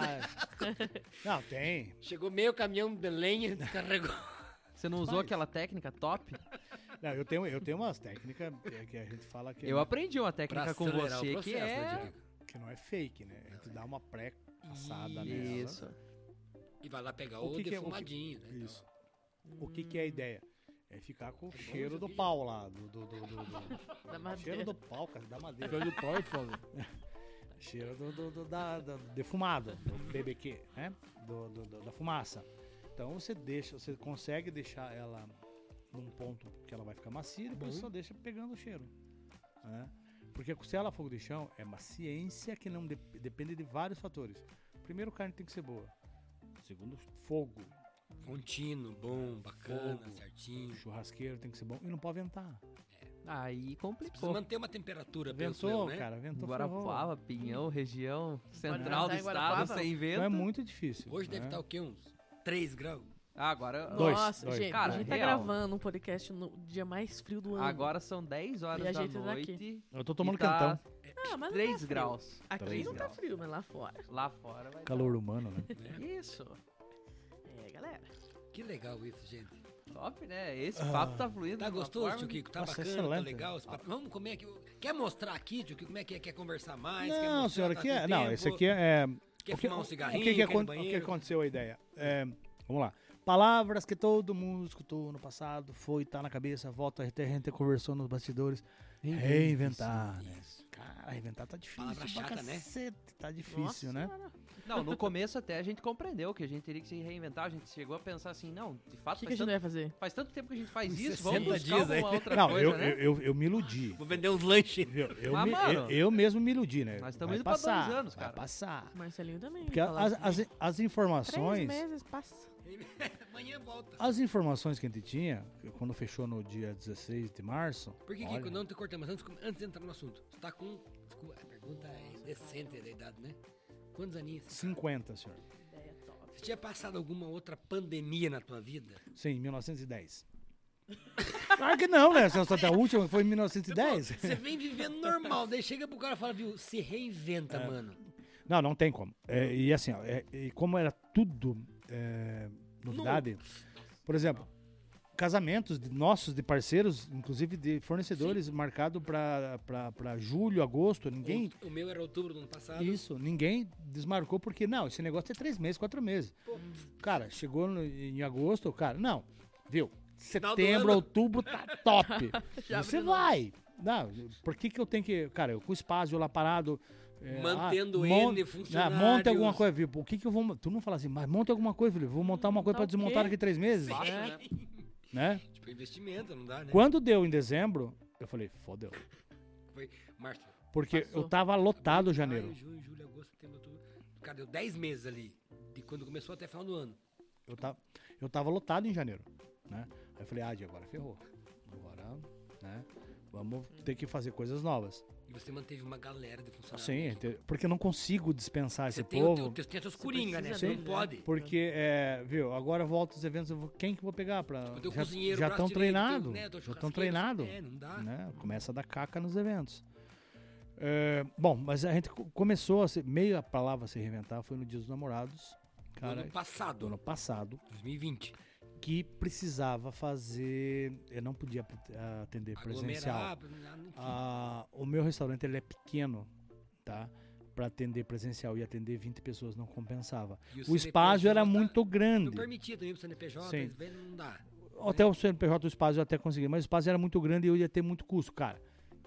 Não, tem. Chegou meio caminhão de lenha, descarregou. Você não usou Faz. aquela técnica top? Não, eu tenho, eu tenho umas técnicas que- que a gente fala que, Eu aprendi uma técnica Pra com acelerar o você processo, que né, é... Kiko? que não é fake, né? A gente dá uma pré-assada nela. Isso. E vai lá pegar O o, que que é- o que- defumadinho, né? Isso. O que, que é a ideia? É ficar com o bom cheiro isso do aqui, pau lá, do, do, do, do- do- Da cheiro madeira. do pau, cara, da madeira. Cheiro de pau é foda. Cheiro do, do, do- da, da defumado, do B B Q, né? Do, do- do- da fumaça. Então você deixa, você consegue deixar ela num ponto que ela vai ficar macia e depois Bom. só deixa pegando o cheiro. Né? Porque a costela a fogo de chão é uma ciência que não dep- depende de vários fatores. Primeiro, a carne tem que ser boa. Segundo, fogo. Contínuo, bom, bacana, Fogo. certinho. O churrasqueiro tem que ser bom e não pode ventar. Aí Precisa complicou. manter uma temperatura, penso Ventou, eu, né? cara, ventou ferrou. Guarapuava, Pinhão, região central do ventar em estado, Guarapuava? sem vento. Então é muito difícil. Hoje deve né? estar o quê? Uns três graus? Ah, agora... Dois, Nossa, dois. gente, Cara, a gente tá real. gravando um podcast no dia mais frio do ano. Agora são dez horas E a da gente tá noite. Eu tô tomando e tá quentão. Ah, mas não três tá frio. graus. Aqui Três não tá graus. frio, mas lá fora. Lá fora vai Calor humano, né? dar. Isso. É, galera. Que legal isso, gente. Top, né? Esse papo tá fluindo. Tá de uma gostoso, forma tio que- Kiko? Tá Nossa, bacana, tá excelente. legal? esse papo? Vamos comer aqui. Quer mostrar aqui, tio Kiko? Como é que é? Quer conversar mais? quer Não, mostrar, senhora, tá aqui com é. Não, tempo? esse aqui é. Quer o que, fumar um o- cigarrinho? o que, que, quer ir no acon- o que banheiro? aconteceu a ideia? É, vamos lá. Palavras que todo mundo escutou no passado, foi, tá na cabeça, volta, até a gente conversou nos bastidores. Reinventar, né? Isso. Cara, reinventar tá difícil. Palavra pra chata, né? cacete, tá difícil, Nossa né? senhora. Não, no começo até a gente compreendeu que a gente teria que se reinventar. A gente chegou a pensar assim, não, de O fato que, que a faz, gente tanto, vai fazer? faz tanto tempo que a gente faz Uns isso, vamos sessenta buscar dias aí. alguma outra Não, coisa, eu, né? eu, eu, eu me iludi. Vou vender uns lanches. Viu? Eu, Mas, me- mano, eu, eu mesmo me iludi, né? nós estamos Vai indo pra dois passar, anos, vai cara. passar. Marcelinho também. Porque falava as, assim, as, as informações. Três meses, passa. Amanhã volta. As informações que a gente tinha, quando fechou no dia dezesseis de março. Por que, olha, Kiko? Não te cortamos. Antes, antes de entrar no assunto. Você tá com... Desculpa, a pergunta é indecente da idade, né? Quantos aninhos? cinquenta, senhor. Ideia top. Você tinha passado alguma outra pandemia na tua vida? Sim, em mil novecentos e dez. Claro que não, né? Essa até a última que foi em mil novecentos e dez. Você vem vivendo normal, daí chega pro cara e fala, viu, se reinventa, É. mano. Não, não tem como. É, e assim, ó, é, e como era tudo é, novidade, por exemplo, casamentos de nossos, de parceiros, inclusive de fornecedores, marcado para julho, agosto, ninguém. O, o meu era outubro do ano passado. Isso, ninguém desmarcou porque, não, esse negócio é três meses, quatro meses. Cara, chegou no- em agosto, cara, não, viu? Final do Setembro, ano. outubro tá top. Já Você abriu vai. Não, por que que eu tenho que, cara, eu com o espaço lá parado, é, Mantendo ah, N mon- ah, funcionários. monta alguma coisa, viu? O que que eu vou, tu não fala assim, mas monta alguma coisa, filho, vou montar uma coisa Montar pra o desmontar quê? daqui três meses, Fácil, É. né? né? Tipo, investimento, não dá, né? Quando deu em dezembro, eu falei, fodeu. Foi março. Porque Passou. eu tava lotado janeiro. Maio, junho, julho, agosto, setembro, outubro. Cara, deu dez meses ali. De quando começou até final do ano. Eu tava, eu tava lotado em janeiro, né? Aí eu falei, ah, Di, agora ferrou. Agora, né? Vamos ter que fazer coisas novas. E você manteve uma galera de funcionários. Sim, te- porque eu não consigo dispensar Você esse tem, o povo. teu, tem as suas Você coringas, né? precisa Você não dele, né? pode. Porque, é, viu, agora volta os eventos, eu vou- quem que eu vou pegar pra... O teu já cozinheiro, já braço estão direito, treinados, teu, né, teu já estão churrasqueiro, treinados, É, não dá. né? Começa a dar caca nos eventos. É, bom, mas a gente co- começou a ser, meio a palavra se reinventar foi no Dia dos Namorados, Do cara, ano passado, do ano passado, dois mil e vinte. que precisava fazer, eu não podia ah, atender presencial. Aglomerar, enfim. Ah, o meu restaurante ele é pequeno, tá? Para atender presencial e atender vinte pessoas não compensava. E O C N P espaço era J muito Não grande. permitia também pro C N P J, Sim. às vezes não dá. Até o C N P J, o espaço eu até consegui, mas o espaço era muito grande e eu ia ter muito custo, cara.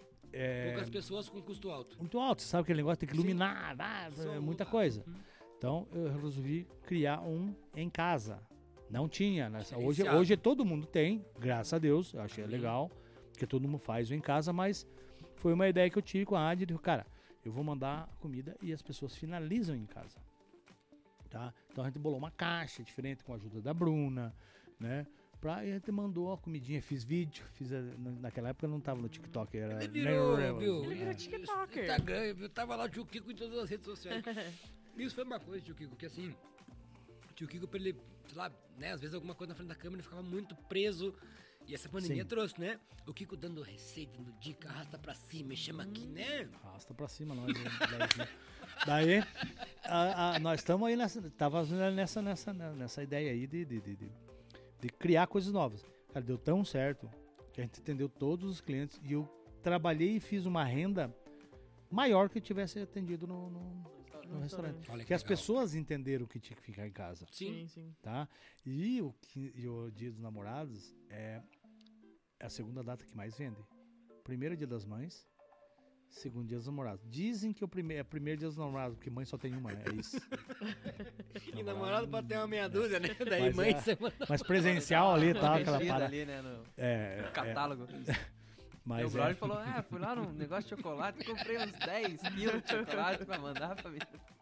É Poucas pessoas com custo alto. muito alto, você sabe aquele negócio, tem que Sim. iluminar, ah, é muita coisa. Uhum. Então eu resolvi criar um em casa. Não tinha, nessa. Hoje, Diferenciado. hoje todo mundo tem, graças a Deus, eu achei Amém. legal, porque todo mundo faz o em casa, mas foi uma ideia que eu tive com a Adi, de, cara, eu vou mandar a comida e as pessoas finalizam em casa. Tá? Então a gente bolou uma caixa diferente com a ajuda da Bruna, né? Pra, e a gente mandou a comidinha, fiz vídeo, fiz a- na- naquela época eu não tava no TikTok, era... Ele virou, viu? Ele virou É. TikToker. Instagram, eu tava lá o tio Kiko em todas as redes sociais. Isso foi uma coisa, tio Kiko, que assim, o tio Kiko, pra ele, sei lá, né, às vezes alguma coisa na frente da câmera, ele ficava muito preso. E essa pandemia Sim. trouxe, né? O Kiko dando receita, dando dica, arrasta pra cima, me chama aqui, né? Arrasta pra cima, nós. né? Daí- Daí, a- a- nós estamos aí nessa, tava nessa, nessa, nessa ideia aí de, de, de, de- de criar coisas novas. Cara, deu tão certo que a gente atendeu todos os clientes e eu trabalhei e fiz uma renda maior que eu tivesse atendido no, no- no restaurante. Olha Porque as legal. pessoas entenderam que tinha que ficar em casa, Sim. Sim, sim. tá? E o, que- e o Dia dos Namorados é a segunda data que mais vende. Primeiro Dia das Mães, segundo Dia dos Namorados. Dizem que o primeiro é primeiro Dia dos Namorados, porque mãe só tem uma, né? É isso. E namorado pode ter uma meia dúzia, né? Daí Mas mãe, é- você manda. Mas presencial ali e tal, aquela Mexida parada. ali, né, no É, é, catálogo. mas Meu é, brother falou, ah, fui lá num negócio de chocolate e comprei uns dez quilos de chocolate pra mandar pra mim.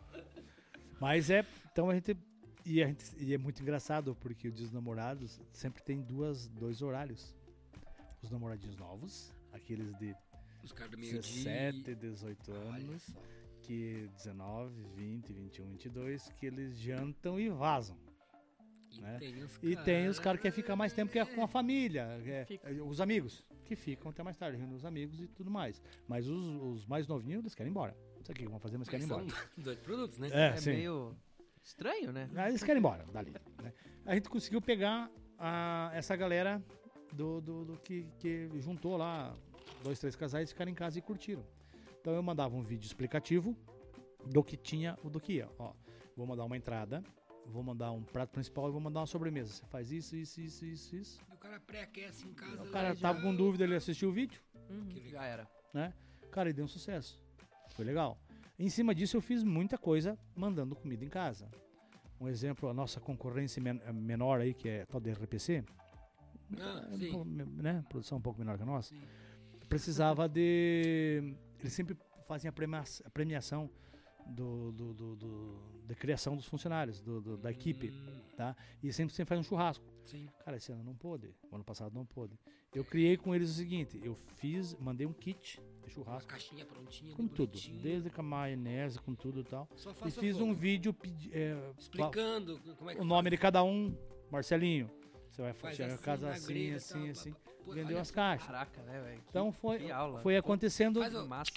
mas é, então a gente e, a gente e é muito engraçado porque o Dia dos Namorados sempre tem duas, dois horários. Os namoradinhos novos, aqueles de Os caras do meio-dia. dezessete, dezoito Olha anos, só. que dezenove, vinte, vinte e um, vinte e dois, que eles jantam e vazam. E né? tem os E tem os caras que querem ficar mais tempo que é com a família, é, Fica. é, os amigos, que ficam até mais tarde, reúnem os amigos e tudo mais. Mas os, os mais novinhos, eles querem ir embora. Não sei o que vão fazer, mas querem ir São embora. dois produtos, né? É, É sim. meio estranho, né? Aí eles querem ir embora dali. Né? A gente conseguiu pegar a, essa galera do, do, do que, que juntou lá dois, três casais e ficaram em casa e curtiram. Então eu mandava um vídeo explicativo do que tinha, o do que ia. Ó, vou mandar uma entrada, vou mandar um prato principal e vou mandar uma sobremesa. Você faz isso, isso, isso, isso, isso. E o cara pré-aquece em casa. O cara já- tava com dúvida, ele assistiu o vídeo, Uhum. Que legal. Já era. né? Cara, e deu um sucesso. Foi legal. Em cima disso eu fiz muita coisa mandando comida em casa. Um exemplo, a nossa concorrência men- menor aí, que é tal de R P C, Ah, é, sim. né? Produção um pouco menor que a nossa. Sim. Precisava de. Eles sempre fazem a premia- a premiação do, do, do, do- da criação dos funcionários, do, do- da equipe, Hum, tá? E sempre, sempre faz um churrasco. sim. Cara, esse ano não pôde. O ano passado não pôde. Eu criei com eles o seguinte: eu fiz, mandei um kit de Uma churrasco caixinha prontinha, com bem tudo, bonitinho. desde com a maionese, com tudo e tal. Só E faça fiz fogo. um vídeo pedi- é, explicando como é que o nome de faz. cada um, Marcelinho. Você vai Faz fazer a assim, casa na assim, grelha, assim, tal, assim. pá, pá, pô, Vendeu olha as só. caixas. Caraca, né, velho? Que- Então foi, que aula. foi acontecendo. Faz o- Massa.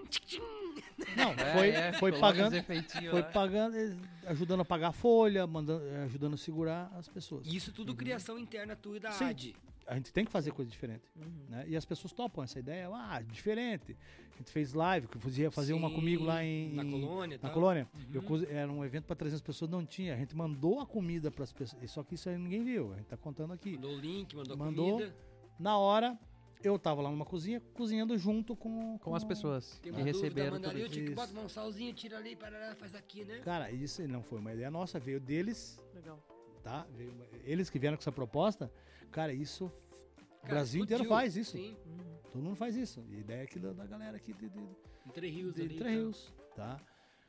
Não, É, foi, é, foi coloca os pagando. efeitinhos Foi lá. pagando, eh, ajudando a pagar a folha, mandando, eh, ajudando a segurar as pessoas. Isso tudo criação interna tua e da Sim. A D. A gente tem que fazer coisa diferente, Uhum. né? E as pessoas topam essa ideia, ah, diferente. A gente fez live, que eu fazia fazer uma Sim, comigo lá em, na em- colônia e na tal. colônia. Uhum. Eu cozi- era um evento para trezentas pessoas, não tinha. A gente mandou a comida para as pessoas, só que isso aí ninguém viu. A gente tá contando aqui. Mandou o link, mandou, Mandou. comida. Na hora, eu tava lá numa cozinha, cozinhando junto com, Com as pessoas Tem que uma dúvida, receberam manda ali, tudo eu tinha que isso. botar um salzinho, tira ali, parará, faz aqui, né? Cara, isso não foi uma ideia nossa, veio deles, Legal. tá? Veio uma- eles que vieram com essa proposta. Cara, isso o Cara, Brasil inteiro explodiu. faz isso. Sim, Uhum. Todo mundo faz isso. E a ideia aqui da, da galera aqui de, de, Entre Rios de ali. Três tá? Rios, tá?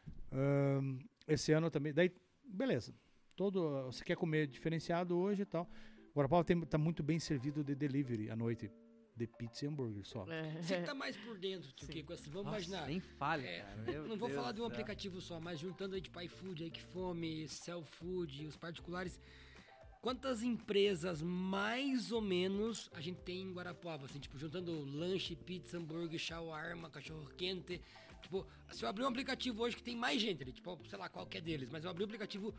Ahn, esse ano também, daí, beleza. Todo, você quer comer diferenciado hoje e tal. Guarapava tem, tá muito bem servido de delivery à noite, de pizza e hambúrguer só. É. Você que tá mais por dentro, tio Sim. Kiko, assim, vamos Nossa, imaginar. nem fale, É, cara. Meu Não vou Deus falar de um do céu. aplicativo só, mas juntando aí tipo iFood, aí que fome, Self Food, os particulares. Quantas empresas mais ou menos a gente tem em Guarapuava? Assim, tipo, juntando lanche, pizza, hambúrguer, shawarma, cachorro quente. Tipo, se eu abrir um aplicativo hoje que tem mais gente ali, tipo, sei lá, qualquer deles, mas eu abri um aplicativo.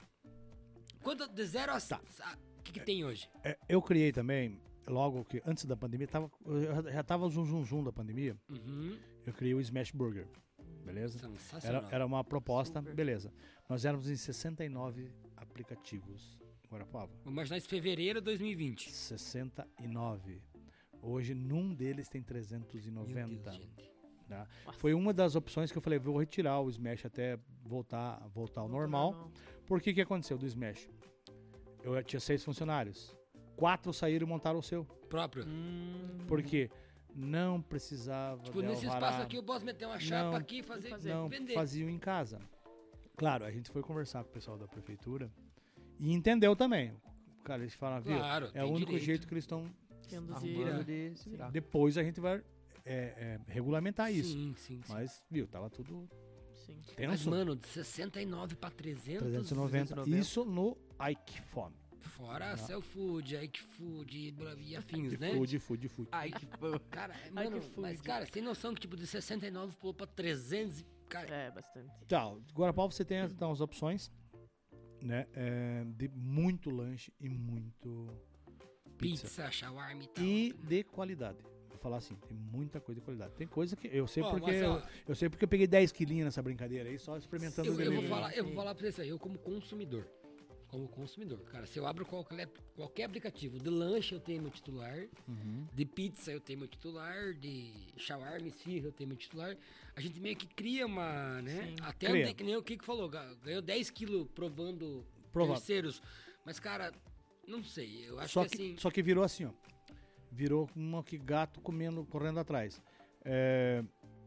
Quanto, de zero a. Tá. O que, que tem hoje? É, eu criei também, logo que antes da pandemia, tava, eu já- já tava zum zum zum da pandemia, Uhum. eu criei o Smash Burger, beleza? Sensacional. Era, era uma proposta, Super. beleza. Nós éramos em sessenta e nove aplicativos em Guarapuava. Vou imaginar isso em fevereiro de dois mil e vinte. sessenta e nove. Hoje, num deles tem trezentos e Meu noventa. Deus, gente. Tá? Foi uma das opções que eu falei, vou retirar o Smash até voltar, voltar ao normal. Por que que aconteceu do Smash? Eu tinha seis funcionários. Quatro saíram e montaram o seu. Próprio. Hum, Porque não precisava Tipo, de nesse alvará, espaço aqui eu posso meter uma chapa Não. aqui e fazer, fazer. não vender. faziam em casa. Claro, a gente foi conversar com o pessoal da prefeitura e entendeu também. cara, eles falam, viu? Claro, É tem o único direito. jeito que eles estão. Tendo Arrumando de... de se virar. Depois a gente vai é, é, regulamentar isso. Sim, sim, sim. Mas, viu, tava tudo Sim. Mas, tenso. mano, de sessenta e nove pra trezentos, trezentos e noventa. trezentos e noventa. Isso no Ike Fome. fora Não. Self-Food, Ike Food e blá- e afins, né? Food, food, food. Ai, que bom. Cara, Ai, mano, que mas food. cara, você tem noção que tipo de sessenta e nove pulou pra trezentos, e, cara, É, bastante. Tá, Guarapau você tem então, as opções, né? é, de muito lanche e muito pizza. pizza, shawarma e tal. E de qualidade. Vou falar assim, tem muita coisa de qualidade. Tem coisa que eu sei Ó, porque mas, ó, eu, eu sei porque eu peguei dez quilinhos nessa brincadeira aí, só experimentando eu, o eu vou delivery. falar, eu vou Sim. falar pra você, eu como consumidor. Como consumidor. Cara, se eu abro qualquer, qualquer aplicativo, de lanche eu tenho meu titular, Uhum. de pizza eu tenho meu titular, de shawarma, esfirra eu tenho meu titular. A gente meio que cria uma, né? Sim. Até Cria. andei, que nem o Kiko falou, ga- ganhou dez quilos provando Prova- terceiros. Mas, cara, não sei, eu acho Só que, que, assim... só que virou assim, ó. Virou uma que gato comendo, correndo atrás. É,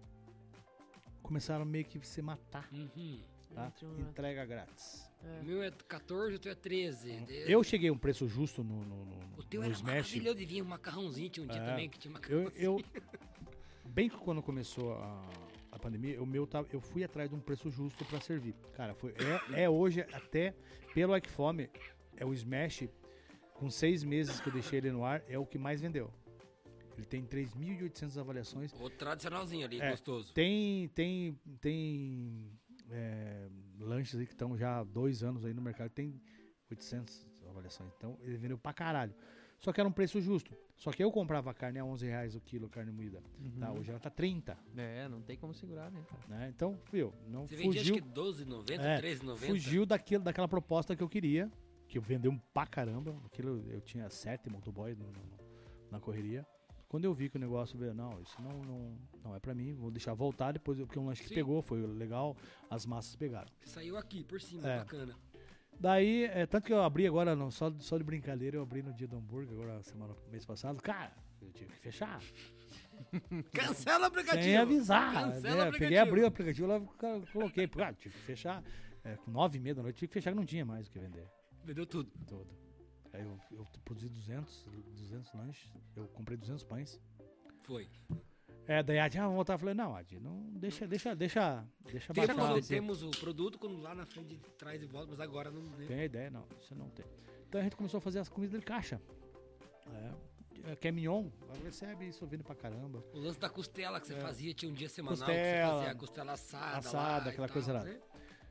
Começaram meio que se matar, Uhum. tá? Entre um- Entrega grátis. É. O meu é catorze, o teu é treze. Eu cheguei a um preço justo no, no, no, O teu no era Smash. maravilhoso, vinha um macarrãozinho, tinha um dia É. também que tinha Eu, macarrãozinho. eu, bem que quando começou a, a pandemia, o meu tava, eu fui atrás de um preço justo pra servir. Cara, foi, é, é hoje até pelo Icefome, é o Smash, com seis meses que eu deixei ele no ar, é o que mais vendeu. Ele tem três mil e oitocentas avaliações. O tradicionalzinho ali, É. gostoso. Tem, tem, tem é, lanches aí que estão já há dois anos aí no mercado, tem oitocentas avaliações. Então ele vendeu pra caralho. Só que era um preço justo. Só que eu comprava carne a onze reais o quilo, carne moída. Tá, hoje ela tá trinta. É, não tem como segurar, né, cara? Né? Então, viu, não Você vendia acho fugiu, que doze e noventa, É, treze e noventa. fugiu daquilo, daquela proposta que eu queria, que eu vendeu pra caramba. Aquilo eu tinha sete motoboy no, no- na correria. Quando eu vi que o negócio veio, não, isso não, não, não é pra mim, vou deixar voltar depois, porque um lanche que Sim. pegou, foi legal, as massas pegaram. Saiu aqui, por cima, É. bacana. Daí, é, tanto que eu abri agora, não, só, só de brincadeira, eu abri no dia do hambúrguer, agora semana, mês passado, cara, eu tive que fechar. Cancela o aplicativo. Sem avisar. Cancela né? o aplicativo. Peguei, abri o aplicativo, lá ca- coloquei, porque, ah, tive que fechar, é, com nove e meia da noite, tive que fechar que não tinha mais o que vender. Vendeu tudo. Todo. Aí eu, eu produzi duzentos, duzentos lanches, eu comprei duzentos pães. Foi. É, daí a Adi, ah, vamos voltar. Eu falei, não, Adi, não, deixa, deixa, deixa, deixa Temos, baixar. o, temos o produto quando lá na frente traz e volta, mas agora não. Né? Tem a ideia? Não, isso não tem. Então a gente começou a fazer as comidas de caixa. É, que é mignon, recebe isso vindo pra caramba. O lance da costela que você É. fazia, tinha um dia semanal que Costela, você fazia a costela assada. assada, lá e aquela tal, coisa lá. né?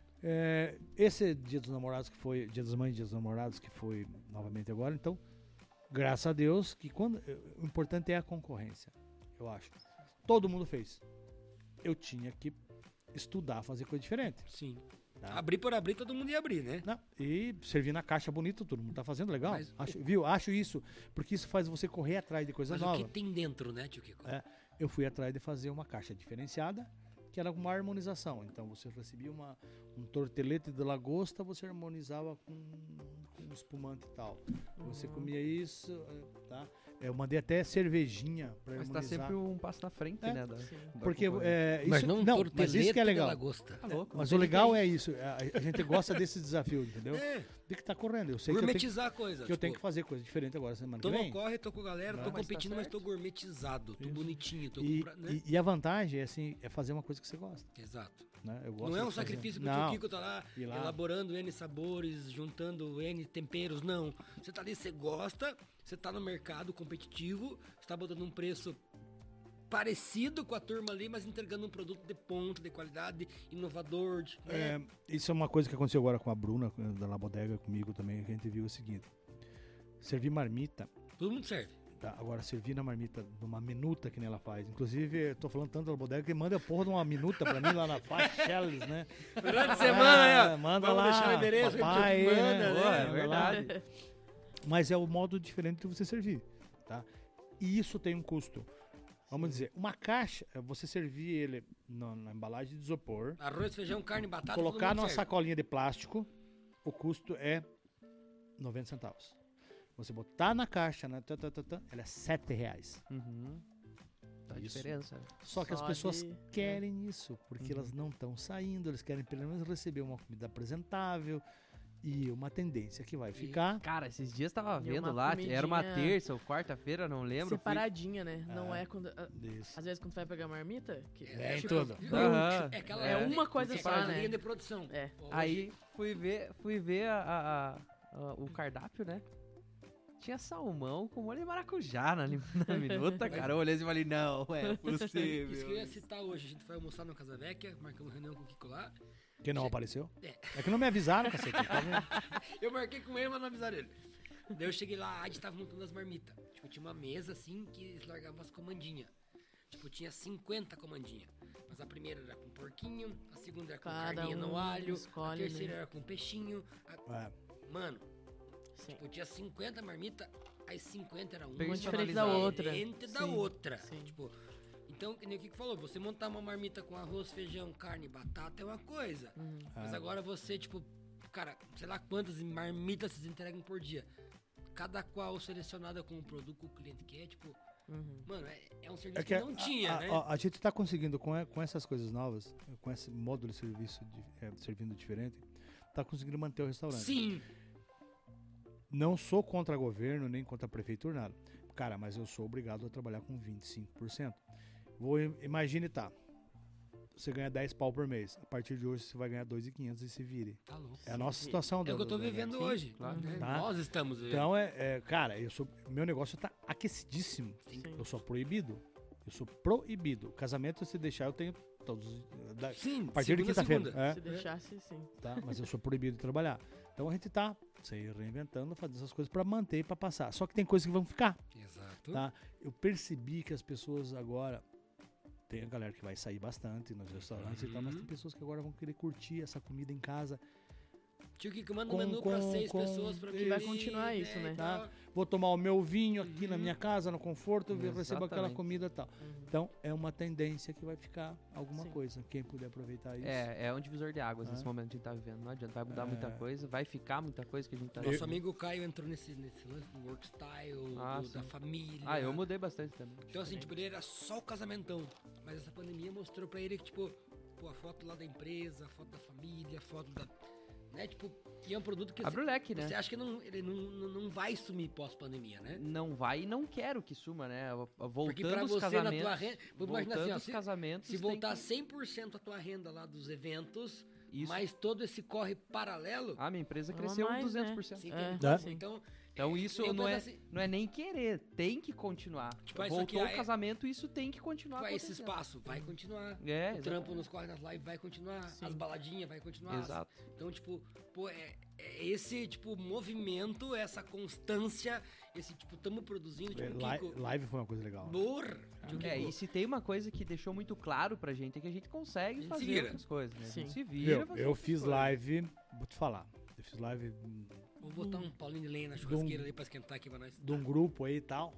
É, esse Dia dos Namorados que foi, Dia das Mães e Dia dos Namorados que foi novamente agora, então, graças a Deus, que quando, o importante é a concorrência, eu acho. Todo mundo fez. Eu tinha que estudar, fazer coisa diferente. Sim. Tá? Abrir por abrir, todo mundo ia abrir, né? Não, e servir na caixa bonito, todo mundo tá fazendo legal. Mas Acho, viu? Acho isso, porque isso faz você correr atrás de coisa Mas nova. o que tem dentro, né, tio Kiko? É, eu fui atrás de fazer uma caixa diferenciada, que era uma harmonização. Então você recebia uma, um tortelete de lagosta, você harmonizava com, com espumante e tal. Você Uhum. comia isso, eh, tá? Eu mandei até cervejinha para Mas tá harmonizar. sempre um passo na frente, É. né? Da, Sim. da Porque concorrência. é, isso, Mas não, não, tortelete mas isso que é de legal. lagosta. Tá louco. Mas Não o tem legal jeito. é isso. A, a gente gosta desse desafio, entendeu? É, De que tá correndo. Eu sei que eu tenho, gourmetizar a coisa. que eu tenho tipo, que fazer coisa diferente agora semana Tô que no vem. corre, tô com a galera, Não, tô mas tá competindo, mas certo. tô gourmetizado, tô Isso. bonitinho, tô E, compra- né? e- e a vantagem é assim, é fazer uma coisa que você gosta. Exato. Né? Eu gosto Não é um de fazer. sacrifício que o Não. tio Kiko tá lá, Ir lá. elaborando N sabores, juntando N temperos, não. Você tá ali, você gosta, você tá no mercado competitivo, você tá botando um preço parecido com a turma ali, mas entregando um produto de ponta, de qualidade, inovador, de- né? É, isso é uma coisa que aconteceu agora com a Bruna, da La Bodega, comigo também, que a gente viu o seguinte. Servir marmita, Todo mundo serve. tá? Agora servir na marmita numa minuta que nem ela faz. Inclusive, eu tô falando tanto da La Bodega que manda a porra de uma minuta pra mim lá na faz Shells, né? Durante a semana, aí, ó. É, manda Vamos lá, deixar o endereço, papai, a gente manda, né? né? Pô, É manda verdade. lá. Mas é o modo diferente de você servir, tá? E isso tem um custo. Vamos dizer, uma caixa, é você servir ele na, na embalagem de isopor, Arroz, feijão, carne, batata, colocar todo mundo numa serve. sacolinha de plástico, o custo é noventa centavos. Você botar na caixa, né, tá, tá, tá, tá, ela é sete reais. Uhum. Tá a Isso. diferença. Só que as Só pessoas de- querem isso, porque Uhum. elas não estão saindo, eles querem pelo menos receber uma comida apresentável, E uma tendência que vai ficar. Cara, esses dias tava E vendo uma lá, era uma comidinha terça ou quarta-feira, não lembro. fui- Separadinha, né? Não Ah. é quando. ah, Isso. Às vezes quando tu vai pegar marmita. Que É, em tipo, tudo. Aham. É, aquela É ordem- uma coisa é só, aquela né? linha de produção. É. Hoje- Aí fui ver, fui ver a, a- a- o cardápio, né? Tinha salmão com molho de maracujá na, lim- na minuta, cara. Eu olhei assim e falei, não, é possível. Isso que eu ia citar hoje. A gente foi almoçar na Casa Vecchia, marcamos reunião com o Kiko lá. Quem não apareceu? É. É que não me avisaram, cacete. Tá vendo? Eu marquei com ele, mas não avisaram ele. Daí eu cheguei lá, a gente tava montando as marmitas. Tipo, tinha uma mesa assim que eles largavam as comandinhas. Tipo, tinha cinquenta comandinhas. Mas a primeira era com porquinho, a segunda era com Cada carninha no um alho, a escolhe, terceira né? era com peixinho. a- É. Mano, Sim. tipo, tinha cinquenta marmitas, as cinquenta era uma Uma diferente da Personalizado. outra. diferente da Sim, outra. sim. Tipo, então, que nem o Kiko falou, você montar uma marmita com arroz, feijão, carne e batata é uma coisa. Uhum. Mas Ah. agora você, tipo, cara, sei lá quantas marmitas vocês entregam por dia. Cada qual selecionada com o produto que o cliente quer, tipo, Uhum. mano, é, é um serviço É que, que não a, tinha, a, né? a, a gente tá conseguindo, com, e- com essas coisas novas, com esse módulo de serviço de, é, servindo diferente, tá conseguindo manter o restaurante. Sim, Não sou contra governo, nem contra a prefeitura, nada. Cara, mas eu sou obrigado a trabalhar com vinte e cinco por cento. Vou, im- imagine, tá. Você ganha dez pau por mês. A partir de hoje você vai ganhar dois mil e quinhentos e se vire. tá louco. É a nossa situação. É do- o que eu tô do- vivendo Sim, hoje. claro. né? Tá. Nós estamos vivendo. Então, é, é, cara, eu sou, meu negócio tá aquecidíssimo. Sim. Sim. Eu sou proibido. Eu sou proibido. Casamento, se deixar, eu tenho todos. os- da- Sim, a partir de segunda a quinta-feira. segunda. É, Se deixasse, sim. tá? Mas eu sou proibido de trabalhar. Então a gente tá se reinventando, fazendo essas coisas pra manter e pra passar. Só que tem coisas que vão ficar. Exato. Tá? Eu percebi que as pessoas agora. Tem a galera que vai sair bastante nos restaurantes e tal, mas Uhum. tem pessoas que agora vão querer curtir essa comida em casa. Tio Kiko manda um Com- menu pra com- seis com- pessoas pra Que vai comer, continuar isso, né? e Tá. tal. Vou tomar o meu vinho aqui na Uhum. minha casa, no conforto, eu recebo aquela Exatamente. comida e tal. Uhum. Então, é uma tendência que vai ficar alguma Sim. coisa. Quem puder aproveitar isso. É, é um divisor de águas Ah. nesse momento que a gente tá vivendo. Não adianta, vai mudar muita É. coisa, vai ficar muita coisa que a gente tá Nosso Eu- amigo Caio entrou nesse, nesse lance do work style, Ah, do- sim. da família. Ah, eu mudei bastante também. Então, assim, tipo, ele era só o casamentão. Mas essa pandemia mostrou pra ele que, tipo, pô, a foto lá da empresa, a foto da família, a foto da. Né, tipo, e é um produto que Abre o você, leque, né? você acha que não, ele não, não, não vai sumir pós-pandemia, né? Não vai e não quero que suma, né? Porque Voltando pra os você, na casamentos. tua renda. Vamos imaginar Voltando assim, ó, os se, casamentos. se tem voltar que- cem por cento a tua renda lá dos eventos, Isso. mas todo esse corre paralelo. Ah, minha empresa Não cresceu mais, duzentos né? por cento. Você É. entende? Tá. Sim. Então, Então é, isso eu não penso é, assim, não é nem querer, tem que continuar. Tipo, isso aqui Voltou é- o casamento, isso tem que continuar tipo, esse acontecendo. espaço vai continuar. É, O exato. trampo nos corre nas lives vai continuar. Sim. As baladinhas vai continuar. Exato. Então, tipo, pô, é, é esse, tipo, movimento, essa constância, esse, tipo, tamo produzindo, tipo, É, li- Kiko, live foi uma coisa legal. Porra! Tio É, Kiko, e se tem uma coisa que deixou muito claro pra gente é que a gente consegue A gente se fazer vira. outras coisas, né? A gente Sim. se vira. Viu? fazer Eu outras fiz coisas. live, vou te falar. Eu fiz live hum, Vou botar um paulinho de lenha na churrasqueira ali pra esquentar aqui pra nós. de um grupo aí e tal.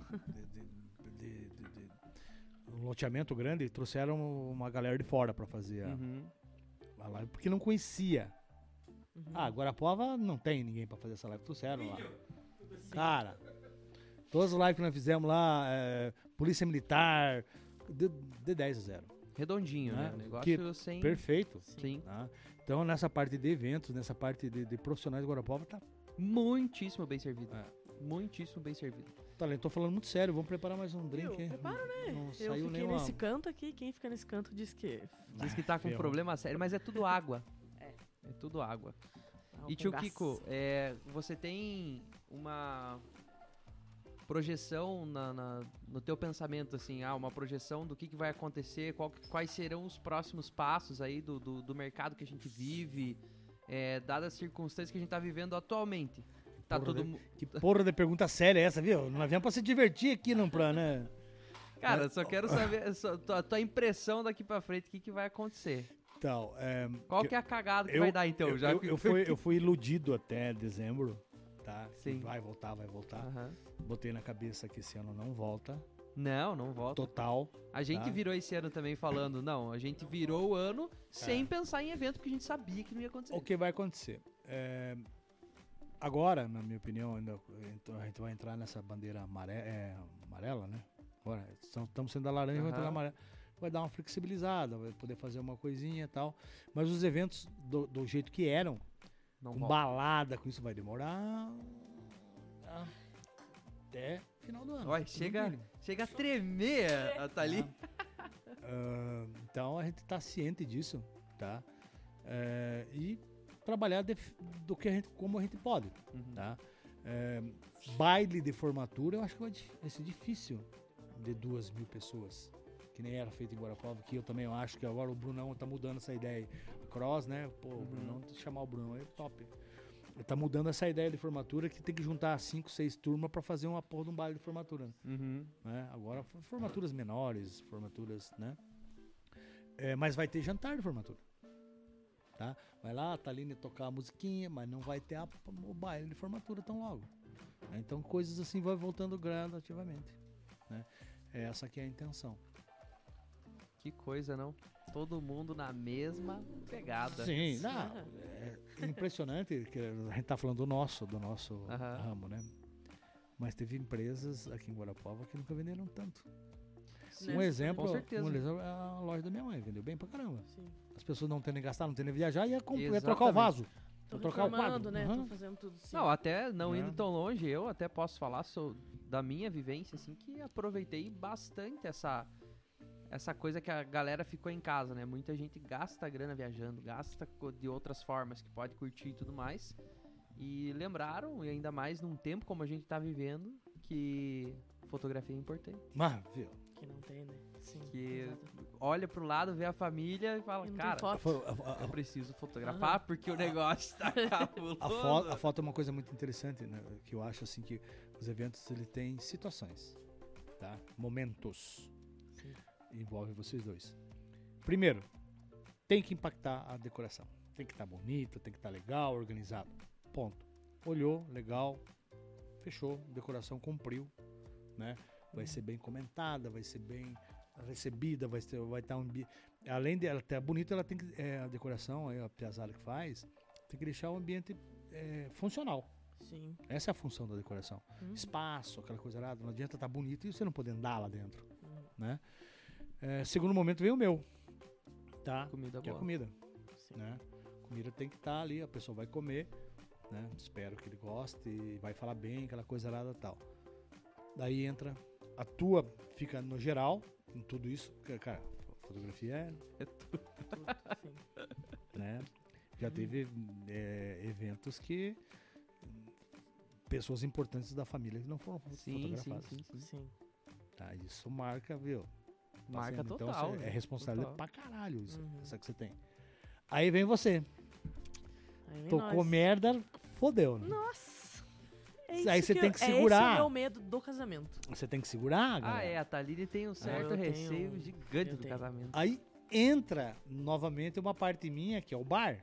De, de- de- de- de- um loteamento grande e trouxeram uma galera de fora pra fazer a, Uhum. a live, porque não conhecia. Uhum. Ah, Guarapuava não tem ninguém pra fazer essa live, trouxeram lá. Cara, todas as lives que nós fizemos lá, é, Polícia Militar, de, de dez a zero. Redondinho, né? Né? O negócio Que sem. Perfeito. Sim. Tá? Então, nessa parte de eventos, nessa parte de, de profissionais de Guarapuava, tá Muitíssimo bem servido. É. Muitíssimo bem servido. talento. Tô falando muito sério, vamos preparar mais um drink. Viu? hein? Prepara, né? Não Eu saiu fiquei nenhuma... nesse canto aqui, quem fica nesse canto diz que... Diz que tá com ferrou. problema sério, mas é tudo água. É. É tudo água. Álcool E tio gás. Kiko, é, você tem uma projeção na, na- no teu pensamento, assim, ah, uma projeção do que, que vai acontecer, qual que- quais serão os próximos passos aí do, do, do mercado que a gente vive, é, dadas as circunstâncias que a gente tá vivendo atualmente. Tá Porra, todo né? mu- Que porra de pergunta séria é essa, viu? Nós viemos pra se divertir aqui, não pra, né? Cara, só quero saber só, tua, tua impressão daqui pra frente, o que, que vai acontecer. Então, é, Qual que é a cagada que eu- vai dar, então? eu, já eu, que- eu fui, eu fui iludido até dezembro, tá? Que Sim. vai voltar, vai voltar. Aham. Botei na cabeça que esse ano não volta. Não, não volta. Total. A gente Tá. virou esse ano também falando, não, a gente virou o ano sem É. pensar em evento, porque a gente sabia que não ia acontecer. O que vai acontecer? É, agora, na minha opinião, ainda, então, a gente vai entrar nessa bandeira amare- é, amarela, né? Agora, estamos sendo da laranja, vai entrar na Aham. amarela. Vai dar uma flexibilizada, vai poder fazer uma coisinha e tal. Mas os eventos, do, do jeito que eram, Não com volta. balada, com isso vai demorar até final do ano. Olha, no chega, mínimo. chega a tremer a Thaline. Ah, então a gente tá ciente disso, tá? É, e trabalhar def- do que a gente, como a gente pode, Uhum. tá? É, baile de formatura, eu acho que vai, di- vai ser difícil de duas mil pessoas, que nem era feito em Guarapuava, que eu também acho que agora o Brunão tá mudando essa ideia aí. A Cross, né? Pô, o Uhum. Brunão, chamar o Brunão é top. Ele tá mudando essa ideia de formatura que tem que juntar cinco, seis turmas pra fazer uma porra de um baile de formatura, Uhum. né? Agora, f- formaturas menores, formaturas, né? É, mas vai ter jantar de formatura, tá? Vai lá, a Thaline tocar a musiquinha, mas não vai ter a, o baile de formatura tão logo. Né? Então, coisas assim vai voltando gradativamente, né? Essa aqui é a intenção. Que coisa, não? Todo mundo na mesma pegada. Sim, não, é impressionante que a gente tá falando do nosso, do nosso Aham. ramo, né? Mas teve empresas aqui em Guarapuava que nunca venderam tanto. Um Nessa- exemplo, Com certeza. um exemplo é a loja da minha mãe, vendeu bem pra caramba. Sim. As pessoas não tendo gastar, não tendo viajar, ia, comp- ia trocar o Exatamente. vaso. Tô Vou trocar o reformando, quadro. né? Aham. Tô fazendo tudo sim. Não, até não Né? indo tão longe, eu até posso falar so- da minha vivência, assim, que aproveitei bastante essa, essa coisa que a galera ficou em casa, né? Muita gente gasta grana viajando, gasta co- de outras formas que pode curtir e tudo mais. E lembraram, e ainda mais num tempo como a gente tá vivendo, que fotografia é importante. Mas, viu? Que não tem, né? Sim. Que exato. olha pro lado, vê a família e fala, E não tem cara, foto. Foi- a- a- eu preciso fotografar porque o negócio tá cabuloso. A foto, a foto é uma coisa muito interessante, né? Que eu acho assim que os eventos ele tem situações, tá? Momentos. Sim. Envolve vocês dois. Primeiro, tem que impactar a decoração. Tem que estar bonito, tem que estar legal, organizado. Ponto. Olhou, legal, fechou, decoração cumpriu, né? Vai ser bem comentada, vai ser bem recebida, vai ter, vai estar um ambi- além de ela estar bonita, ela tem que é, a decoração, aí a piazada que faz, tem que deixar o ambiente é, funcional. Sim. Essa é a função da decoração. Uhum. Espaço, aquela coisa errada, não adianta estar bonito e você não poder andar lá dentro, Uhum. né? É, segundo momento vem o meu, tá? Comida Que é a boa. comida, Sim. né? Comida tem que estar ali, a pessoa vai comer, né? Espero que ele goste e vai falar bem, aquela coisa errada e tal. Daí entra, a tua fica no geral, em tudo isso, porque, cara, fotografia é, É tudo. Tudo, sim. né? Já teve é, eventos que pessoas importantes da família que não foram Sim, sim, fotografadas. sim, sim. Sim. Tá, isso marca, viu? Tá Marca sendo- total. Então, você né? é responsabilidade Total. pra caralho isso, Uhum. essa que você tem. Aí vem você, Aí vem tocou nós. merda, fodeu, né? Nossa! É Aí isso você que tem eu- que É esse segurar. o meu medo do casamento. Você tem que segurar, Ah, galera. é, a Thaline tem um certo eu tenho- receio gigante eu do tenho. casamento. Aí entra novamente uma parte minha, que é o bar,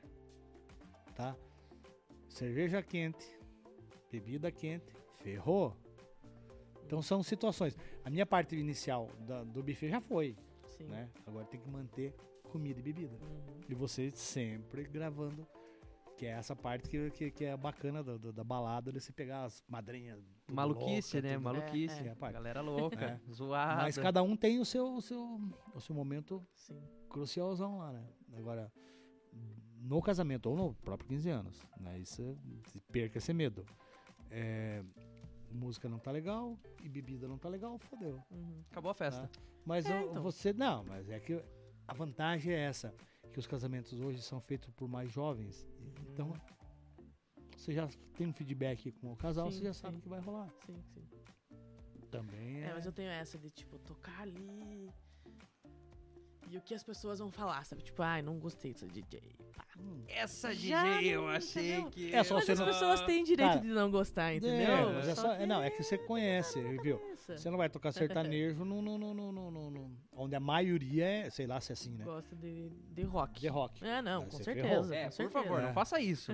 tá? Cerveja quente, bebida quente, ferrou. Então são situações. A minha parte inicial da- do buffet já foi, Sim. né? Agora tem que manter comida e bebida. Uhum. E você sempre gravando, que é essa parte que, que, que é bacana da, da, da balada, de você pegar as madrinhas. tudo Maluquice, louca, né? tudo- Maluquice. É, é a parte. Galera louca, É. zoada. Mas cada um tem o seu, o seu, o seu momento Sim. crucialzão lá, né? Agora, no casamento ou no próprio quinze anos, né? Isso é- perca esse medo. É, música não tá legal e bebida não tá legal, fodeu. Uhum. Acabou a festa. Mas É, o- então. você, não, mas é que a vantagem é essa, que os casamentos hoje são feitos por mais jovens. Então, Uhum. você já tem um feedback com o casal, Sim, você já sim. sabe o que vai rolar. Sim, sim. Também é. É, mas eu tenho essa de, tipo, tocar ali. E o que as pessoas vão falar, sabe? Tipo, ai, não gostei dessa D J. Pá. Hum. Essa Já D J eu não- achei entendeu? que... É só Mas você as não- pessoas têm direito Cara, de não gostar, entendeu? É, mas é Só só, que é, não, é que você conhece, viu? essa. Você não vai tocar sertanejo no, no, no, no, no, no- no- onde a maioria é, sei lá se é assim, né? Gosta de, de rock. De rock. É, não, Aí com você certeza. É, com por certeza. favor, É. não faça isso.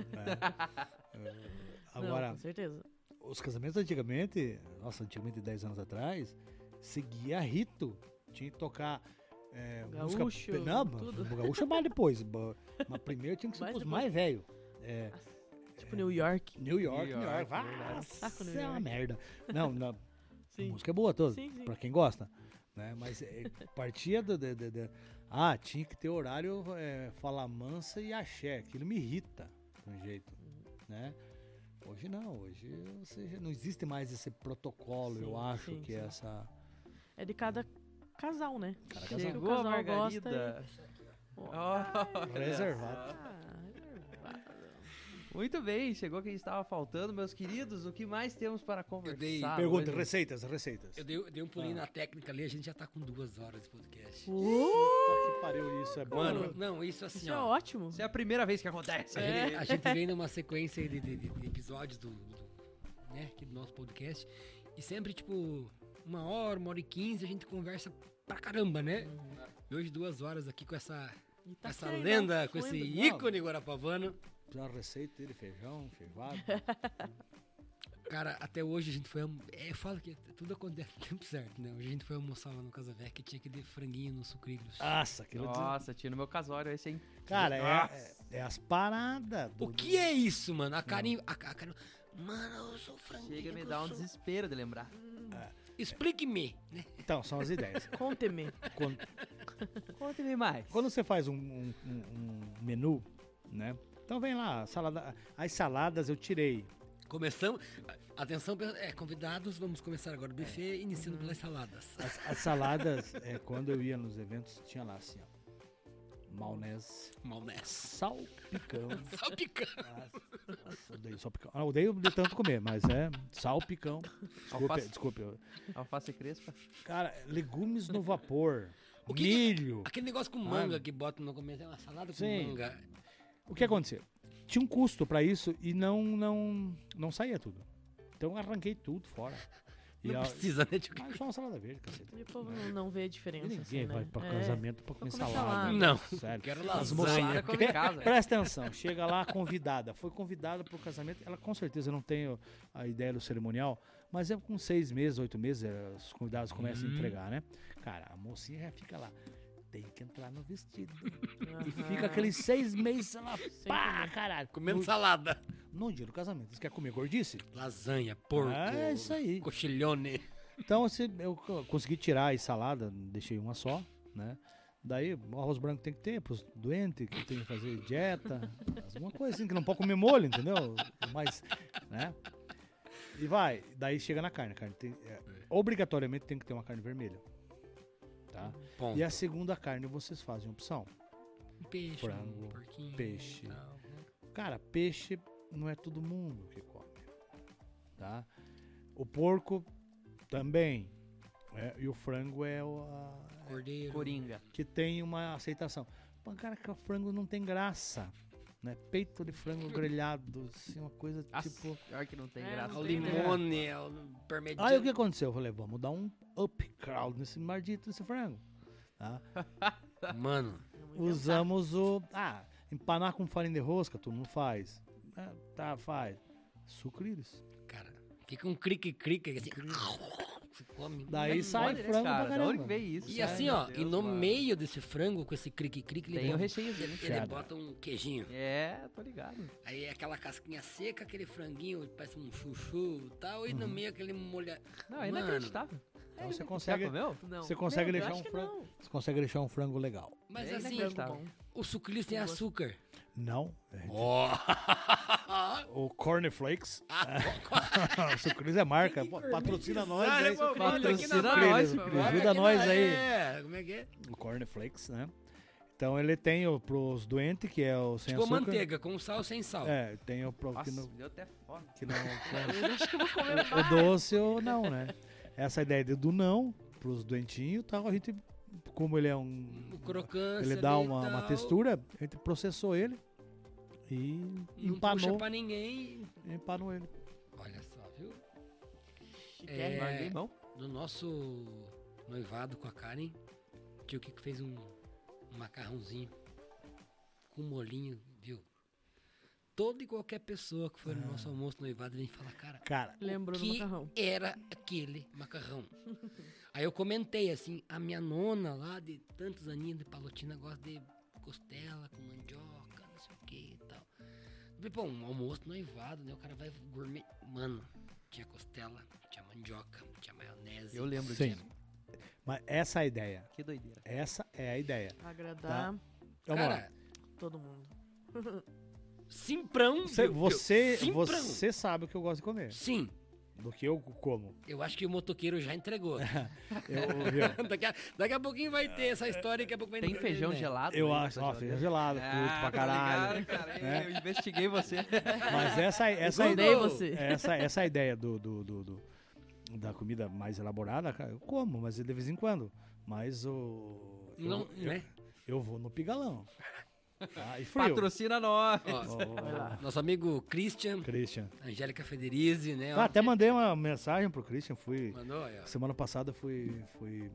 É. Agora, Não, com certeza. os casamentos antigamente, nossa, antigamente dez anos atrás, seguia rito. Tinha que tocar é, Gaúcho, música... Não, tudo. o gaúcho é mais depois. ba- Mas primeiro tinha que ser Mais os depois. mais velhos. É, Tipo, New York. New York, New New York, York. verdade. Nossa, Saco New é uma York. merda. Não, não, a Sim. música é boa toda, Sim, sim. pra quem gosta. Né? Mas é, partia do... de- de- de- ah, tinha que ter horário é, falar mansa e axé. Aquilo me irrita, de um jeito. né? Hoje não, hoje você já não existe mais esse protocolo, Sim, eu acho, sim, que sim. é essa... É de cada casal, né? Cada Se casal. o Chegou a casal gosta, margarida. Ó, Ó, Reservado. ah, reservado. Muito bem, chegou quem estava faltando, meus queridos. O que mais temos para conversar? dei- Pergunta, hoje? receitas, receitas. Eu dei, eu dei um pulinho Ah. na técnica ali, a gente já tá com duas horas de podcast. Uh, Puta que pariu, isso é bom. Mano, né? não, isso assim, isso é ó. ótimo. Isso é a primeira vez que acontece. A, gente, a gente vem numa sequência de, de- de- de episódios do, do, né, aqui do nosso podcast. E sempre, tipo, uma hora, uma hora e quinze, a gente conversa pra caramba, né? E hoje duas horas aqui com essa, E tá essa aqui, lenda, né? com esse Lenda. ícone guarapavano. Uma receita de feijão, feijado. Cara, até hoje a gente foi... almo- É, eu falo que tudo acontece no tempo certo, né? Hoje a gente foi almoçar lá no Casa Velha que tinha que ter franguinho no sucrilhos. Nossa, aquilo... de- Nossa, tinha no meu casório esse, hein? Cara, é, Nossa. é, é as paradas. O que é isso, mano? A Karen... A, a Karen... Mano, eu sou franguinho. Chega a me eu dar um sou- desespero de lembrar. Explique-me, né? Então, são as ideias. Conte-me. Quando, Conte-me mais. quando você faz um, um- um- um menu, né? Então vem lá, salada, as saladas eu tirei. Começamos. Atenção, é, convidados, vamos começar agora o buffet, iniciando pelas saladas. As, as saladas, é, quando eu ia nos eventos, tinha lá assim, ó. Maionese, Maionese. salpicão. Salpicão. Nossa, odeio salpicão. Ah, odeio de tanto comer, mas é salpicão. Desculpe, Alface. desculpe. eu- Alface crespa. Cara, legumes no vapor. O que que- milho. Aquele negócio com manga que bota no começo, é uma salada com Sim. manga. O que aconteceu? Tinha um custo pra isso e não, não, não saía tudo. Então eu arranquei tudo fora. E Não a- precisa, né, tio? Mas só uma salada verde, cacete. E o povo não, não vê a diferença. Ninguém assim, vai né? pra É. casamento pra comer comer salada. salada. Não. Sério. Quero As lasanha. mocinhas. come em casa. Presta atenção, chega lá convidada. Foi convidada pro casamento. Ela com certeza não tem o- a ideia do cerimonial, mas é com seis meses, oito meses, eh, os convidados começam a Hum. entregar, né? Cara, a mocinha já fica lá. Tem que entrar no vestido. E Aham. fica aqueles seis meses lá, Sem pá, comer. caralho. Comendo no, salada. no dia do casamento. Você quer comer gordice? Lasanha, porco. Ah, é isso aí. Cochilhone. Então assim, eu co- consegui tirar a salada, deixei uma só, né? Daí o arroz branco tem que ter pros doentes que tem que fazer dieta, alguma coisa assim, que não pode comer molho, entendeu? Mas, né? E vai, daí chega na carne. A carne tem, é, obrigatoriamente tem que ter uma carne vermelha, tá? Ponto. E a segunda carne vocês fazem opção. Um peixe, frango, um porquinho. peixe. e tal, né? Cara, peixe não é todo mundo que come, tá? O porco também, é, e o frango é o a- Cordeiro. Coringa. que tem uma aceitação. Pô, cara, que o frango não tem graça, né? Peito de frango grelhado, assim, uma coisa Nossa, tipo... pior que não tem É, graça. Ao não tem, né? limone, ao parmegiano. Aí o que aconteceu? Eu falei, vamos dar um upgrade nesse maldito desse frango, tá? Mano, Vamos Usamos o... Ah, empanar com farinha de rosca, todo mundo faz. Ah, tá, faz. Sucrilhos. cara, fica um crique-crique assim. Você come. Daí sai Olha, frango cara, pra da onde caramba. que veio isso? E Ai, assim, meu ó, Deus, e no mano. meio desse frango, com esse crique-crique, ele, Tem o bota- recheio dele. ele Cheddar. bota um queijinho. É, tô ligado. Aí é aquela casquinha seca, aquele franguinho, parece um chuchu e tal, e no Uhum. meio aquele molha. Não, é Mano, inacreditável. Então você Já consegue, comeu? Não. você consegue Meu, eu deixar acho um que frango, não. você consegue deixar um frango legal. Mas É assim, inacreditável. Bom. o sucrilhos tem Gosto. açúcar. Não. é- Ó! O Cornflakes. O Sucrilhos é marca. Pô, patrocina nós aí. Patrocina Sucrilhos, nós, Sucrilhos, vai ajuda aqui nós na- aí. É, como é que é? O Cornflakes, né? Então ele tem o pros doentes, que é o sem Tipo açúcar. manteiga, com sal ou sem sal. É, tem o pro, que Nossa, não, deu até fome. que não Eu acho que eu vou comer o mais. doce ou não, né? Essa ideia de- do não pros doentinhos, tal, a gente, como ele é um... O crocância Ele dá ali e uma, uma tal, textura, a gente processou ele e Não puxa empanou, pra ninguém. empanou ele. Olha só, viu? Chiquérrimo. É, Larguei mão. No nosso noivado com a Karen, tio Kiko fez um, um macarrãozinho com molinho, viu? Toda e qualquer pessoa que foi no nosso almoço noivado vem falar, cara, Cara, Lembrou do que macarrão. era aquele macarrão. Aí eu comentei assim, a minha nona lá de tantos aninhos de Palotina gosta de costela com mandioca, não sei o que e tal. Eu falei, pô, um almoço noivado, né? O cara vai gourmet. Mano, tinha costela, tinha mandioca, tinha maionese. Eu lembro sim. disso. Mas essa é a ideia. Que doideira. Essa é a ideia. Agradar Vamos lá. Cara, todo mundo. simprão. Você, eu- eu- você, simprão. você sabe o que eu gosto de comer. Sim, Do que eu como. eu acho que o motoqueiro já entregou. Eu, viu? daqui, a, daqui a pouquinho vai ter essa história, daqui a pouco vai Tem entrar, feijão né? gelado? eu aí acho, na ó, sua feijão geladeira? gelado, curto pra tá caralho. ligado, cara. né? Eu investiguei você. Mas essa, essa, Google. Odeio você. essa, essa ideia do, do, do- do- da comida mais elaborada, cara, eu como, mas de vez em quando. Mas o. eu- Não, eu, né? eu vou no pigalão. Tá? E frio. Patrocina nós. Ó, Ó, Vai lá. nosso amigo Christian, Christian. Angélica Federizi, né? ó. Ah, até mandei uma mensagem pro Christian, fui. Mandou, aí, ó. Semana passada eu fui, fui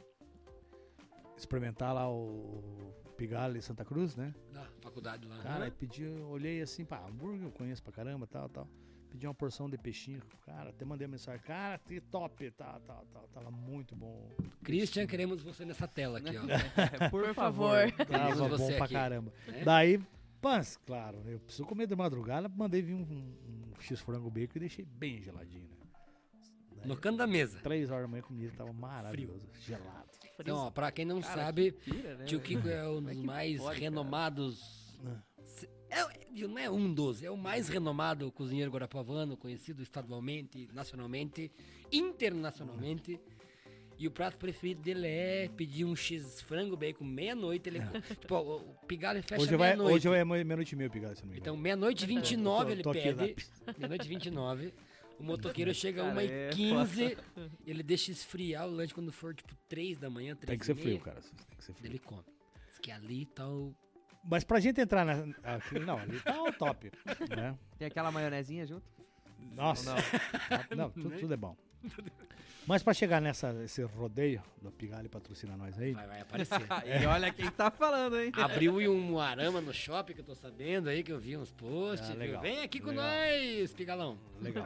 experimentar lá o Pigalle Santa Cruz, né? Da faculdade lá. Cara, aí Aham. pedi, eu olhei assim, pá, hambúrguer eu conheço pra caramba, tal, tal. Pedi uma porção de peixinho, cara, até mandei uma mensagem, cara, que top, tá, tá, tá, tava muito bom. Christian, queremos você nessa tela aqui, ó. É, por, Por favor. favor. Queremos Tava você bom pra aqui. caramba. né? Daí, pans, claro, eu preciso comer de madrugada, mandei vir um, um, um X frango bacon e deixei bem geladinho, né? Daí, No canto da mesa. Três horas da manhã comi, tava maravilhoso, gelado. Então, ó, pra quem não Cara, sabe, Pira, né? tio Kiko é um Como é dos que mais pode, cara? renomados. Se- É, não é um dos, é o mais renomado cozinheiro guarapuavano, conhecido estadualmente, nacionalmente, internacionalmente. E o prato preferido dele é pedir um X frango bacon meia-noite. Ele, tipo, ó, o Pigalle fecha Hoje, vai, meia-noite. hoje é meia-noite e meia, Pigalle, se não me engano. Então, meia-noite e vinte e nove ele Tô- tô aqui, pede. Meia-noite e vinte e nove. O motoqueiro chega Cara, uma é e quinze. Ele deixa esfriar o lanche quando for, tipo, três da manhã, três Tem que ser e meia. frio, cara. Tem que ser frio. Ele come. Diz que ali tá o... Mas pra gente entrar na. Aqui, não, ali tá o top. Né? Tem aquela maionezinha junto? Nossa. Não, tudo, tudo é bom. Mas pra chegar nessa, esse rodeio do Pigalle patrocina nós aí. Vai, vai aparecer. E olha quem tá falando, hein? Abriu um Moarama no shopping, que eu tô sabendo aí, que eu vi uns posts. Ah, viu? legal. Vem aqui com Legal. nós, Pigalão. Legal.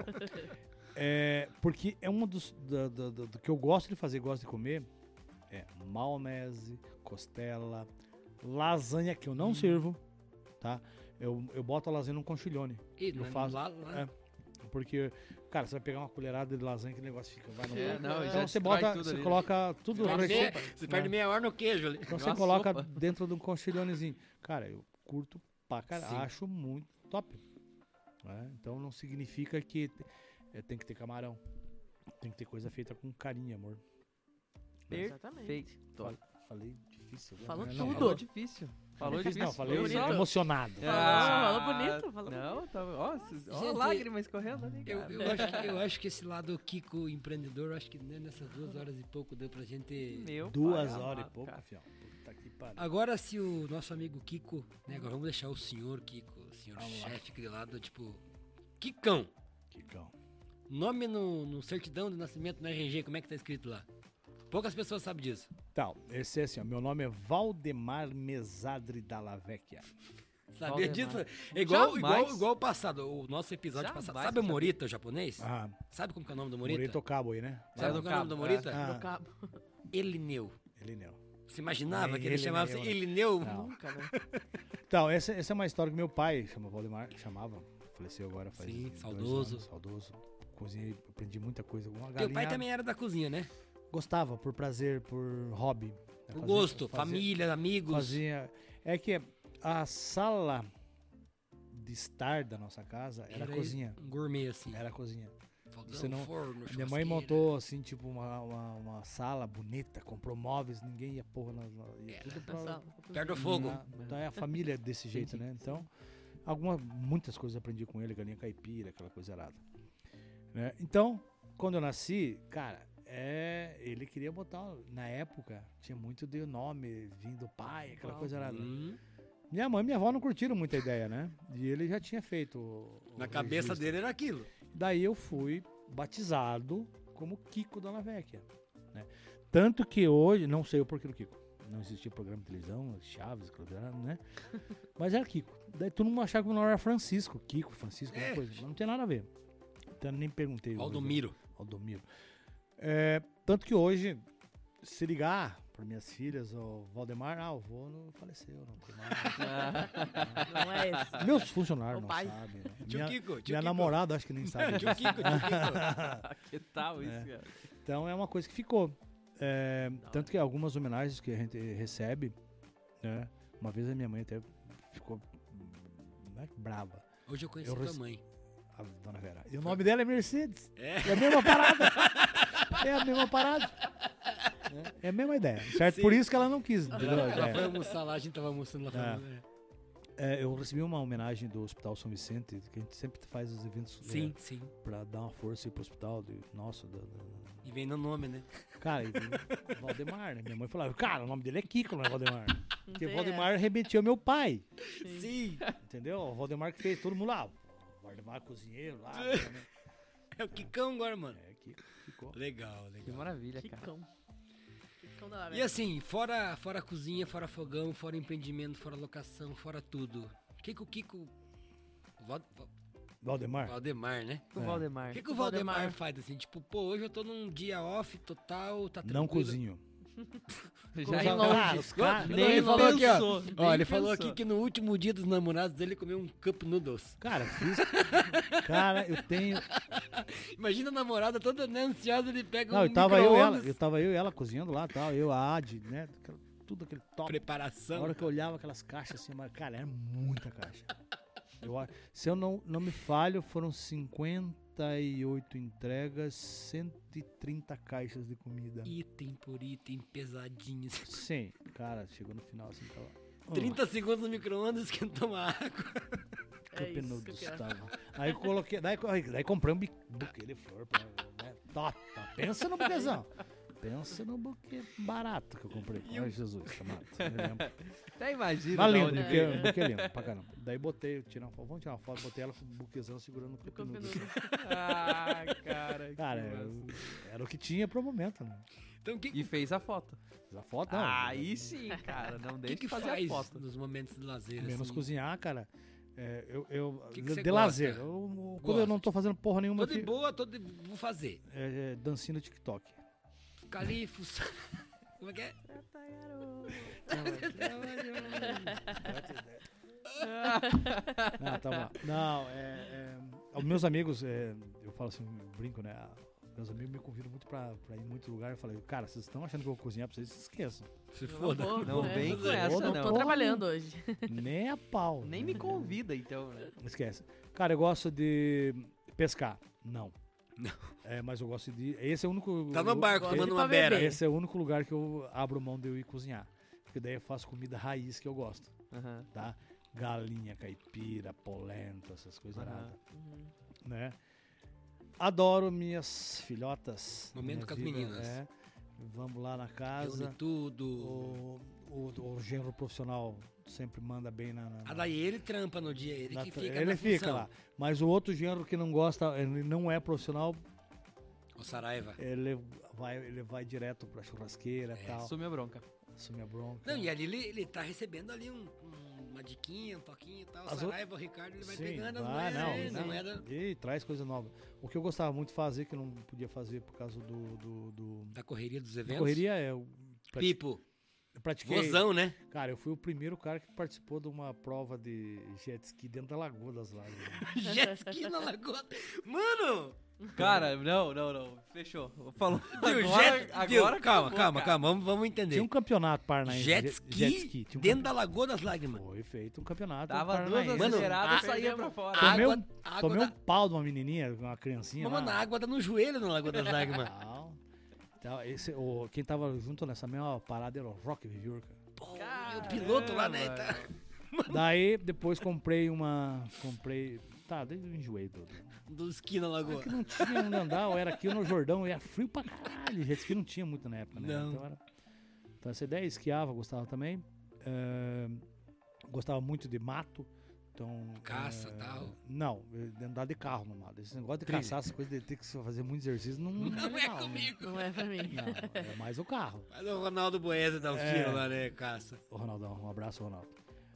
É, porque é um dos da- da- do, do que eu gosto de fazer, gosto de comer, é maionese, costela, lasanha que eu não sirvo, tá? Eu, eu boto a lasanha num conchilhone, Ih, Eu não é faço- lá, lá. é. porque, cara, você vai pegar uma colherada de lasanha que o negócio fica, vai no É, boca. não, já Então você destrói bota, tudo você ali. coloca tudo Você perde, recheio- meia, você perde meia hora no queijo ali. Então você Uma coloca sopa. dentro de um conchilhonezinho. Cara, eu curto pra caralho. Sim. Acho muito top. né? Então não significa que te- é, tem que ter camarão. Tem que ter coisa feita com carinho, amor. Exatamente. Perfeito. Fal- Falei difícil. agora, Falou né? tudo. Não, Falou difícil. Falou difícil, difícil. não, falei bonito. emocionado. Falou, Ah, falou bonito, falou Não, tá, ó, vocês- ó, Gente, lágrimas escorrendo ali, Eu, cara. eu, acho que, eu acho que esse lado Kiko empreendedor, eu acho que né, nessas duas horas e pouco deu pra gente... Meu Duas pai horas amado, e pouco, cara. fião. Puta que pariu. Agora, se o nosso amigo Kiko, né, agora vamos deixar o senhor Kiko, o senhor Vamos lá. chefe de lado, tipo, Kikão. Kikão. Nome no, no certidão de nascimento no R G, como é que tá escrito lá? Poucas pessoas sabem disso. Então, esse é assim, ó. Meu nome é Valdemar Mesadri Dalla Vecchia. Sabia Valdemar. disso? É igual, Jamais. igual, igual o passado, o nosso episódio Jamais passado. Sabe o eu Morita, o japonês? Ah, Sabe como que é o nome do Morita? Morito Cabo aí, né? Sabe É como do que é o nome do cabo, Morita? Ah. no cabo. Elineu. Ele não. Você imaginava É, que ele Elineu, chamava-se né? Elineu? Não. Nunca, né? Então, essa, essa é uma história que meu pai, chama Valdemar, chamava, faleceu agora faz Sim, dois saudoso. anos, saudoso. Cozinhei, aprendi muita coisa. Uma Teu galinha, pai também era da cozinha, né? gostava, por prazer, por hobby. Por Fazia- gosto, fazia- família, amigos. Fazia, é que a sala de estar da nossa casa era, a cozinha. Um gourmet, assim. Era a cozinha. Fogão, você não- forno, Minha mãe churrasqueira. montou, assim, tipo, uma, uma, uma sala bonita, comprou móveis, ninguém ia porra na, na, ia Era. tudo Na pra, sala. Perto do fogo. Na- então é a família desse jeito, Entendi. né? Então, alguma, muitas coisas eu aprendi com ele, galinha caipira, aquela coisa errada. Né? Então, quando eu nasci, cara, é, ele queria botar, na época, tinha muito de nome vindo do pai, aquela Uau. coisa errada. Hum, Minha mãe e minha avó não curtiram muita ideia, né? E ele já tinha feito o, o na cabeça registro. dele era aquilo. Daí eu fui batizado como Kiko Dalla Vecchia, né? Tanto que hoje, não sei o porquê do Kiko. Não existia programa de televisão, Chaves, aquilo era, né? Mas era Kiko. Daí todo mundo achava que o meu nome era Francisco. Kiko, Francisco, É. alguma coisa. Mas não tem nada a ver. Então eu nem perguntei. hoje, Valdomiro. Valdomiro. É, tanto que hoje, se ligar para minhas filhas, o Valdemar, ah, o vô não faleceu, não tem mais. Não é esse. Meus funcionários O não pai. sabem. Né? Tio Minha, Kiko, tio minha Kiko. namorada acho que nem sabe. Tio Kiko, tio Kiko. Que tal isso, É. cara? Então é uma coisa que ficou. É, tanto que algumas homenagens que a gente recebe, né? Uma vez a minha mãe até ficou né, brava. Hoje eu conheci Eu tua rece- mãe. A dona Vera. E o nome dela é Mercedes. É. É a mesma parada. É a mesma parada. É a mesma ideia, certo? Sim. Por isso que ela não quis, entendeu? Ela, ela É. foi almoçar lá, a gente tava almoçando lá. falando, é. É, eu recebi uma homenagem do Hospital São Vicente, que a gente sempre faz os eventos Sim, sim. é, pra dar uma força aí pro hospital. De, nossa, da- da- E vem no nome, né? cara, e, Valdemar, né? Minha mãe falava, cara, o nome dele é Kiko, não é Valdemar. Não Porque tem Valdemar remeteu meu pai, essa. Sim. entendeu? O Valdemar que fez todo mundo lá. O Valdemar cozinheiro lá. né? É o Kikão agora, mano. É, Kiko, ficou. Legal, Que legal. maravilha, cara. Quicão. Quicão da E Lavete. assim, fora, fora a cozinha, fora fogão, fora empreendimento, fora locação, fora tudo. O que que o Kiko... Val- Val- Valdemar? Valdemar, né? O É. Valdemar. O que, que o O Valdemar, Valdemar faz assim? Tipo, pô, hoje eu tô num dia off total, tá tranquilo. Não cozinho. Já Bem ia longe. Cara, os caras- Não, ele falou aqui, ó. nem Ó, ele falou pensou. aqui que no último dia dos namorados dele comeu um cup noodles. Cara, fiz. Cara, eu tenho. Imagina a namorada toda né, ansiosa, ele pega Não, um eu tava eu e ela, micro-ondas. eu tava eu e ela cozinhando lá, tal, eu, a Adi, né? aquela- Tudo aquele top. Na Preparação. hora que eu olhava aquelas caixas assim, mas, cara, era muita caixa. Eu, a- se eu não, não me falho, foram cinquenta e oito entregas, cento e trinta caixas de comida. Item por item, pesadinhos. Sim, cara, chegou no final assim, tava. Hum, trinta segundos no micro-ondas, esquentou uma água. É Cup isso que Noodles, eu quero. tava. Aí eu coloquei, daí, daí comprei um bi- buquê de flor pra, né? Tá, tá, pensa no buquêzão. Pensa no buquê barato que eu comprei. Ai, Jesus, amado. me lembro. Até imagina. Mas da lindo, onde buquê, veio. um buquê lindo pra caramba. Daí botei, tirar uma foto, vamos tirar uma foto, botei ela com o buquêzão segurando o Cup Cup Noodles. Noodles. Ah, cara. que Cara, massa. eu- era o que tinha pro momento, né? Então o que, E fez a foto. A foto não. Aí sim, cara. Não o que, deixa que de fazer faz a foto. nos momentos de lazer? Menos assim? cozinhar, cara. É, eu, eu, Que que de você de gosta? lazer. Eu- eu- quando eu Gosta? não tô fazendo porra nenhuma, Tô de eu fico- boa, tô de... vou fazer. é, é, dancinha no TikTok. Ficar ali, fuçar. Como é que é? Eita, garoto. Não, tá bom. Não, é, é, os meus amigos, é, eu falo assim, eu brinco, né? ah, Meus amigos me convidam muito pra, pra ir em muito lugar. Eu falei, cara, vocês estão achando que eu vou cozinhar pra vocês? Se esqueçam. Se Eu foda. vou, Não né? vem com Não essa, tô Não tô não. trabalhando hoje. Nem a pau. Nem me convida, então, né? Não esquece. Cara, eu gosto de pescar. Não. Não. É, mas eu gosto de. Esse é o único. Tá no barco Gosto tomando de uma pra beira. beber. Esse é o único lugar que eu abro mão de eu ir cozinhar. Porque daí eu faço comida raiz que eu gosto, Aham. tá? Galinha, caipira, polenta, essas coisas Aham. nada, Uhum. né? Adoro minhas filhotas. Momento minha com as vida, meninas. é. Vamos lá na Reúne casa. tudo. O, o, o genro profissional sempre manda bem na. na Ah, daí ele trampa no dia, ele na- que fica ele na fica função. lá. Mas o outro genro que não gosta, ele não é profissional, O Saraiva. ele vai, ele vai direto pra churrasqueira e É, tal. Assume a bronca. Assume a bronca. Não, e ali ele, ele tá recebendo ali um, um- uma diquinha, um toquinho e tal. O As Saraiva, o Ricardo, ele vai Sim, pegando as vai, não, manhãs, não. não é da, E traz coisa nova. O que eu gostava muito de fazer, que eu não podia fazer por causa do. do, do- da correria dos da eventos. correria, é. Eu prati- Pipo, eu pratiquei. vozão, né? Cara, eu fui o primeiro cara que participou de uma prova de jet ski dentro da Lagoa das Lágrimas. Jet ski na lagoa. Mano! Cara, não, não, não. Fechou. Falou. Viu, Agora, jet, viu? agora Calma, acabou, calma, cara. calma, vamos, vamos entender. Tinha um campeonato paranaense. jet, de- ski jet ski. Tinha um dentro campe- da Lagoa das Lágrimas. Foi feito um campeonato. Dava duas paranaense. Mano, aceleradas a- e saía pra fora. a- Tomei, água- um, água tomei da- um pau de uma menininha, uma criancinha. Mano, lá. a água tá no joelho na Lagoa das Lágrimas. Não. Então, esse, o, quem tava junto nessa mesma parada era o Rock Review, cara. Pô, e o piloto lá, né? Caramba, Tá, Daí, depois comprei uma. Comprei. Tá, daí eu enjoei do. do esqui na É lagoa. que não tinha onde andar, eu era aqui no Jordão, era frio pra caralho. Jet ski não tinha muito na época, né? Não. Então, era, então essa ideia, esquiava, gostava também. É, gostava muito de mato. Então, Caça, é, tal. Não, de andar de carro no mato. Esse negócio de Trilha. caçar, essas coisas de ter que fazer muito exercício, não, Não é legal, né? comigo. Não é pra mim. Não, é mais o carro. Mas o Ronaldo Boesa dá os É. tiros lá, né? Caça. Ô, Ronaldão, um abraço, Ronaldo.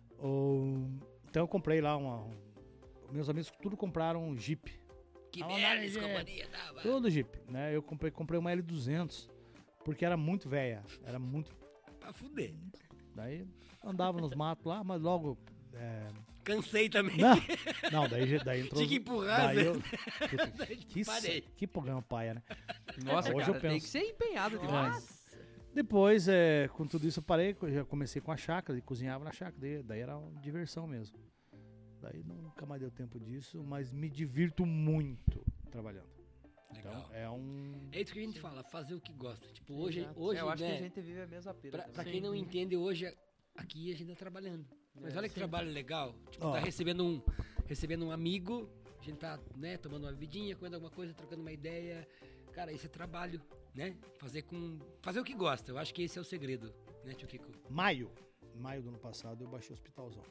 O- então eu comprei lá uma. Meus amigos tudo compraram um Jeep. Que Ah, merda, mas é- companhia dava. Todo Jeep, né? Eu comprei, comprei uma L duzentos. Porque era muito velha. Era muito. Pra fuder. Daí andava nos matos lá, mas logo. é, Cansei também. Não, não, daí, daí entrou. Tinha que empurrar, daí né? eu, puta, Daí que, parei. que programa paia, né? Nossa, Hoje cara, eu tem penso. que ser empenhado demais. Depois, é, com tudo isso, eu parei. Eu já comecei com a chácara e cozinhava na chácara. Daí, daí era uma diversão mesmo. daí nunca mais deu tempo disso, mas me divirto muito trabalhando. Legal. Então, é um... É isso que a gente fala, fazer o que gosta. Tipo, hoje, Exato. hoje É, eu acho né, que a gente vive a mesma pira. pra, também. pra Sim. quem não entende, hoje aqui a gente tá trabalhando. Mas É, olha que sim. trabalho legal. Tipo, Ó. tá recebendo um, recebendo um amigo, a gente tá, né, tomando uma vidinha, comendo alguma coisa, trocando uma ideia. Cara, isso é trabalho, né? Fazer com... Fazer o que gosta. Eu acho que esse é o segredo, né, tio Kiko? Maio, maio do ano passado, eu baixei o hospitalzão.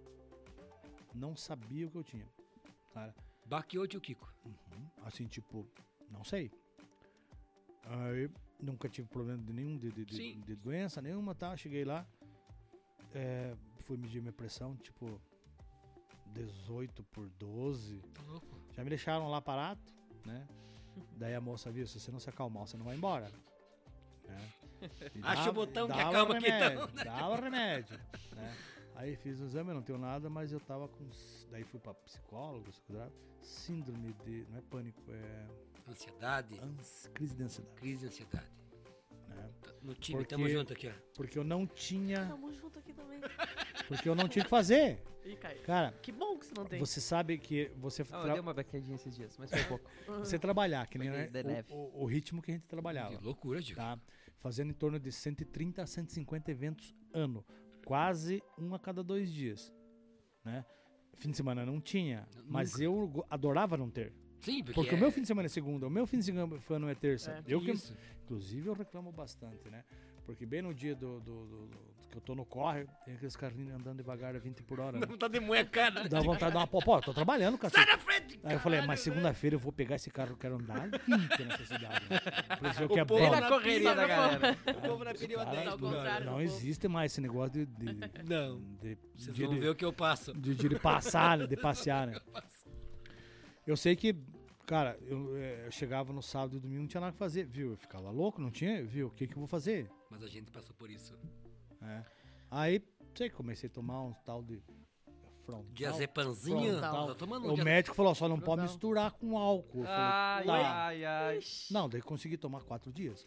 Não sabia o que eu tinha, cara. Baqueou, tio Kiko. Uhum. Assim, tipo, não sei. Aí, nunca tive problema de nenhum, de, de, de, Sim. de doença nenhuma, tá? Cheguei lá, é, fui medir minha pressão, tipo, dezoito por doze. Tá louco? Já me deixaram lá parado, né? Daí a moça viu, se você não se acalmar, você não vai embora. Né? E Acha dava- o botão que dava acalma aqui, remédio, então, né? Dava remédio, né? Aí fiz o exame, eu não tenho nada, mas eu tava com... Daí fui pra psicólogo, psicoterapeuta, síndrome de... Não é pânico, é... Ansiedade, ans- crise de ansiedade, crise de ansiedade. né? Tá no time, Porque- tamo junto aqui, ó. Porque eu não tinha... Tamo junto aqui também. Porque eu não tinha o que fazer. Ih, caiu. Cara, Que bom que você não tem. você sabe que você... Não, eu tra- dei uma bequedinha esses dias, mas foi pouco. Você trabalhar, que nem Foi né, de- de leve. o, o- o ritmo que a gente trabalhava. Que loucura, tio. Tá? Fazendo em torno de cento e trinta a cento e cinquenta eventos ano. Quase um a cada dois dias. Né? Fim de semana não tinha, Nunca. mas eu go- adorava não ter. Sim, porque, Porque é... o meu fim de semana é segunda, o meu fim de semana é terça. É, eu que, Isso. inclusive eu reclamo bastante, né? Porque bem no dia do, do- do- do- que eu tô no corre, tem aqueles carrinhos andando devagar a vinte por hora. Dá Né? vontade de moer a cara. Dá vontade de dar uma pó. Pô, eu tô trabalhando, Sai cacete. da frente, Aí eu falei, caralho, mas segunda-feira eu vou pegar esse carro, eu quero andar a vinte nessa cidade. Né? Por isso que é O povo bom. Bem na na correria pista, da né, galera. O povo na pneu a Cara, dez ao por hora. contrário. Não do povo. existe mais esse negócio de, de, Não, de, vocês de, vão ver o que eu passo. de, de, de passar, né? De passear, né? Eu sei que, cara, eu, eh, eu chegava no sábado e domingo, não tinha nada que fazer, viu? Eu ficava louco, não tinha, viu? O que que eu vou fazer? Mas a gente passou por isso. É. Aí, sei, comecei a tomar um tal de frontal. Diazepanzinho, Frontal. tá tomando O um dia- médico falou, só não pode Frontal. misturar com álcool. Eu falei, Ai, tá. ai, ai. Não, daí consegui tomar quatro dias.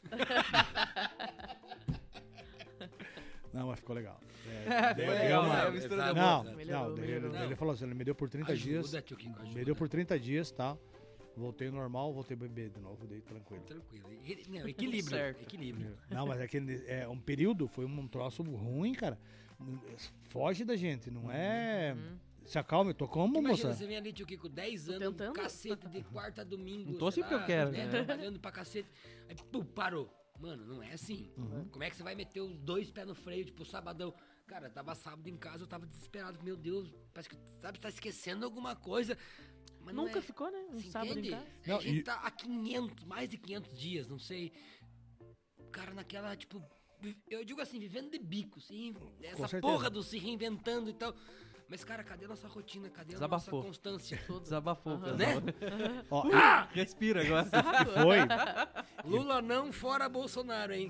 Não, mas ficou legal. É, deu- Foi deu legal, uma- né? A mistura Exato. deu Não, boa. Melhorou, não, daí melhorou. ele, ele falou assim, ele me deu por trinta dias. Ajuda, tio Kiko, ajuda. Me deu por trinta dias, tá? Voltei normal, voltei a beber de novo, daí tranquilo. Tranquilo. E- Não, equilíbrio. certo. Equilíbrio. Não, mas é que é um período, foi um troço ruim, cara. Foge da gente, não é... Uhum. Se acalme, tô como, Imagina, moça? você vem ali, tio Kiko, dez Tô anos, tentando. cacete, de quarta a domingo. Não tô sei assim porque lá, eu quero, né? né? Trabalhando pra cacete. Aí, pum, parou. Mano, não é assim. Uhum. Como é que você vai meter os dois pés no freio, tipo, sabadão? Cara, tava sábado em casa, eu tava desesperado. Meu Deus, parece que, sabe, tá esquecendo alguma coisa. Mas não Nunca é. ficou, né? Um Você sábado entende? em casa. Não, a gente e- tá há quinhentos, mais de quinhentos dias, não sei. Cara, naquela, tipo, vi- eu digo assim, vivendo de bico, sim, essa certeza. porra do se reinventando e tal. Mas, cara, cadê a nossa rotina? Cadê a Desabafou. nossa constância? Desabafou, Aham. casal. Né? Ó, Respira agora. foi. Lula não, fora Bolsonaro, hein?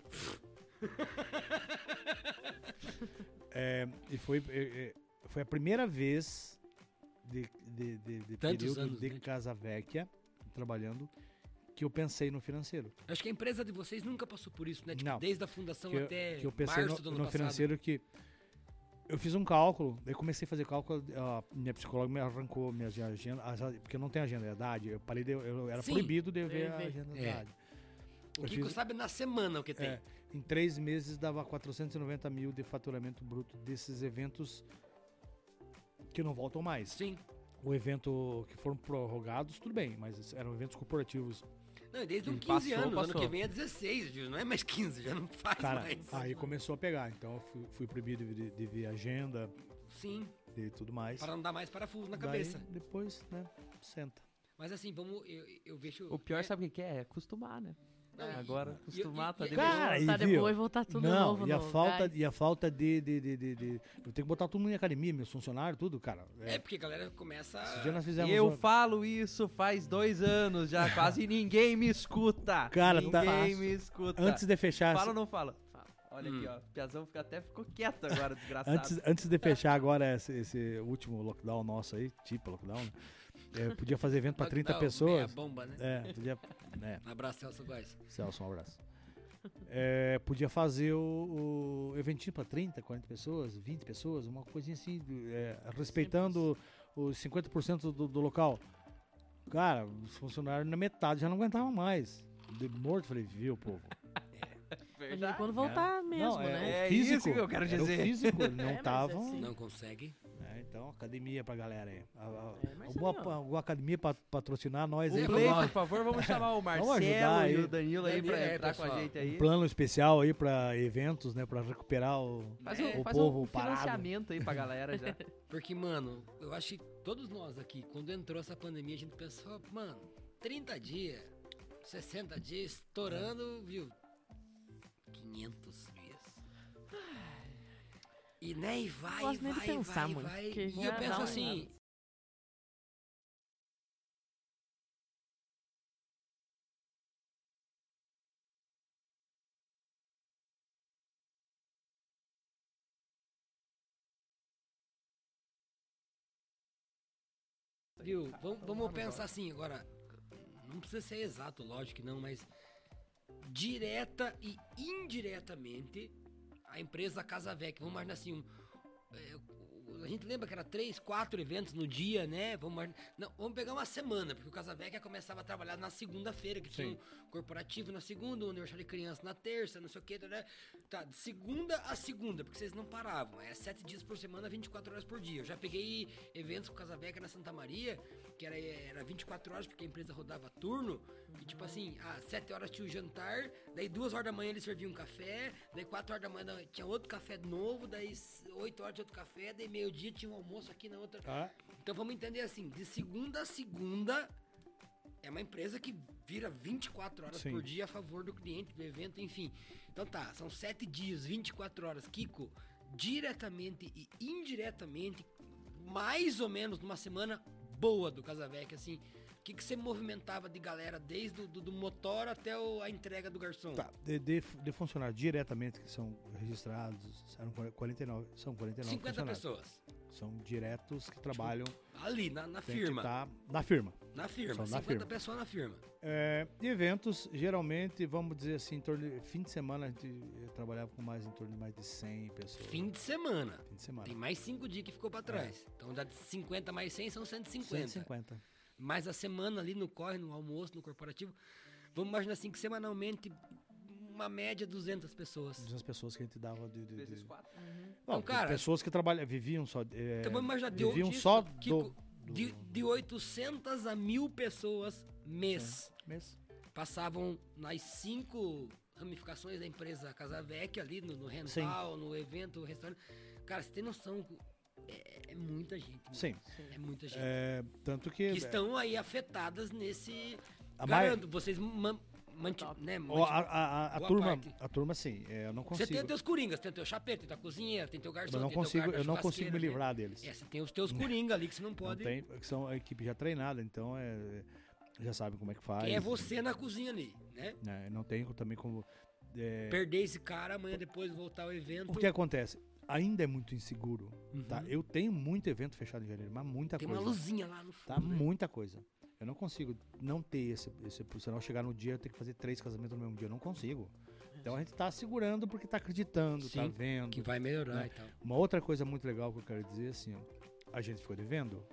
É, e foi, é, é, foi a primeira vez de, de, de, de Tantos período anos, de né? Casa Vecchia, trabalhando, que eu pensei no financeiro. Acho que a empresa de vocês nunca passou por isso, né? Tipo, Não. desde a fundação Que eu, até que eu pensei março no, do ano no passado. financeiro que eu fiz um cálculo, daí comecei a fazer cálculo, a minha psicóloga me arrancou minhas agendas, as- porque eu não tenho agenda, é idade, eu parei de, eu era Sim. proibido de ver a Ver. agenda da É. idade. O eu Kiko fiz- sabe na semana o que tem. É, em três meses dava quatrocentos e noventa mil de faturamento bruto desses eventos que não voltam mais. Sim. O evento que foram prorrogados, tudo bem, mas eram eventos corporativos. Não, e desde E uns quinze passou, anos, ano passou. que vem é dezesseis, viu? Não é mais quinze, já não faz Cara, mais. aí começou a pegar. Então eu fui, fui proibido de, de ver agenda Sim, e tudo mais. para não dar mais parafuso na Daí, cabeça. depois, né, senta. Mas assim, vamos, eu, eu vejo... O pior, né? sabe o que que é? É acostumar, né? Não, e- Agora, e- acostumar, e- tá e- de Cara, boa. e Tá de viu? boa e voltar tudo Não, novo e a no falta, gás. e a falta de, de, de, de, de- Eu tenho que botar tudo em academia, meus funcionários, tudo, cara. É, porque a galera começa... Esse dia nós fizemos. Eu um- falo isso faz dois anos já, quase ninguém me escuta. Cara, tá- ninguém me escuta. Antes de fechar. Fala ou não fala? Fala. Olha Hum. aqui, ó. O Piazão fica, até ficou quieto agora, desgraçado. Antes, antes de fechar agora esse, esse último lockdown nosso aí, tipo lockdown, né? É, podia fazer evento pra trinta Lockdown, pessoas. meia bomba, né? É, podia. É, Um abraço, Celso Góes. Celso, um abraço. é, podia fazer o, o eventinho para trinta, quarenta pessoas, vinte pessoas, uma coisinha assim, é, respeitando os cinquenta por cento do, do local. Cara, os funcionários na metade já não aguentavam mais. De morto, falei, viu, povo? Imagina quando voltar mesmo, Não, é, né? É o físico, isso que eu quero era dizer. o físico, eles não É, mas estavam. assim- Não consegue. né, então, academia pra galera aí. A- a- É, mas alguma, aí, ó. alguma academia pra patrocinar nós O aí. Play, pra por nós. favor, vamos chamar o Marcelo ajudar aí. e o Danilo aí pra Danilo, é, entrar com a pessoal. gente aí. Um plano especial aí pra eventos, né? Pra recuperar o, Faz, É, um, o faz povo um parado. financiamento aí pra galera já. Porque, mano, eu acho que todos nós aqui, quando entrou essa pandemia, a gente pensou, mano, trinta dias, sessenta dias, estourando, viu? quinhentos dias. E, né, e vai, Não gosto nem de vai, pensar, vai, mano, vai. porque E já eu dá penso uma assim, viu? Vamos, vamos pensar assim agora. Não precisa ser exato, lógico que não, mas direta e indiretamente a empresa Casavec, vamos imaginar assim, um, é, o- a gente lembra que era três, quatro eventos no dia, né? Vamos, imaginar- não, vamos pegar uma semana, porque o Casavec começava a trabalhar na segunda-feira, que tinha Sim. um corporativo na segunda, um aniversário de criança na terça, não sei o que, né? Tá, de segunda a segunda, porque vocês não paravam, é sete dias por semana, vinte e quatro horas por dia. Eu já peguei eventos com o Casavec na Santa Maria, que era, era vinte e quatro horas, porque a empresa rodava turno, que tipo assim, às sete horas tinha o jantar, daí duas horas da manhã eles serviam um café, daí quatro horas da manhã tinha outro café novo, daí oito horas de outro café, daí meio-dia tinha um almoço aqui na outra. Tá? Então vamos entender assim, de segunda a segunda é uma empresa que vira vinte e quatro horas Sim. por dia a favor do cliente, do evento, enfim. Então tá, são sete dias, vinte e quatro horas. Kiko, diretamente e indiretamente, mais ou menos numa semana boa do Casavec, assim, o que, que você movimentava de galera desde o do, do motor até o- a entrega do garçom? Tá, de, de, de funcionários diretamente que são registrados, eram quarenta e nove, são quarenta e nove cinquenta funcionários. pessoas. São diretos que trabalham Ali, na, na tem que firma. tá na firma. Na firma, Só na cinquenta firma. pessoas na firma. É, e eventos, geralmente, vamos dizer assim, em torno de, fim de semana a gente eh, trabalhava com mais em torno de mais de cem pessoas. Fim de semana. Fim de semana. Tem mais cinco dias que ficou pra trás. Então dá de cinquenta mais cem são cento e cinquenta. cento e cinquenta. Mais a semana ali no corre, no almoço, no corporativo. Vamos imaginar assim que semanalmente uma média duzentas pessoas. duzentas pessoas que a gente dava de... de, Vezes de... quatro. Não, Então, cara, pessoas que trabalham, viviam só... É, Então vamos imaginar de viviam disso, só Kiko, do... do de, de oitocentas a mil pessoas mês mês. passavam nas cinco ramificações da empresa Casavec ali, no, no rental, no evento, no restaurante. Cara, você tem noção, é, é muita gente. mano. Sim. É muita gente. É, tanto que... que estão aí afetadas nesse... A mai- Garanto, vocês man, manti, né, Ó, a, manti- a, a, a boa turma, parte. a turma, sim, é, eu não Você consigo... tem os teus coringas, tem o teu chapeiro, tem a tua cozinheira, tem teu garçom, Eu não tem teu consigo, cara da eu não consigo me churrasqueira, livrar deles. tem- É, você tem os teus coringa ali que você não Não pode... tem, que são a equipe já treinada, então é, já sabe como é que faz. Quem é você na cozinha ali, né? Né, não tem também como... é, Perder esse cara, amanhã depois voltar ao evento. o que acontece? Ainda é muito inseguro, Uhum. tá? Eu tenho muito evento fechado em janeiro, mas muita Tem coisa. uma luzinha lá no Tá, fundo, né? muita coisa. Eu não consigo não ter esse, esse senão chegar no dia eu ter que fazer três casamentos no mesmo dia, eu não consigo. Então a gente tá segurando porque tá acreditando, tá Sim, vendo. Que vai melhorar Né? e tal. Uma outra coisa muito legal que eu quero dizer assim, ó, a gente ficou devendo,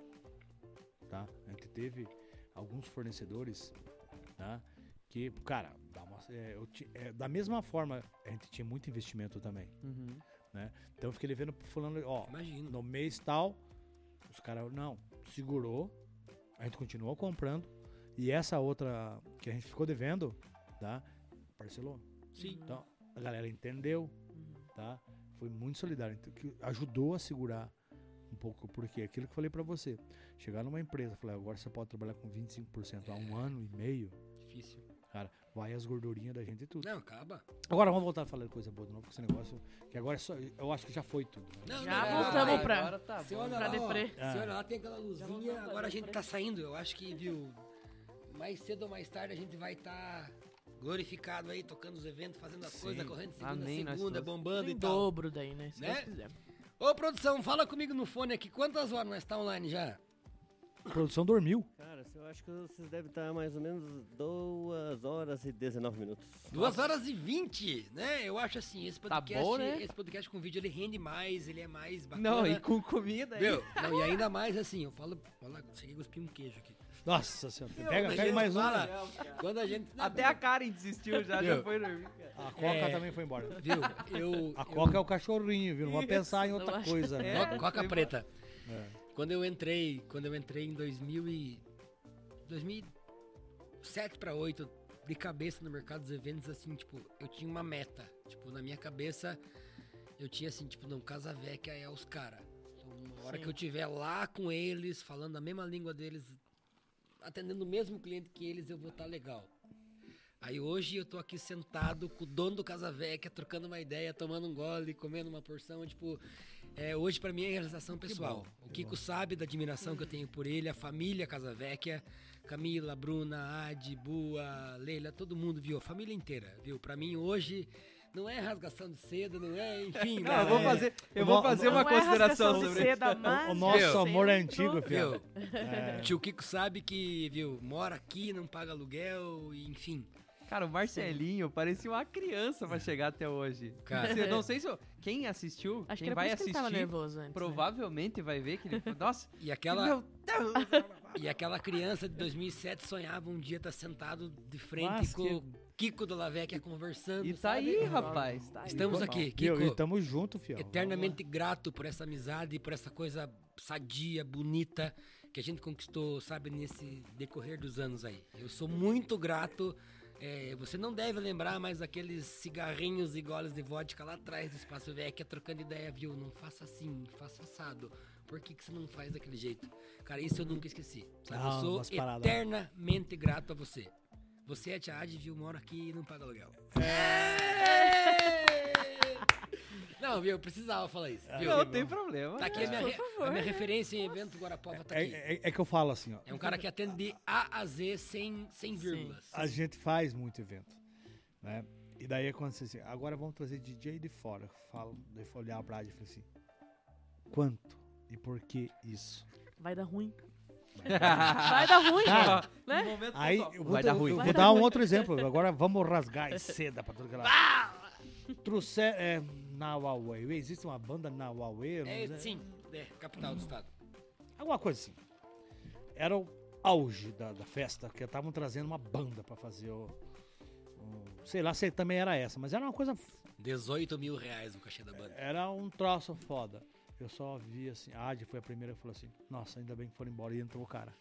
tá? A gente teve alguns fornecedores, tá? Que, cara, dá uma- é, eu ti- é, da mesma forma, a gente tinha muito investimento também, Uhum. né? Então eu fiquei devendo falando, ó, Imagino. no mês tal, os caras, não, segurou, a gente continuou comprando, e essa outra que a gente ficou devendo, tá? Parcelou. Sim. Então, a galera entendeu, tá? Foi muito solidário, então, que ajudou a segurar um pouco, porque aquilo que eu falei pra você, chegar numa empresa, falar, agora você pode trabalhar com vinte e cinco por cento há um ano e meio, Difícil. cara, vai as gordurinhas da gente e tudo. Não, acaba. Agora vamos voltar a falar de coisa boa de novo, com esse negócio, que agora é só, eu acho que já foi tudo. né? Não, Já não, voltamos não, pra- Agora tá Você bom. olha Pra lá, ó, deprê. você Ah. olha lá, tem aquela voltamos luzinha, pra agora a gente deprê. tá saindo. Eu acho que, viu, mais cedo ou mais tarde a gente vai estar glorificado aí, tocando os eventos, fazendo as Sim. coisas, correndo segunda Amém, a nós segunda, todos. bombando Em e tal. dobro daí, né? Se Né? Deus quiser. Ô, produção, fala comigo no fone aqui, quantas horas nós tá online já? A produção dormiu. Cara, eu acho que vocês devem estar mais ou menos duas horas e dezenove minutos. Duas horas e vinte, né? Eu acho assim, esse Tá podcast, bom, né? esse podcast com vídeo, ele rende mais, ele é mais bacana. Não, e com comida aí. Meu, não, e ainda mais assim, eu falo, olha, cheguei a cuspir um queijo aqui. Nossa senhora. Pega, Quando a pega gente mais um. fala, Quando a gente... Até a Karen desistiu já, Meu. já foi dormir, cara. A Coca É. também foi embora. Viu? Eu... A eu- Coca é o cachorrinho, viu? Não vai pensar em outra eu acho- coisa. É. né? Co- Coca foi preta. É. Quando eu entrei, quando eu entrei em dois mil e dois mil e sete para oito, de cabeça no mercado dos eventos, assim, tipo, eu tinha uma meta. Tipo, na minha cabeça, eu tinha assim, tipo, não, Casa Vecchia é os caras. Então, uma hora Sim. que eu estiver lá com eles, falando a mesma língua deles, atendendo o mesmo cliente que eles, eu vou estar legal. Aí hoje eu tô aqui sentado com o dono do Casa Vecchia, trocando uma ideia, tomando um gole, comendo uma porção, tipo... É, hoje pra mim é realização pessoal. bom, O que Kiko bom. sabe da admiração que eu tenho por ele, a família Casa Vecchia, Camila, Bruna, Adi, Bua, Leila, todo mundo, viu? A família inteira, viu? Pra mim hoje não é rasgação de seda, não é, enfim, Não, mas eu vou é- fazer, eu O vou no- fazer Não uma é consideração rasgação de sobre seda, isso. mas O nosso Viu? amor é Sempre antigo, filho. Viu? É. O tio Kiko sabe que, viu, mora aqui, não paga aluguel, e, enfim. Cara, o Marcelinho parecia uma criança pra chegar até hoje. Cara. Você- não sei se... eu- Quem assistiu, Acho que quem era por vai isso que ele tava assistir, nervoso antes. né? provavelmente vai ver que ele... Nossa, E aquela, meu Deus! e aquela criança de dois mil e sete sonhava um dia estar sentado de frente Mas com que- o Kiko do Lavecchia conversando, E tá sabe? aí, rapaz. Tá aí. Estamos aqui, Viu? Kiko. E tamo junto, fiel. Eternamente grato por essa amizade, por essa coisa sadia, bonita que a gente conquistou, sabe, nesse decorrer dos anos aí. Eu sou muito grato. É, você não deve lembrar mais daqueles cigarrinhos e goles de vodka lá atrás do Espaço Vecchia, trocando ideia, viu? Não faça assim, faça assado. Por que, que você não faz daquele jeito? Cara, isso eu nunca esqueci. Sabe? Ah, eu sou umas paradas. eternamente grato a você. Você é a Tia Adi, viu? Mora aqui e não paga aluguel. Não, viu? Eu precisava falar isso. Viu? Não tem problema. Tá aqui a minha, re- a minha referência em evento Guarapova, tá É, aqui. é- é que eu falo assim, ó. É um cara que atende de A a Z sem, sem vírgulas. A gente faz muito evento, né? E daí acontece assim, agora vamos trazer D J de fora. Eu falo, daí eu olhar pra Adi e falei assim, quanto e por que isso? Vai dar ruim. Vai dar ruim, Cara, né? No momento Aí pessoal, eu vou, vai dar dar ruim. eu Vai vou dar dar um ruim. outro exemplo. Agora vamos rasgar as seda pra tudo que ela. Trouxe é, na Huawei. Existe uma banda na Huawei? É, sim, é, capital do estado. Alguma coisa assim. Era o auge da, da festa, que estavam trazendo uma banda pra fazer o, o- sei lá se também era essa, mas era uma coisa. dezoito mil reais o cachê da banda. Era um troço foda. Eu só vi assim, a Adi foi a primeira que falou assim, nossa, ainda bem que foram embora e entrou o cara.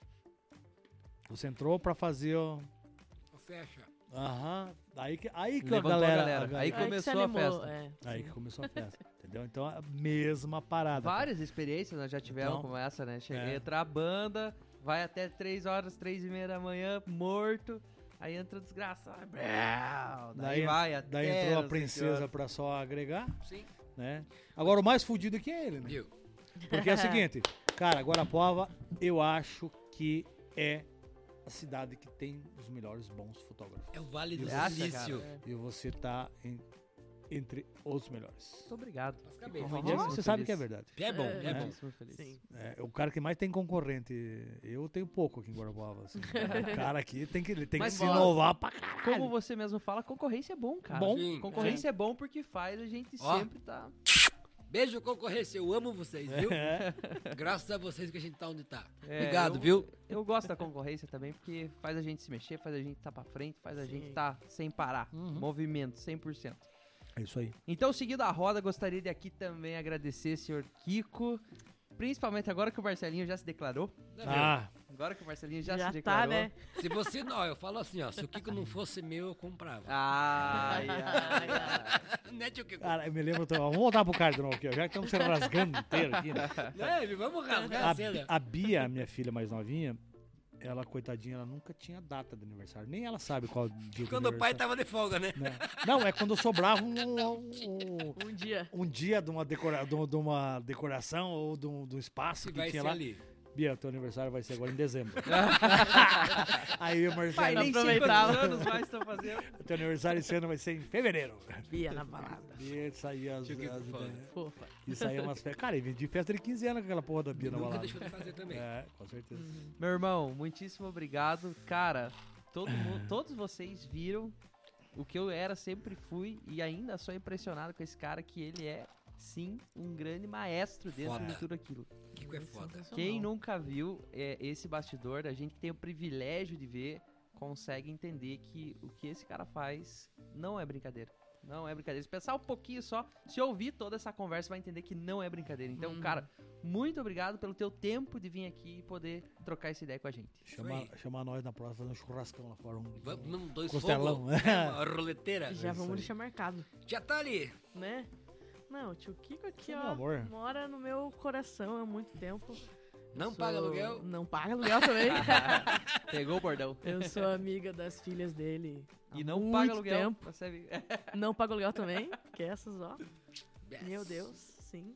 Você entrou pra fazer o. Fecha. Aham. Aí que, aí que a Levantou a galera. galera. a galera- Aí Aí que começou se a animou, festa. é, Aí sim. que começou a festa. Entendeu? Então a mesma parada. Várias experiências nós já tivemos Então, como essa, né? Chega, é. entra a banda, vai até três horas, três e meia da manhã, morto. Aí entra o desgraçado. Brau, Daí, Daí, vai até. daí entrou a não sei que princesa hora. pra só agregar, Sim, né? Agora o mais fudido aqui é ele, né? viu? Porque é o seguinte, cara, Guarapova, eu acho que é a cidade que tem os melhores bons fotógrafos. É o Vale do Você acha, Silício. cara? E você tá em- entre os melhores. Muito obrigado. Mas cabeça. Fico Você muitíssimo sabe feliz. que é verdade. É bom, é, É. bom. Muitíssimo feliz. Sim. É, o cara que mais tem concorrente, eu tenho pouco aqui em Guarapova. Assim. O cara aqui tem que, ele tem que Mas se bora. inovar pra caralho. Como você mesmo fala, concorrência é bom, cara. Bom. Sim. Concorrência é bom porque faz a gente Ó. sempre tá. Beijo, concorrência. Eu amo vocês, viu? É. Graças a vocês que a gente tá onde tá. É, Obrigado, eu- viu? Eu gosto da concorrência também porque faz a gente se mexer, faz a gente tá pra frente, faz a Sim. gente tá sem parar. Uhum. Movimento, cem por cento. É isso aí. Então, seguindo a roda, gostaria de aqui também agradecer, senhor Kiko. Principalmente agora que o Marcelinho já se declarou. Né, Ah, Agora que o Marcelinho já, Já, se tá, declarou. né? Se você não, eu falo assim, ó, se o Kiko não fosse meu, eu comprava. Ai, ai, ai. Né, tio Kiko? cara, eu me lembro. Vamos voltar pro card de novo aqui, ó. Já que estamos se rasgando inteiro aqui, né? Né, vamos rasgar a A, cena. a Bia, minha filha mais novinha, ela, coitadinha, ela nunca tinha data de aniversário. Nem ela sabe qual dia do Quando o pai aniversário. tava de folga, né? Né? Não, é quando sobrava um, um, Um dia. um dia de uma, decora, de uma- de uma decoração ou de um, de um espaço Se que vai tinha ser lá. ali. Bia, teu aniversário vai ser agora em dezembro. Aí o Pai, Marcelo, nem sei quantos aproveitava. anos mais estão fazendo. teu aniversário esse ano vai ser em fevereiro. Bia na balada. Bia saía as, Tio Kiko as foda. ideias. Fofa. Isso aí é umas festas. Cara, eu vendi festa de quinze anos com aquela porra da Bia na Nunca balada. deixou de fazer também. É, com certeza. Meu irmão, muitíssimo obrigado. Cara, todo mundo, todos vocês viram o que eu era, sempre fui e ainda sou impressionado com esse cara, que ele é, sim, um grande maestro dentro Foda. de tudo aquilo. Kiko é foda. Quem nunca viu é, esse bastidor, a gente que tem o privilégio de ver, consegue entender que o que esse cara faz não é brincadeira. Não é brincadeira. Se pensar um pouquinho só, se ouvir toda essa conversa, vai entender que não é brincadeira. Então, Uhum. cara, muito obrigado pelo teu tempo de vir aqui e poder trocar essa ideia com a gente. Chama, aí. chama nós na próxima, fazer um churrascão lá fora. Um, Vamos, não, dois Costelão. fogos, né? Uma roleteira. Já isso vamos aí. deixar marcado, Já tá ali. né? Não, o tio Kiko aqui, Meu ó, amor. mora no meu coração há muito tempo. Não Sou- paga aluguel. Não paga aluguel também. Pegou o bordão. Eu sou amiga das filhas dele há E não muito paga aluguel. tempo. Pra você ver. Não paga aluguel também, que essas, ó. Yes. Meu Deus, sim.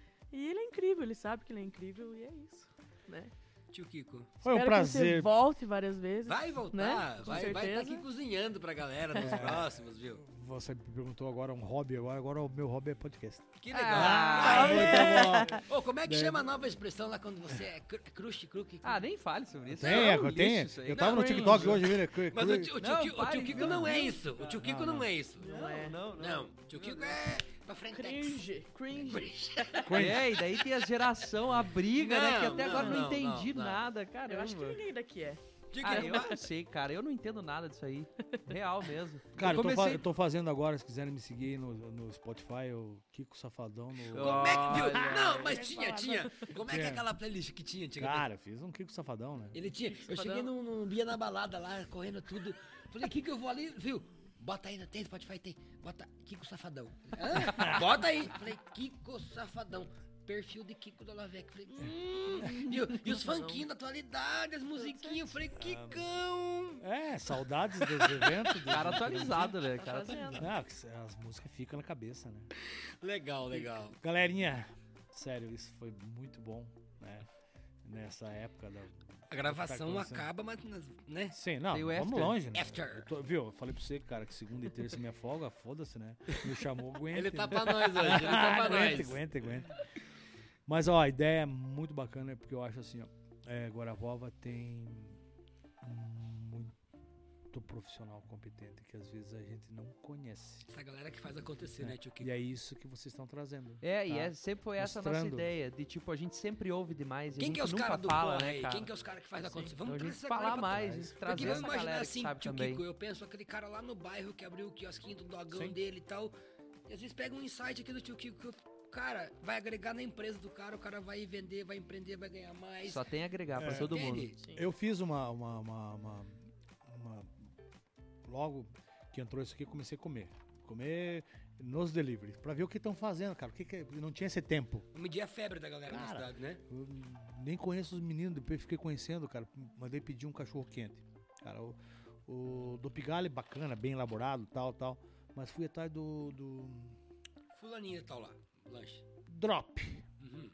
E ele é incrível, ele sabe que ele é incrível e é isso, né? Tio Kiko. Foi um Espero que você prazer. volte várias vezes. Vai voltar. Né? Com Vai estar vai tá certeza. aqui cozinhando pra galera nos próximos, viu? Você me perguntou agora um hobby, agora, agora o meu hobby é podcast. Que legal. Ah, Aí. muito bom. Ô, como é que Daí- chama a nova expressão lá quando você é cru- crush, cruque? Ah, nem fale sobre isso. Tem, É é, um tem. lixo isso aí. Eu tava no Não, TikTok cringe. hoje, viu? Cru- Mas cru- o tio, o tio Não, Kiko, o pare, tio Kiko não, não é não. isso. O tio Kiko não, não é isso. Não é. Não, não. Não, o tio Kiko é pra frente. Cringe, cringe. É, e daí tem a geração, a briga, né? Que Não, até não, agora eu não, não, entendi não, não. nada, cara. Eu acho que ninguém daqui é. Tio Ah, Kiko, eu ba- não sei, cara. Eu não entendo nada disso aí. Real mesmo. Cara, eu, tô fa- comecei- eu tô fazendo agora, se quiserem me seguir aí no, no Spotify, o Kiko Safadão. No... Como é que viu? Olha. Não, mas tinha, tinha. Como é que é É. aquela playlist que tinha antigamente? Cara, eu fiz um Kiko Safadão, né? Ele tinha. Eu Safadão. cheguei num, num dia na balada lá, correndo tudo. Falei, Kiko, eu vou ali, viu? Bota aí, tem Spotify, tem. Bota Kiko Safadão. Hã? Bota aí. Falei, Kiko Safadão. Perfil de Kiko da Lavec. Falei, hum. E, o- e os funkinhos da atualidade, as musiquinhas. Falei, Kikão. É, saudades dos eventos. do- Cara atualizado, né? Tá Cara fazendo. Não, que as músicas ficam na cabeça, né? Legal, legal. Galerinha, sério, isso foi muito bom, né? Nessa época da... A gravação Tá acontecendo. acaba, mas, né? Sim, não, Tem o vamos after. longe, né? After. Eu tô- viu, eu falei pra você, cara, que segunda e terça é minha folga, foda-se, né? Me chamou, aguenta. Ele tá pra nós hoje, ele tá pra aguenta, nós. aguenta, aguenta. Mas, ó, a ideia é muito bacana, porque eu acho assim, ó, é, Guarapuava tem muito profissional competente, que às vezes a gente não conhece. Essa galera que faz acontecer, né, tio E Kiko? é isso que vocês estão trazendo. É, e tá? é, sempre foi essa a nossa Mostrando. ideia. De tipo, a gente sempre ouve demais. E a Quem gente que é os nunca caras do fala, corre né, aí? cara? Quem que é os caras que faz acontecer? Então Vamos a trazer gente essa galera falar pra mais, trás. e Porque trazer vamos essa imaginar galera que assim, sabe tio também. Kiko, eu penso aquele cara lá no bairro que abriu o quiosquinho do dogão Sim. dele e tal. E às vezes pega um insight aqui do tio Kiko que eu, cara, vai agregar na empresa do cara, o cara vai vender, vai empreender, vai ganhar mais. Só tem a agregar pra É. todo mundo. Entende? Sim. Eu fiz uma, uma, uma, uma- uma- Logo que entrou isso aqui, eu comecei a comer. Comer nos deliveries, pra ver o que estão fazendo, cara. O que que- não tinha esse tempo. Vou medir a febre da galera da Cara, cidade, né? Eu nem conheço os meninos, depois fiquei conhecendo, cara. Mandei pedir um cachorro quente. Cara, o, o do Pigalle, bacana, bem elaborado, tal, tal. Mas fui atrás do, do Fulaninha tal lá, lanche. Drop, Uhum.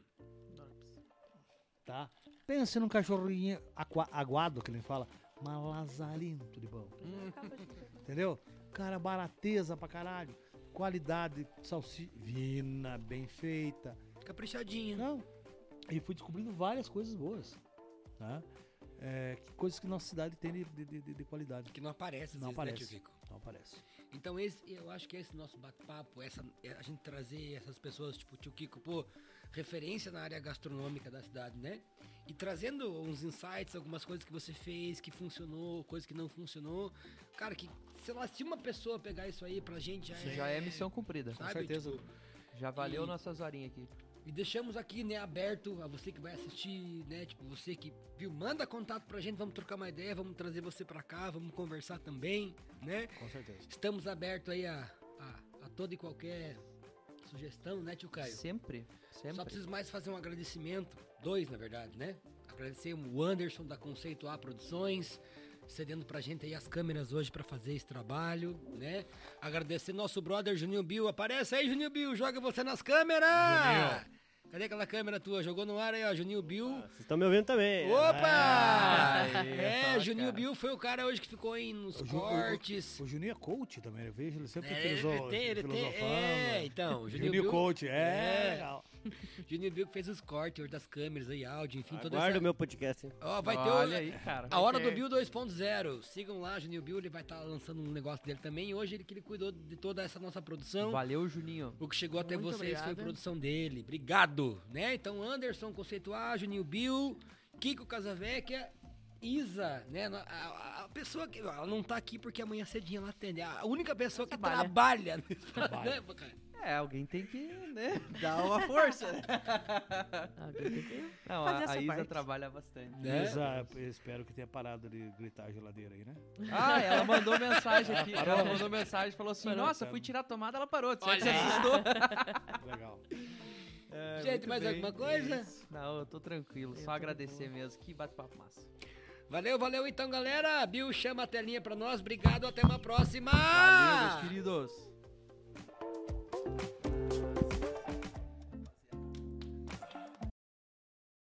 tá? Pensa num cachorrinho aqua- aguado, que ele fala, mas lazarinto de bom. Entendeu? Cara, barateza pra caralho. Qualidade, salsicha, vina, bem feita. Caprichadinho. Não. E fui descobrindo várias coisas boas. Tá? É, que coisas que nossa cidade tem de, de, de- de qualidade. Que não aparece às Não vezes, né, aparece. tio Kiko? Não aparece. Então esse, eu acho que esse nosso bate-papo, essa, é a gente trazer essas pessoas, tipo o tio Kiko, pô, referência na área gastronômica da cidade, né? E trazendo uns insights, algumas coisas que você fez, que funcionou, coisas que não funcionou. Cara, que, sei lá, se uma pessoa pegar isso aí pra gente, já Isso é... já é missão cumprida. sabe? certeza. Tipo, Já valeu E- nossas horinhas aqui. e deixamos aqui, né, aberto a você que vai assistir, né, tipo, você que viu, manda contato pra gente, vamos trocar uma ideia, vamos trazer você pra cá, vamos conversar também, né? Com certeza. Estamos abertos aí a, a, a toda e qualquer sugestão, né, tio Caio? Sempre, Só sempre. preciso mais fazer um agradecimento, dois na verdade, né? Agradecer o Anderson da Conceito A Produções, cedendo pra gente aí as câmeras hoje pra fazer esse trabalho, né? Agradecer nosso brother Juninho Bill, aparece aí Juninho Bill, joga você nas câmeras! Cadê aquela câmera tua? Jogou no ar aí, ó, Juninho Bill. Ah, vocês estão me ouvindo também. Opa! Aí, é, fala, Juninho cara. Bill foi o cara hoje que ficou aí nos O Ju- o- cortes. O Juninho é coach também, eu vejo ele sempre É, filoso- ele tem, ele tem, filosofando. é, então, o Juninho, Juninho Bill, coach, é, é. legal. Juninho Bill que fez os cortes hoje das câmeras aí, áudio, enfim, toda Aguarda essa... o meu podcast, hein? Ó, vai ter Olha o... aí, cara. A Hora Vai do ter. Bill dois ponto zero. Sigam lá, Juninho Bill, ele vai estar lançando um negócio dele também. E hoje ele que ele cuidou de toda essa nossa produção. Valeu, Juninho. O que chegou até Muito vocês foi obrigada. produção dele. Obrigado, né? Então, Anderson Conceituar, Juninho Bill, Kiko Casavecchia, Isa, né? A, a- a pessoa que... Ela não tá aqui porque amanhã cedinho ela atende. A única pessoa que Trabalha. trabalha nesse programa, cara. É, alguém tem que, né, dar uma força. Alguém tem que Não, fazer a, essa a Isa parte. trabalha bastante. Né? Isa, eu espero que tenha parado de gritar a geladeira aí, né? Ah, ela mandou mensagem aqui. Parou. Ela mandou mensagem, falou assim, Parou. nossa, fui tirar a tomada, ela parou. Será que Olha você aí. assustou? Legal. É, Gente, muito mais bem. alguma coisa? É isso. Não, eu tô tranquilo. Eu Só tô agradecer de boa. mesmo. Que bate-papo massa. Valeu, valeu então, galera. Bill, chama a telinha pra nós. Obrigado, até uma próxima. Valeu, meus queridos.